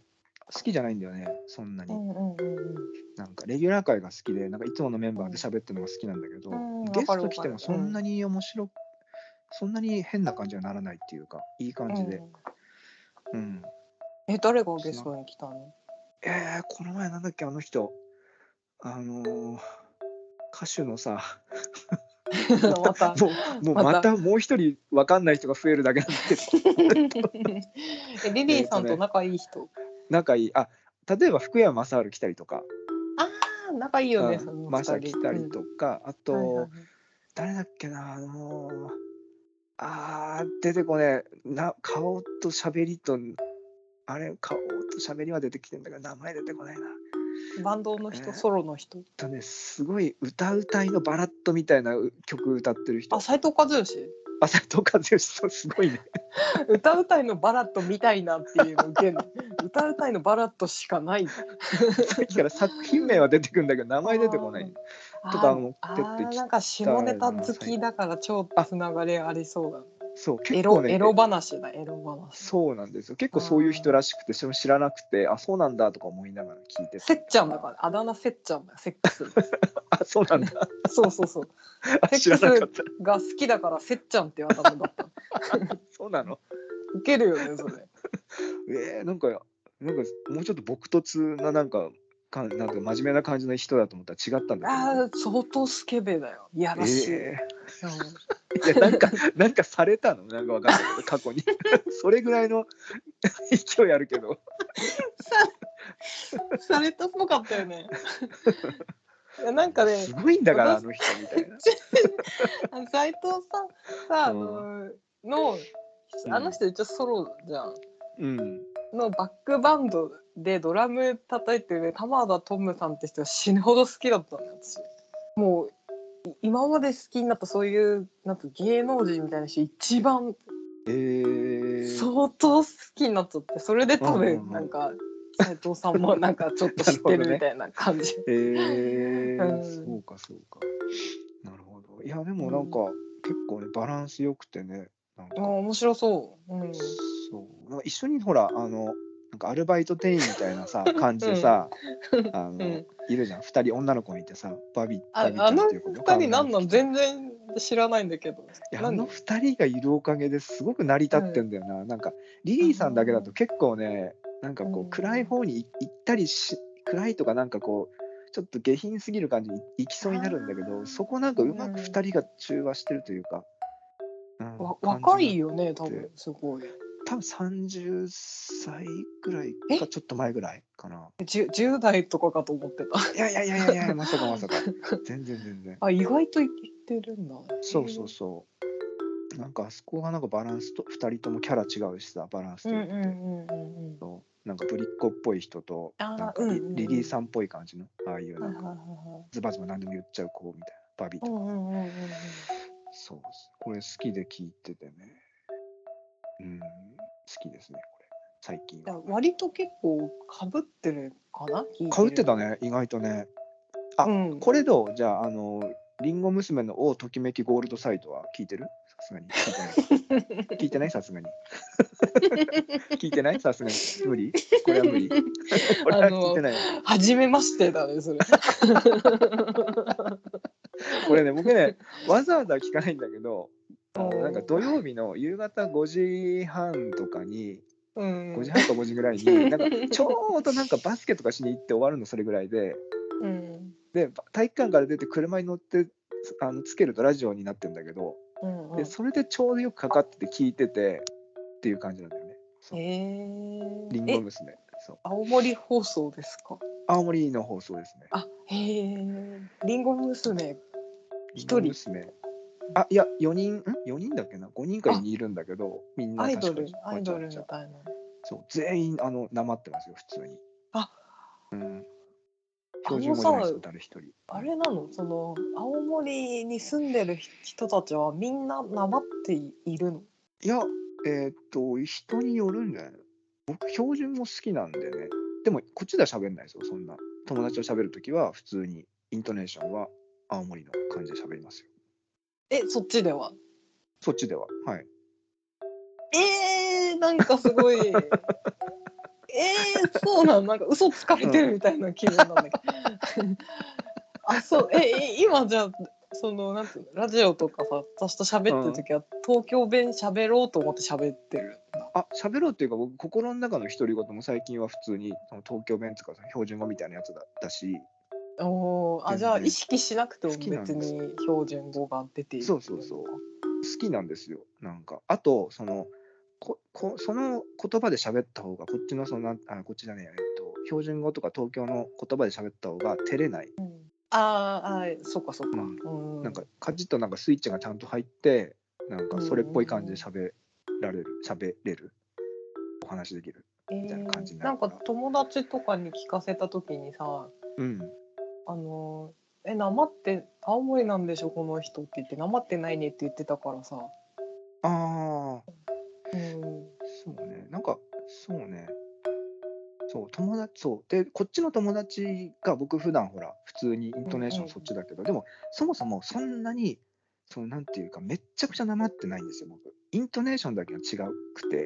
Speaker 1: 好きじゃないんだよね、そんなに。
Speaker 2: うんうんうんうん。
Speaker 1: なんかレギュラー界が好きで、なんかいつものメンバーで喋ってるのが好きなんだけど、
Speaker 2: うん、わ
Speaker 1: ゲスト
Speaker 2: かるわかる。
Speaker 1: 来てもそんなに面白く、そんなに変な感じはならないっていうか、いい感じで。
Speaker 2: うん。
Speaker 1: うん。
Speaker 2: え、誰がゲストに来たの？
Speaker 1: えー、この前なんだっけ、あの人。あのー、歌手のさ、また、
Speaker 2: また、
Speaker 1: もう、もうま
Speaker 2: また。
Speaker 1: たもう一人わかんない人が増えるだけなんだけど。
Speaker 2: え、リリーさんと
Speaker 1: えっとね、
Speaker 2: 仲いい人？
Speaker 1: 仲いい。あ、例えば福山雅治来たりとか、
Speaker 2: ああ、仲いいよね、そ
Speaker 1: うん、
Speaker 2: の
Speaker 1: マサ
Speaker 2: 二人。
Speaker 1: 来たり
Speaker 2: うん。
Speaker 1: とか、あ
Speaker 2: はいはいは
Speaker 1: と、
Speaker 2: い。
Speaker 1: 誰だっけな、あのー、あー、出てこねえ。な、顔と喋りと、あれ、顔と喋りは出てきてんだけど、名前出てこないな。
Speaker 2: バンドの
Speaker 1: え
Speaker 2: 人、
Speaker 1: ーっ
Speaker 2: ソロの人。
Speaker 1: とね、すごい歌うたいのバラッドみたいなう曲歌ってる
Speaker 2: あ、
Speaker 1: 人。
Speaker 2: 斉藤和義。
Speaker 1: あ、斉藤和義、そう、すごいね。
Speaker 2: 歌うたいのバラッドみたいなっていうの受けんの。歌うたいのバラッドしかない。
Speaker 1: さっきから作品名は出てくるんだけど、名
Speaker 2: あ
Speaker 1: 前出てこない。
Speaker 2: ーあー、
Speaker 1: とか持ってってき
Speaker 2: あーなんか下ネタ好きだから超
Speaker 1: あ、
Speaker 2: つながりありそうだね。
Speaker 1: そう、
Speaker 2: エ
Speaker 1: 結構ね、
Speaker 2: ロエロ
Speaker 1: え
Speaker 2: 話だ、エロ話。
Speaker 1: そうなんですよ。結構そういう人
Speaker 2: あ
Speaker 1: らしくて、それも知らなくて、あ、そうなんだとか思いながら聞いてた
Speaker 2: せ
Speaker 1: りとか。
Speaker 2: っちゃんだから、あだ名せっちゃんだよ、セックス。
Speaker 1: あ、そうなんだ。
Speaker 2: そうそうそう。
Speaker 1: あ、
Speaker 2: セッ
Speaker 1: 知らなかっ
Speaker 2: クスが好きだからせっちゃんっていうあだ名だった。
Speaker 1: た。そうなの。
Speaker 2: ウケるよね、それ。
Speaker 1: えー、なんか、なんかもうちょっと朴突な、なんか、かなんか真面目な感じの人だと思ったら違ったんだ、全然。
Speaker 2: ああ、相当スケベだよ。いやらしい。
Speaker 1: え
Speaker 2: うん
Speaker 1: ー、いや、なんか、なんかされたのなんかわかんないけど、過去に。それぐらいの勢いあるけど。
Speaker 2: さされたっぽかったよね。いやなんかね、
Speaker 1: すごいんだから、あ
Speaker 2: 私、
Speaker 1: の人みたいな。
Speaker 2: あの斉藤さんさ、あ
Speaker 1: うん。
Speaker 2: の、の、あの人一応ソロじゃん。
Speaker 1: うん。
Speaker 2: のバックバンドでドラム叩いてる玉田トムさんって人が死ぬほど好きだったのよ、私。もう今まで好きになったそういうなんか芸能人みたいな人一番
Speaker 1: えー、
Speaker 2: 相当好きになっちゃって、それで多
Speaker 1: うんうんうん。
Speaker 2: 分なんか斉藤さんもなんかちょっと
Speaker 1: な
Speaker 2: 知って
Speaker 1: るほどね。
Speaker 2: るみたいな感じ。
Speaker 1: えー、
Speaker 2: うん。
Speaker 1: そうかそうか。なるほど。いや、でもなんか、
Speaker 2: うん、
Speaker 1: 結構ね、バランス良くてね、なん
Speaker 2: あ、
Speaker 1: か、
Speaker 2: 面白そう。うん。
Speaker 1: そう、なんか一緒にほら、あの、なんかアルバイト店員みたいなさ、感じ
Speaker 2: うん。
Speaker 1: でさ、あの、
Speaker 2: うん。
Speaker 1: いるじゃん。二人女の子がいてさ、バビ、バ
Speaker 2: あ、
Speaker 1: ビ
Speaker 2: あの
Speaker 1: ちゃんっていう子と
Speaker 2: 二
Speaker 1: 川村
Speaker 2: 人なんなん
Speaker 1: ゆきと。い
Speaker 2: 全然知らないんだけど。
Speaker 1: や、あの
Speaker 2: 何？
Speaker 1: 二人がいるおかげですごく成り立って
Speaker 2: うん。
Speaker 1: んだよな。なんか、リリーさんだけだと
Speaker 2: あ
Speaker 1: 結構ね、なんか
Speaker 2: ーう
Speaker 1: こう、暗い
Speaker 2: ん。
Speaker 1: 方にい行ったりし、暗いとかなんかこう、ちょっと下品すぎる感じに行き
Speaker 2: あ
Speaker 1: そうになるんだけど、そこなん
Speaker 2: ー
Speaker 1: かうまく
Speaker 2: うん。
Speaker 1: 二人が中和してるというか、うん、
Speaker 2: わ
Speaker 1: 感じがあっ
Speaker 2: 若いよね、多分
Speaker 1: て、
Speaker 2: すごい。
Speaker 1: 多分さんじゅっさいぐらい
Speaker 2: え、
Speaker 1: かちょっと前ぐらいかな。
Speaker 2: じゅじゅう代とかかと思ってた。
Speaker 1: いやいやいやいやいや、まさかまさか。全然全然。
Speaker 2: あ、意外といってるんだ。へ
Speaker 1: そうそう
Speaker 2: え。
Speaker 1: そう。なんかあそこがなんかバランスと、二人ともキャラ違うしさ、バランス
Speaker 2: うんうん
Speaker 1: 取れてて。
Speaker 2: うんうんうん。
Speaker 1: そうなんかぶりっ子っぽい人と、なん
Speaker 2: ああ、
Speaker 1: かリ、
Speaker 2: うんうんうん。
Speaker 1: リリーさんっぽい感じの、ああいうなんか、
Speaker 2: はいはいはいはい。
Speaker 1: ズバズバ何でも言っちゃう子みたいな、バビ
Speaker 2: う
Speaker 1: とか。
Speaker 2: んうんうんうんうん。
Speaker 1: そうです。これ好きで聞いててね。うん、好きですね、これ。最近は。
Speaker 2: だ割と結構かぶってるかな、聞い
Speaker 1: かぶ
Speaker 2: てるの。
Speaker 1: ってたね、意外とね。あ、
Speaker 2: うん。
Speaker 1: これどうじゃあ、あの、リンゴ娘の王ときめきゴールドサイトは聞いてるさすがに。聞いてないか。聞いてないさすがに。聞いてないさすがに。無理これは無理これは聞い
Speaker 2: あの、
Speaker 1: てないわ。
Speaker 2: 初めましてだね、それ。
Speaker 1: これね、僕ね、わざわざ聞かないんだけど、あの、なんか
Speaker 2: お
Speaker 1: 土曜日の夕方ごじはんとかに、
Speaker 2: う
Speaker 1: 5
Speaker 2: ん。
Speaker 1: 時半かごじぐらいに、なんかちょうどなんかバスケとかしに行って終わるのそれぐらいで、
Speaker 2: うん。
Speaker 1: で、体育館から出て車に乗ってあのつけるとラジオになってるんだけど、で、
Speaker 2: うんうん。
Speaker 1: それでちょうどよくかかってて聞いててっていう感じなんだよね。そう。リン
Speaker 2: へえ。え、
Speaker 1: ゴ娘。そう。
Speaker 2: 青森放送ですか？
Speaker 1: 青森の放送ですね。
Speaker 2: あ、へえ。りんご娘
Speaker 1: リンゴ
Speaker 2: 一人。
Speaker 1: 娘。あ、いや、よにん、ん ?よ 人だっけな ?ご 人か
Speaker 2: あ、
Speaker 1: にんいるんだけど、みんな
Speaker 2: アイド
Speaker 1: 確か
Speaker 2: ルアイド
Speaker 1: わちゃわちゃ。
Speaker 2: ルみたいな。
Speaker 1: そう、全員、あの、なまってますよ、普通に。
Speaker 2: あ、
Speaker 1: うん。標準
Speaker 2: あのさ、
Speaker 1: 語じゃないですよ、誰一人。うん。
Speaker 2: あれなの、その青森に住んでる人たちはみんななまっているの？
Speaker 1: いや、えーっと、人によるんじゃないの。僕、標準も好きなんでね。でも、こっちでは喋んないですよ、そんな。友達と喋るときは、普通に、イントネーションは青森の感じで喋りますよ。
Speaker 2: え、そっちでは？
Speaker 1: そっちでは。はい。
Speaker 2: えー、なんかすごい。 えー、そうなん、なんか嘘つかれてるみたいな気分なんだけど。あ、そう、え、今じゃあ、その、なんていうの、ラジオとかさ、私と喋ってる時は、東京弁喋ろうと思って喋ってるんだ。
Speaker 1: あ、喋ろうっていうか、僕、心の中の独り言も最近は普通に、その東京弁とかさ標準語みたいなやつだったし、
Speaker 2: おー、あ、じゃあ意
Speaker 1: 全然
Speaker 2: 識しなくても
Speaker 1: 好きなんです。
Speaker 2: 別に標準語が出ている
Speaker 1: そうそうそう。好きなんですよ。なんか、あと、その、ここその言葉で喋った方が、こっちのそのなんあ、こっちじゃねえや、えっと、標準語とか東京の言葉で喋った方が照れない。
Speaker 2: うん、あーあー、そっかそっか。
Speaker 1: うん。
Speaker 2: うん。
Speaker 1: なんか、カチッとなんかスイッチがちゃんと入って、なんかそれっぽい感じで
Speaker 2: うん
Speaker 1: 喋られる、喋れる、お話できる
Speaker 2: え
Speaker 1: みたいな感じに
Speaker 2: ー、なんか
Speaker 1: なるから。
Speaker 2: 友達とかに聞かせた時にさ、
Speaker 1: うん。
Speaker 2: あのーえ、なまって青森なんでしょこの人って言って、なまってないねって言ってたからさ。
Speaker 1: ああ、
Speaker 2: うん。
Speaker 1: そうね。なんか、そうね。そう、友達、そう。で、こっちの友達が僕普段ほら、普通にイン
Speaker 2: うん
Speaker 1: トネーションそっちだけど、でも、そもそもそんなに、そのなんていうか、めっちゃくちゃなまってないんですよ、僕。イントネーションだけが違くて。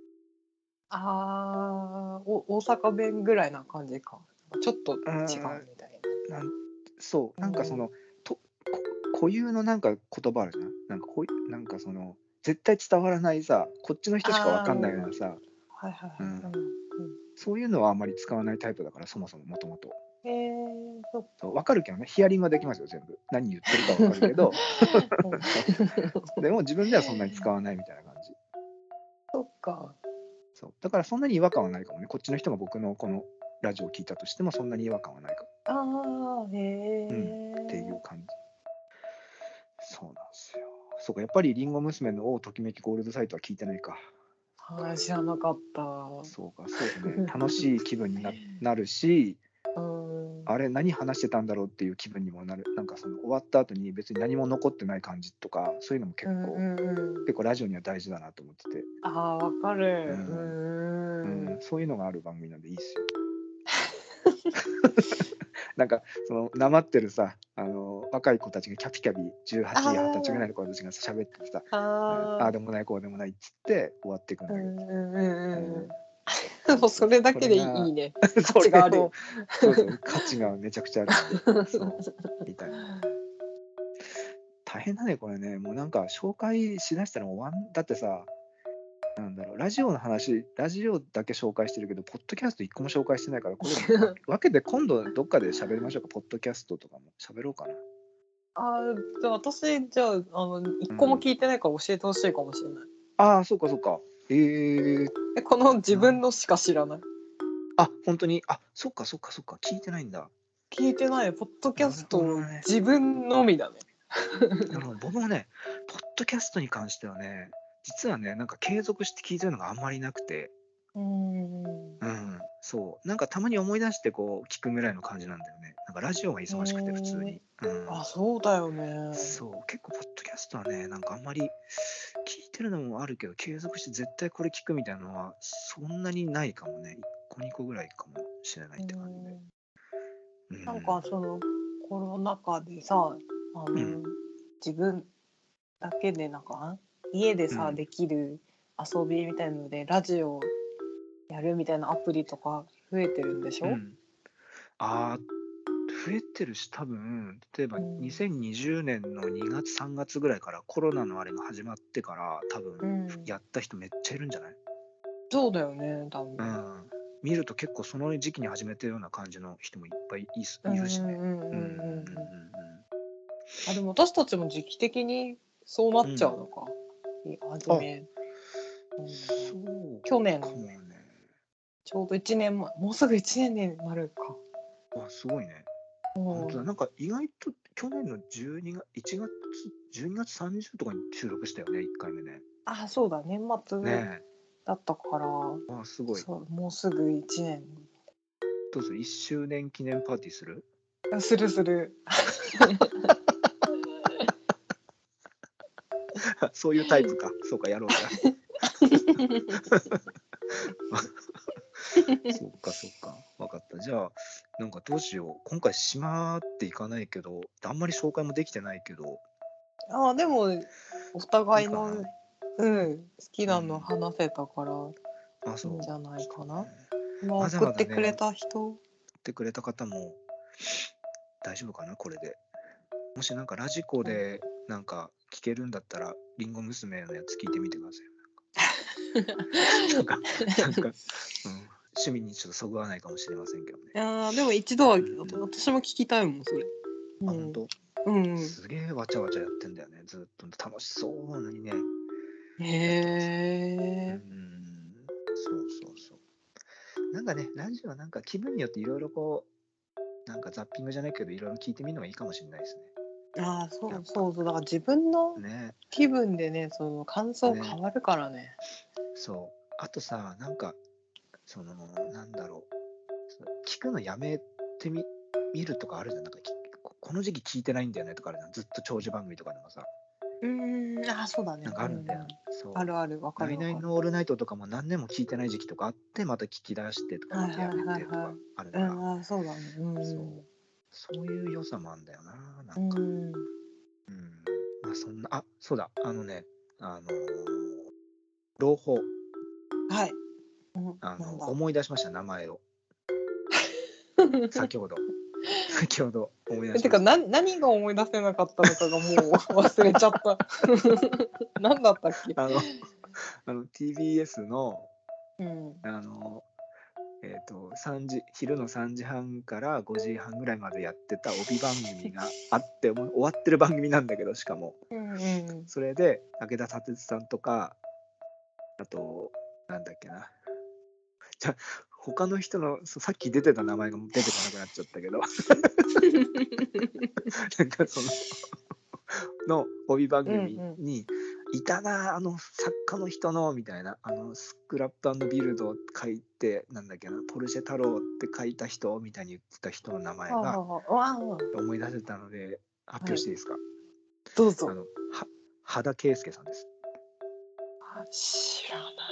Speaker 2: ああ、お大阪弁ぐらいな感じか。ちょっと違う
Speaker 1: うーん、
Speaker 2: みたい
Speaker 1: なんそう、
Speaker 2: な。うん。
Speaker 1: なんかその、とこ固有のなんか言葉あるじゃん。なんかこうなんかその、絶対伝わらないさ、こっちの人しかわ
Speaker 2: ああ、
Speaker 1: かんない
Speaker 2: うん。
Speaker 1: ようなさ、
Speaker 2: はいはいはい。
Speaker 1: うん、
Speaker 2: うん。
Speaker 1: そういうのはあんまり使わないタイプだから、そもそももともと。
Speaker 2: うん、えー、そっ
Speaker 1: そう、
Speaker 2: か。
Speaker 1: わかるけどね、ヒアリングはできますよ、全部。何言ってるかわかるけど、
Speaker 2: うん、
Speaker 1: そう。でも自分ではそんなに使わないみたいな感じ。
Speaker 2: そっか。
Speaker 1: そう。だからそんなに違和感はないかもね。こっちの人が僕のこのラジオを聞いたとしても、そんなに違和感はないか
Speaker 2: ああ、へ
Speaker 1: も。うん。っていう
Speaker 2: え。
Speaker 1: 感じ。そうなんですよ。そうか、やっぱりリンゴ娘の王ときめきゴールドサイトは聞いてないか。
Speaker 2: はい、知らなかった。
Speaker 1: そうか、そうね。楽しい気分にななるし、
Speaker 2: うん。
Speaker 1: あれ、何話してたんだろうっていう気分にもなる。なんかその終わった後に別に何も残ってない感じとか、そういうのも結構、
Speaker 2: うんうんうん。
Speaker 1: 結構ラジオには大事だなと思ってて。
Speaker 2: ああ、わかる。う
Speaker 1: うん。うん、
Speaker 2: ーん。
Speaker 1: そういうのがある番組なんでいいっすよ。なんか、その、なまってるさ、あの、若い子たちがキャピキャピ、じゅうはち、はたちぐらいの子たちが喋っててさ、
Speaker 2: あ
Speaker 1: うん、あ
Speaker 2: あ、あ
Speaker 1: あでもない、こうでもないっつって終わっていくん
Speaker 2: う
Speaker 1: だけど。
Speaker 2: んうんうんうん。
Speaker 1: うん、そう
Speaker 2: もう
Speaker 1: そうそう。
Speaker 2: それだけでい
Speaker 1: それが、
Speaker 2: いね。価
Speaker 1: それも、
Speaker 2: 値がある。
Speaker 1: そうそう、価値がめちゃくちゃあるんで、そう、みたいな。大変だね、これね。もうなんか、紹介しだしたら終わん、だってさ、なんだろう、ラジオの話、ラジオだけ紹介してるけど、ポッドキャスト一個も紹介してないから、これわ分けて今度どっかで喋りましょうか、ポッドキャストとかも喋ろうかな。
Speaker 2: ああ、じゃあ私、じゃあ、あの、一個も
Speaker 1: うん。
Speaker 2: 聞いてないから教えてほしいかもしれない。
Speaker 1: ああ、そうかそうか。えー、
Speaker 2: え、この自
Speaker 1: なん
Speaker 2: 分のしか知らない。
Speaker 1: あ、本当に、あ、そっかそっかそっか、聞いてないんだ。
Speaker 2: 聞いてない。ポッドキャ
Speaker 1: なる
Speaker 2: スト、
Speaker 1: ほどね。
Speaker 2: 自分のみだね。
Speaker 1: なるほど。僕もね、ポッドキャストに関してはね、実はね、なんか継続して聞いてるのがあんまりなくて、
Speaker 2: うーん。
Speaker 1: うん、そう。なんかたまに思い出してこう聞くぐらいの感じなんだよね。なんかラジオが
Speaker 2: へ
Speaker 1: 忙しくて普通
Speaker 2: え。
Speaker 1: に。うん。
Speaker 2: あ、そうだよね。
Speaker 1: そう。結構ポッドキャストはね、なんかあんまり聞いてるのもあるけど、継続して絶対これ聞くみたいなのはそんなにないかもね。いっこにこぐらいかもしれな
Speaker 2: う
Speaker 1: いって感じで。
Speaker 2: ん。
Speaker 1: う
Speaker 2: なんか
Speaker 1: ん。
Speaker 2: そのコロナ禍でさ、あ
Speaker 1: うん。
Speaker 2: の自分だけでなんか家で
Speaker 1: うん。
Speaker 2: さできる遊びみたいのでラジオやるみたいなアプリとか増えてるんでしょ？
Speaker 1: うん。ああ、増えてるし、多分、例えば
Speaker 2: うん。
Speaker 1: にせんにじゅうねんのにがつ、さんがつぐらいからコロナのあれが始まってから、多分
Speaker 2: うん。
Speaker 1: やった人めっちゃいるんじゃない？
Speaker 2: そうだよね、多
Speaker 1: う
Speaker 2: 分。
Speaker 1: ん。見ると結構その時期に始めたような感じの人もいっぱいいす
Speaker 2: うんう
Speaker 1: いるしね。
Speaker 2: んうん
Speaker 1: うんうん
Speaker 2: うんうんうん。
Speaker 1: うん
Speaker 2: あ、でも私たちも時期的にそうなっ
Speaker 1: うんうん。うん。
Speaker 2: ちゃうのか。い初
Speaker 1: あ、
Speaker 2: め、うん、
Speaker 1: そう
Speaker 2: 去年
Speaker 1: かもね。
Speaker 2: ちょうどいちねんまえ、もうすぐいちねんになるか。
Speaker 1: あ、すごいね。
Speaker 2: う
Speaker 1: 本当だ。
Speaker 2: ん。
Speaker 1: なんか意外と去年のじゅうにがつ、いちがつ、じゅうにがつさんじゅうとかに収録したよね、いっかいめね。
Speaker 2: あ、そうだ、年末
Speaker 1: ね
Speaker 2: だったから、
Speaker 1: え。あ、すごい。
Speaker 2: そう、もうすぐいちねん。
Speaker 1: どうする？ いっ 周年記念パーティーする？
Speaker 2: あ、するする。
Speaker 1: そういうタイプか。そうか、やろうや。そっか、そっか。わかった。じゃあ、なんかどうしよう。今回閉まっていかないけど、あんまり紹介もできてないけど、
Speaker 2: あ、でもお互いの、
Speaker 1: いいかな。
Speaker 2: うん、好きなの
Speaker 1: うん。
Speaker 2: 話せたから
Speaker 1: あ、
Speaker 2: いいんじゃ
Speaker 1: そう。
Speaker 2: ないかな。
Speaker 1: ちょっとね。
Speaker 2: まあ、
Speaker 1: わざ
Speaker 2: 送
Speaker 1: わざね、
Speaker 2: ってくれた人。
Speaker 1: ってくれた方も大丈夫かなこれで。もしなんかラジコでなんか聞けるんだったら、リンゴ娘のやつ聞いてみてください。なんか、なんか、うん、趣味にちょっとそぐわないかもしれませんけどね。
Speaker 2: いやーでも一度は、
Speaker 1: うん
Speaker 2: 私も聞きたいもんそれ。
Speaker 1: あ、
Speaker 2: うん
Speaker 1: 本当、
Speaker 2: うんうん。
Speaker 1: すげえわちゃわちゃやってんだよね。ずっと楽しそうにね。
Speaker 2: へ
Speaker 1: う
Speaker 2: え。
Speaker 1: ん、そうそうそう。なんかね、ラジオはなんか気分によっていろいろこう、なんかザッピングじゃないけど、いろいろ聞いてみるのがいいかもしれないですね。
Speaker 2: ああ、そ
Speaker 1: やっぱ
Speaker 2: うそうそう。だから自分の
Speaker 1: ね、
Speaker 2: 気分でね、その感想
Speaker 1: ね、
Speaker 2: 変わるからね。
Speaker 1: そう。あとさ、なんか、その、なんだろう、その聞くのやめてみ見るとかあるじゃん。なんかきここの時期聞いてないんだよねとかあるじゃん。ずっと長寿番組とかでもさ、
Speaker 2: うーん、ああ、そうだね。
Speaker 1: なんかあるんだよ。
Speaker 2: うんうん。あ
Speaker 1: そう。
Speaker 2: るある、わか
Speaker 1: ナイ
Speaker 2: るわかる。
Speaker 1: ナイのオールナイトとかも何年も聞いてない時期とかあって、また聞き出してとか、
Speaker 2: はいはい
Speaker 1: またやめ
Speaker 2: はいは
Speaker 1: てとかある
Speaker 2: い。う
Speaker 1: から、
Speaker 2: ん、ああ、そうだね。うん
Speaker 1: そう。そういう良さもあんだよな、な
Speaker 2: うん。
Speaker 1: んか。
Speaker 2: うん。
Speaker 1: うん。まあそんな、あ、そうだ、あのね、あのー朗報、
Speaker 2: はい。うん、
Speaker 1: あの、
Speaker 2: なんだ。
Speaker 1: 思い出しました、名前を。先ほど。先ほど思い出
Speaker 2: え、てか、
Speaker 1: しました。
Speaker 2: な何が思い出せなかったのかがもう忘れちゃった。何だったっけ？
Speaker 1: あの、あの ティービーエス の、
Speaker 2: うん。
Speaker 1: あの、えっ、と、さんじ、昼のさんじはんからごじはんぐらいまでやってた帯番組があって、もう終わってる番組なんだけど、しかも。
Speaker 2: うんうん。
Speaker 1: それで、武田砂鉄さんとか、あと、なんだっけな。じゃあ他の人の、そうさっき出てた名前が出てこなくなっちゃったけど、なんかその、の帯番
Speaker 2: うん
Speaker 1: 組
Speaker 2: うん。
Speaker 1: にいたなあの作家の人のみたいな、あのスクラップビルド書いてなんだっけな、ポルシェ太郎って書いた人みたいに言ってた人の名前が
Speaker 2: はあはあはあ。わあ。
Speaker 1: 思い出せたので発
Speaker 2: はい。
Speaker 1: 表していいですか。
Speaker 2: どうぞ。
Speaker 1: あのは羽田圭介さんです。
Speaker 2: 知らない。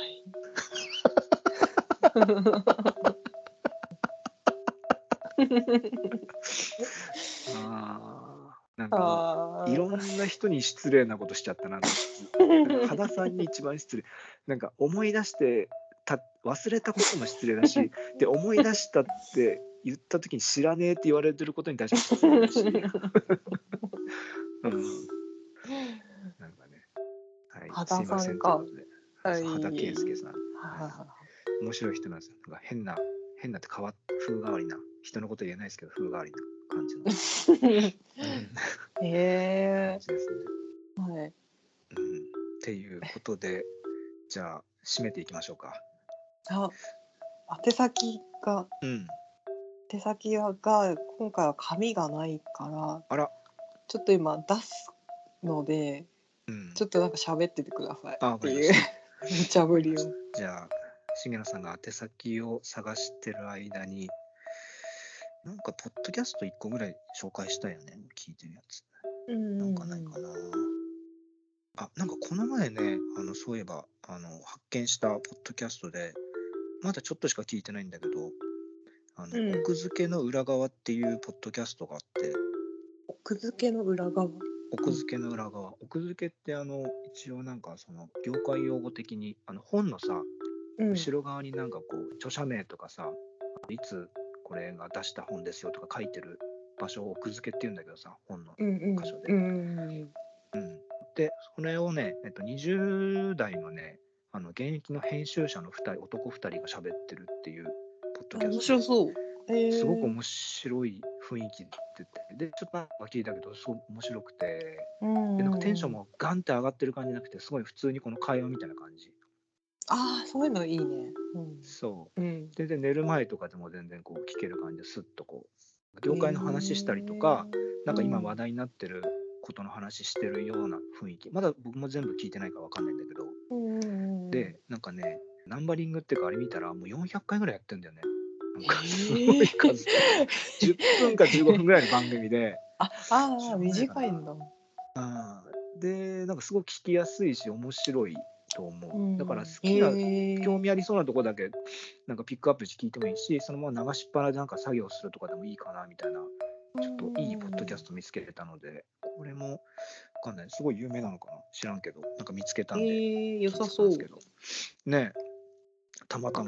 Speaker 1: あーなんかもうい
Speaker 2: あ
Speaker 1: ろんな人に失礼なことしちゃったなと。なんか羽田さんに一番失礼。なんか思い出してた忘れたことも失礼だし、で思い出したって言った時に知らねえって言われてることに対しても失礼だし、うん、なんかね、はい、
Speaker 2: 羽田
Speaker 1: すいませ
Speaker 2: さんか。
Speaker 1: んということで、はい、
Speaker 2: は
Speaker 1: そう羽田圭介
Speaker 2: い。
Speaker 1: さん、はい、
Speaker 2: は
Speaker 1: 面白い人なんですよ。なんか変な変なって変わっ風変わりな、人のこと言えないですけど風変わりな感じの、うん、
Speaker 2: い。へえ。
Speaker 1: 感じですね。
Speaker 2: はい。
Speaker 1: うん、っていうことで、じゃあ、締めていきましょうか。
Speaker 2: あ、宛先が、
Speaker 1: うん。
Speaker 2: 手先が今回は紙がないから、
Speaker 1: あら、
Speaker 2: ちょっと今出すので、
Speaker 1: うん。
Speaker 2: ちょっとなんか喋っててください
Speaker 1: あ、わ
Speaker 2: っていう
Speaker 1: かりました。
Speaker 2: 無茶ぶりを。
Speaker 1: じゃあ、重野さんが宛先を探してる間に、なんか、ポッドキャストいっこぐらい紹介したいよね。聞いてるやつ。
Speaker 2: うん
Speaker 1: なんか
Speaker 2: うんうん。
Speaker 1: ないかな。あ、なんかこの前ね、あの、そういえば、あの、発見したポッドキャストで、まだちょっとしか聞いてないんだけど、あの、
Speaker 2: うん。
Speaker 1: 奥付けの裏側っていうポッドキャストがあって、
Speaker 2: 奥付けの裏側。
Speaker 1: 奥付けの裏側、奥付けってあの一応なんかその業界用語的にあの本のさ、
Speaker 2: うん。
Speaker 1: 後ろ側になんかこう著者名とかさ、いつこれが出した本ですよとか書いてる場所を奥付けって言うんだけどさ、本の
Speaker 2: うんうん
Speaker 1: 箇所で。
Speaker 2: うんうん
Speaker 1: うん、でそれをね、えっと、にじゅう代のね、あの現役の編集者のふたり、男ふたりが喋ってるっていうポッド
Speaker 2: あ、面
Speaker 1: キャストで、
Speaker 2: 白そう。へ
Speaker 1: すごく
Speaker 2: え。
Speaker 1: 面白い雰囲気でってて、でちょっとなんか聞いたけどすごく面白くて、
Speaker 2: うん
Speaker 1: でなんか
Speaker 2: うんうん。
Speaker 1: テンションもガンって上がってる感じじゃなくて、すごい普通にこの会話みたいな感じ。
Speaker 2: ああ、そういうのいいね。うん。
Speaker 1: そ
Speaker 2: うん。
Speaker 1: う。全然寝る前とかでも全然こう聞ける感じですっとこう、業界の話したりと
Speaker 2: へ
Speaker 1: か、
Speaker 2: え。
Speaker 1: なんか今
Speaker 2: うん。
Speaker 1: 話題になってることの話してるような雰囲気。まだ僕も全部聞いてないからわかんないんだけど、
Speaker 2: うんうんうんうん。
Speaker 1: で、なんかね、ナンバリングっていうかあれ見たらもうよんひゃっかいぐらいやってんだよね。なんかすご
Speaker 2: へえ。
Speaker 1: い数。じゅっぷんかじゅうごふんぐらいの番組で、
Speaker 2: あ、ああ、
Speaker 1: じゅうごふんぐらいかな。
Speaker 2: 短いんだ。
Speaker 1: あーで、なんかすごく聞きやすいし、面白いと思う。だから好
Speaker 2: うん。
Speaker 1: きな、
Speaker 2: へえ。
Speaker 1: 興味ありそうなとこだけ、なんかピックアップして聞いてもいいし、そのまま流しっぱなでなんか作業するとかでもいいかなみたいな、
Speaker 2: う
Speaker 1: ちょっといいポッドキャス
Speaker 2: ん。
Speaker 1: ト見つけたので、これもわかんない。すごい有名なのかな知らんけど、なんか見つけたんで
Speaker 2: ええ、良
Speaker 1: 聞い
Speaker 2: さそう。
Speaker 1: てたんですけど。ねえ、たまたま。
Speaker 2: 買って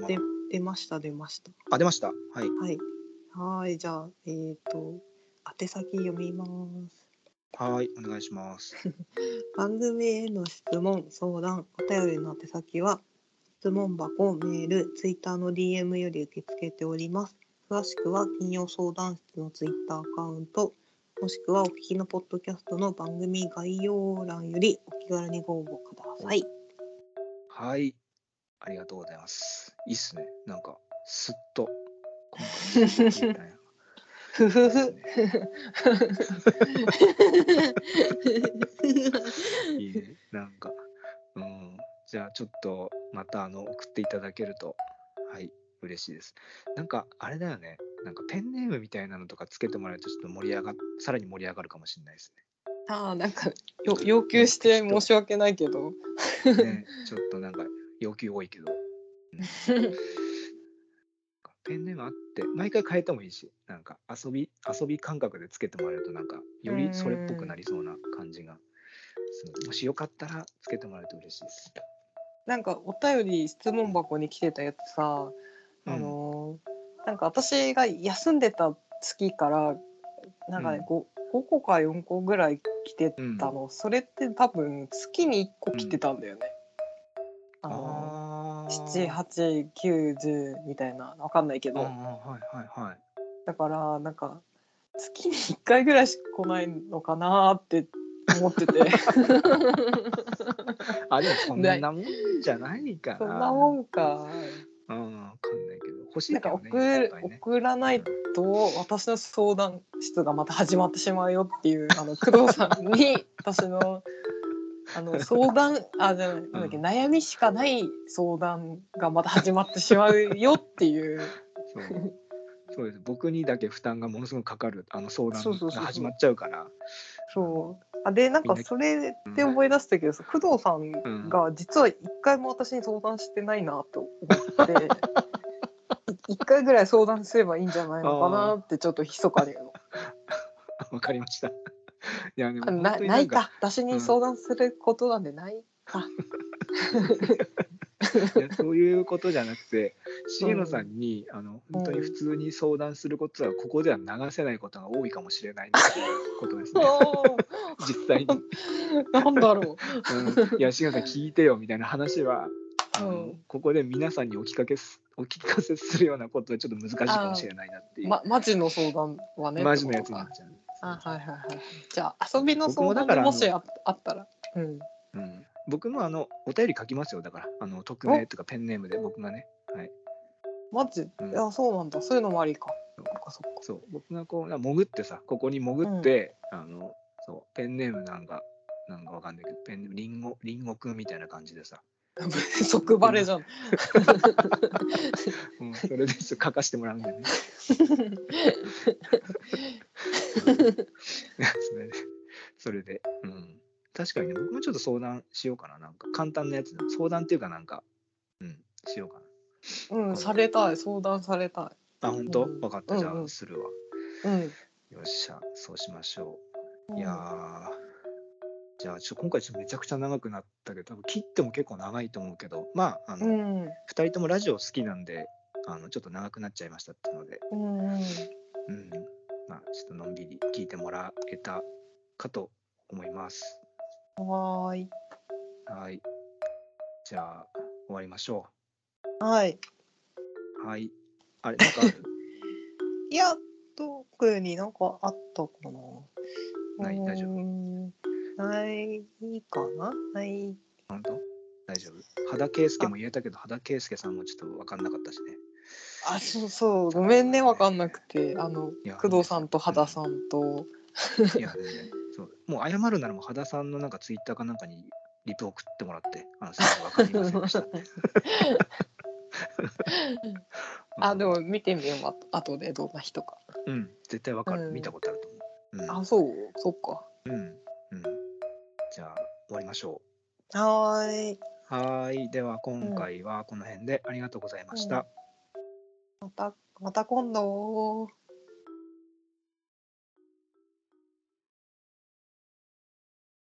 Speaker 2: 出ました出ました。
Speaker 1: あ、出ました。はい。
Speaker 2: はい。はい、じゃあ、えっ、と、宛先読みます。
Speaker 1: はい、お願いします。
Speaker 2: 番組への質問、相談、お便りの宛先は、質問箱、メール、ツイッターの ディーエム より受け付けております。詳しくは、金曜相談室のツイッターアカウント、もしくはお聞きのポッドキャストの番組概要欄よりお気軽にご応募ください。
Speaker 1: はい、ありがとうございます。いいっすね。なんか、すっと、今回すっといったんや。
Speaker 2: ふふふ。
Speaker 1: いいね。なんか、うん。じゃあちょっとまたあの送っていただけると、はい、嬉しいです。なんかあれだよね。なんかペンネームみたいなのとかつけてもらえるとちょっと盛り上がっ、さらに盛り上がるかもしれないです
Speaker 2: ああ、なんかよ要求して申し訳ないけど。
Speaker 1: ね。ね、ちょっとなんか要求多いけど。うん、ペンネームあって、毎回変えてもいいし、なんか遊び、遊び感覚でつけてもらえるとなんか、よりそれっぽくなりそうな感じがするので、もしよかったらつけてもらえると嬉しいです。
Speaker 2: なんかお便り質問箱に来てたやつさ、あのー、なんか私が休んでた月からなんかね、うん、5, ごこかよんこぐらい来てたの、うん、それって多分月にいっこ来てたんだよね、うん、あのー、ななはちきゅうじゅうみたいな、分かんないけど、
Speaker 1: はいはいはい、
Speaker 2: だからなんか月にいっかいぐらいしか来ないのかなって思ってて
Speaker 1: あ、でもそんなもんじゃないかな。
Speaker 2: そんなもんか。
Speaker 1: うん、わかんないけど欲しいけどね。
Speaker 2: なんか 送, ね送らないと私の相談室がまた始まってしまうよっていうあの工藤さんに私のあの相談あじゃない、なんだっけ、うん、悩みしかない相談がまた始まってしまうよっていう
Speaker 1: そうそうです。僕にだけ負担がものすごくかかるあの相談が始まっちゃうから。
Speaker 2: そうあでなんかそれで思い出したけど、うん、工藤さんが実は一回も私に相談してないなと思って一回ぐらい相談すればいいんじゃないのかなってちょっと密かに
Speaker 1: わかりました。いやでも
Speaker 2: 本当になんかないか、私に相談することなんでないか、
Speaker 1: いやそういうことじゃなくて、重野さんに、うん、あの本当に普通に相談することはここでは流せないことが多いかもしれないっていうことですね。実際に
Speaker 2: なんだろ
Speaker 1: う、うん、いや重野さん聞いてよみたいな話はあの、うん、ここで皆さんにお聞かけすお聞かせするようなことはちょっと難しいかもしれないなっていう。
Speaker 2: ま、マジの相談はね、
Speaker 1: マジのやつになっちゃう。
Speaker 2: あ、はいはいはい。じゃあ遊びの相談でもし あ, あったら、うん
Speaker 1: うん、僕もあのお便り書きますよ。だからあの匿名とかペンネームで僕がね、はい。
Speaker 2: マジ、うん、いやそうなんだ、そういうのもありか。
Speaker 1: そっかそっか。そう僕がこう潜ってさ、ここに潜って、うん、あのそうペンネームなんかなんかわかんないけど、ペンネームリンゴリンゴくんみたいな感じでさ。
Speaker 2: 即バレじゃん。
Speaker 1: うん、それで書かしてもらうんでね。それで、それで、うん。確かにね、僕もちょっと相談しようかな。なんか簡単なやつで、相談っていうかなんか、うん、しようか
Speaker 2: な。うん、されたい、相談されたい。
Speaker 1: あ、本当？うん、分かった、じゃあ、
Speaker 2: うんうん、
Speaker 1: するわ。
Speaker 2: うん。
Speaker 1: よっしゃ、そうしましょう。うん、いやー、じゃあちょ今回ちょっとめちゃくちゃ長くなったけど、多分切っても結構長いと思うけど、まあ、あの、うん、ふたりともラジオ好きなんで、あのちょっと長くなっちゃいましたっていうので、うん、うん、まあ、ちょっとのんびり聞いてもらえたかと思います。
Speaker 2: はーい。
Speaker 1: はい。じゃあ、終わりましょ
Speaker 2: う。はい。
Speaker 1: はい。あれ、なんかある？
Speaker 2: いや、特になんかあったかな。
Speaker 1: ない、大丈夫？
Speaker 2: ないかな？ない。
Speaker 1: 本当？大丈夫？羽田圭介も言えたけど、羽田圭介さんもちょっと分かんなかったしね。
Speaker 2: あ、そうそう、ごめんね、分かんなくて。あの、工藤さんと羽田さんと。
Speaker 1: いや、全然。そう。もう謝るならもう羽田さんのなんかツイッターかなんかにリプ送ってもらって、あの、すみません、分かりませんでした。
Speaker 2: あ、でも見てみよう、あとでどんな人か。
Speaker 1: うん、絶対分かる。うん、見たことあると思う。うん、
Speaker 2: あ、そう、そっか。
Speaker 1: うん、うん。じゃあ、終わりましょ
Speaker 2: う。はーい。
Speaker 1: はい。では、今回はこの辺でありがとうございました。
Speaker 2: うん、また、また今度。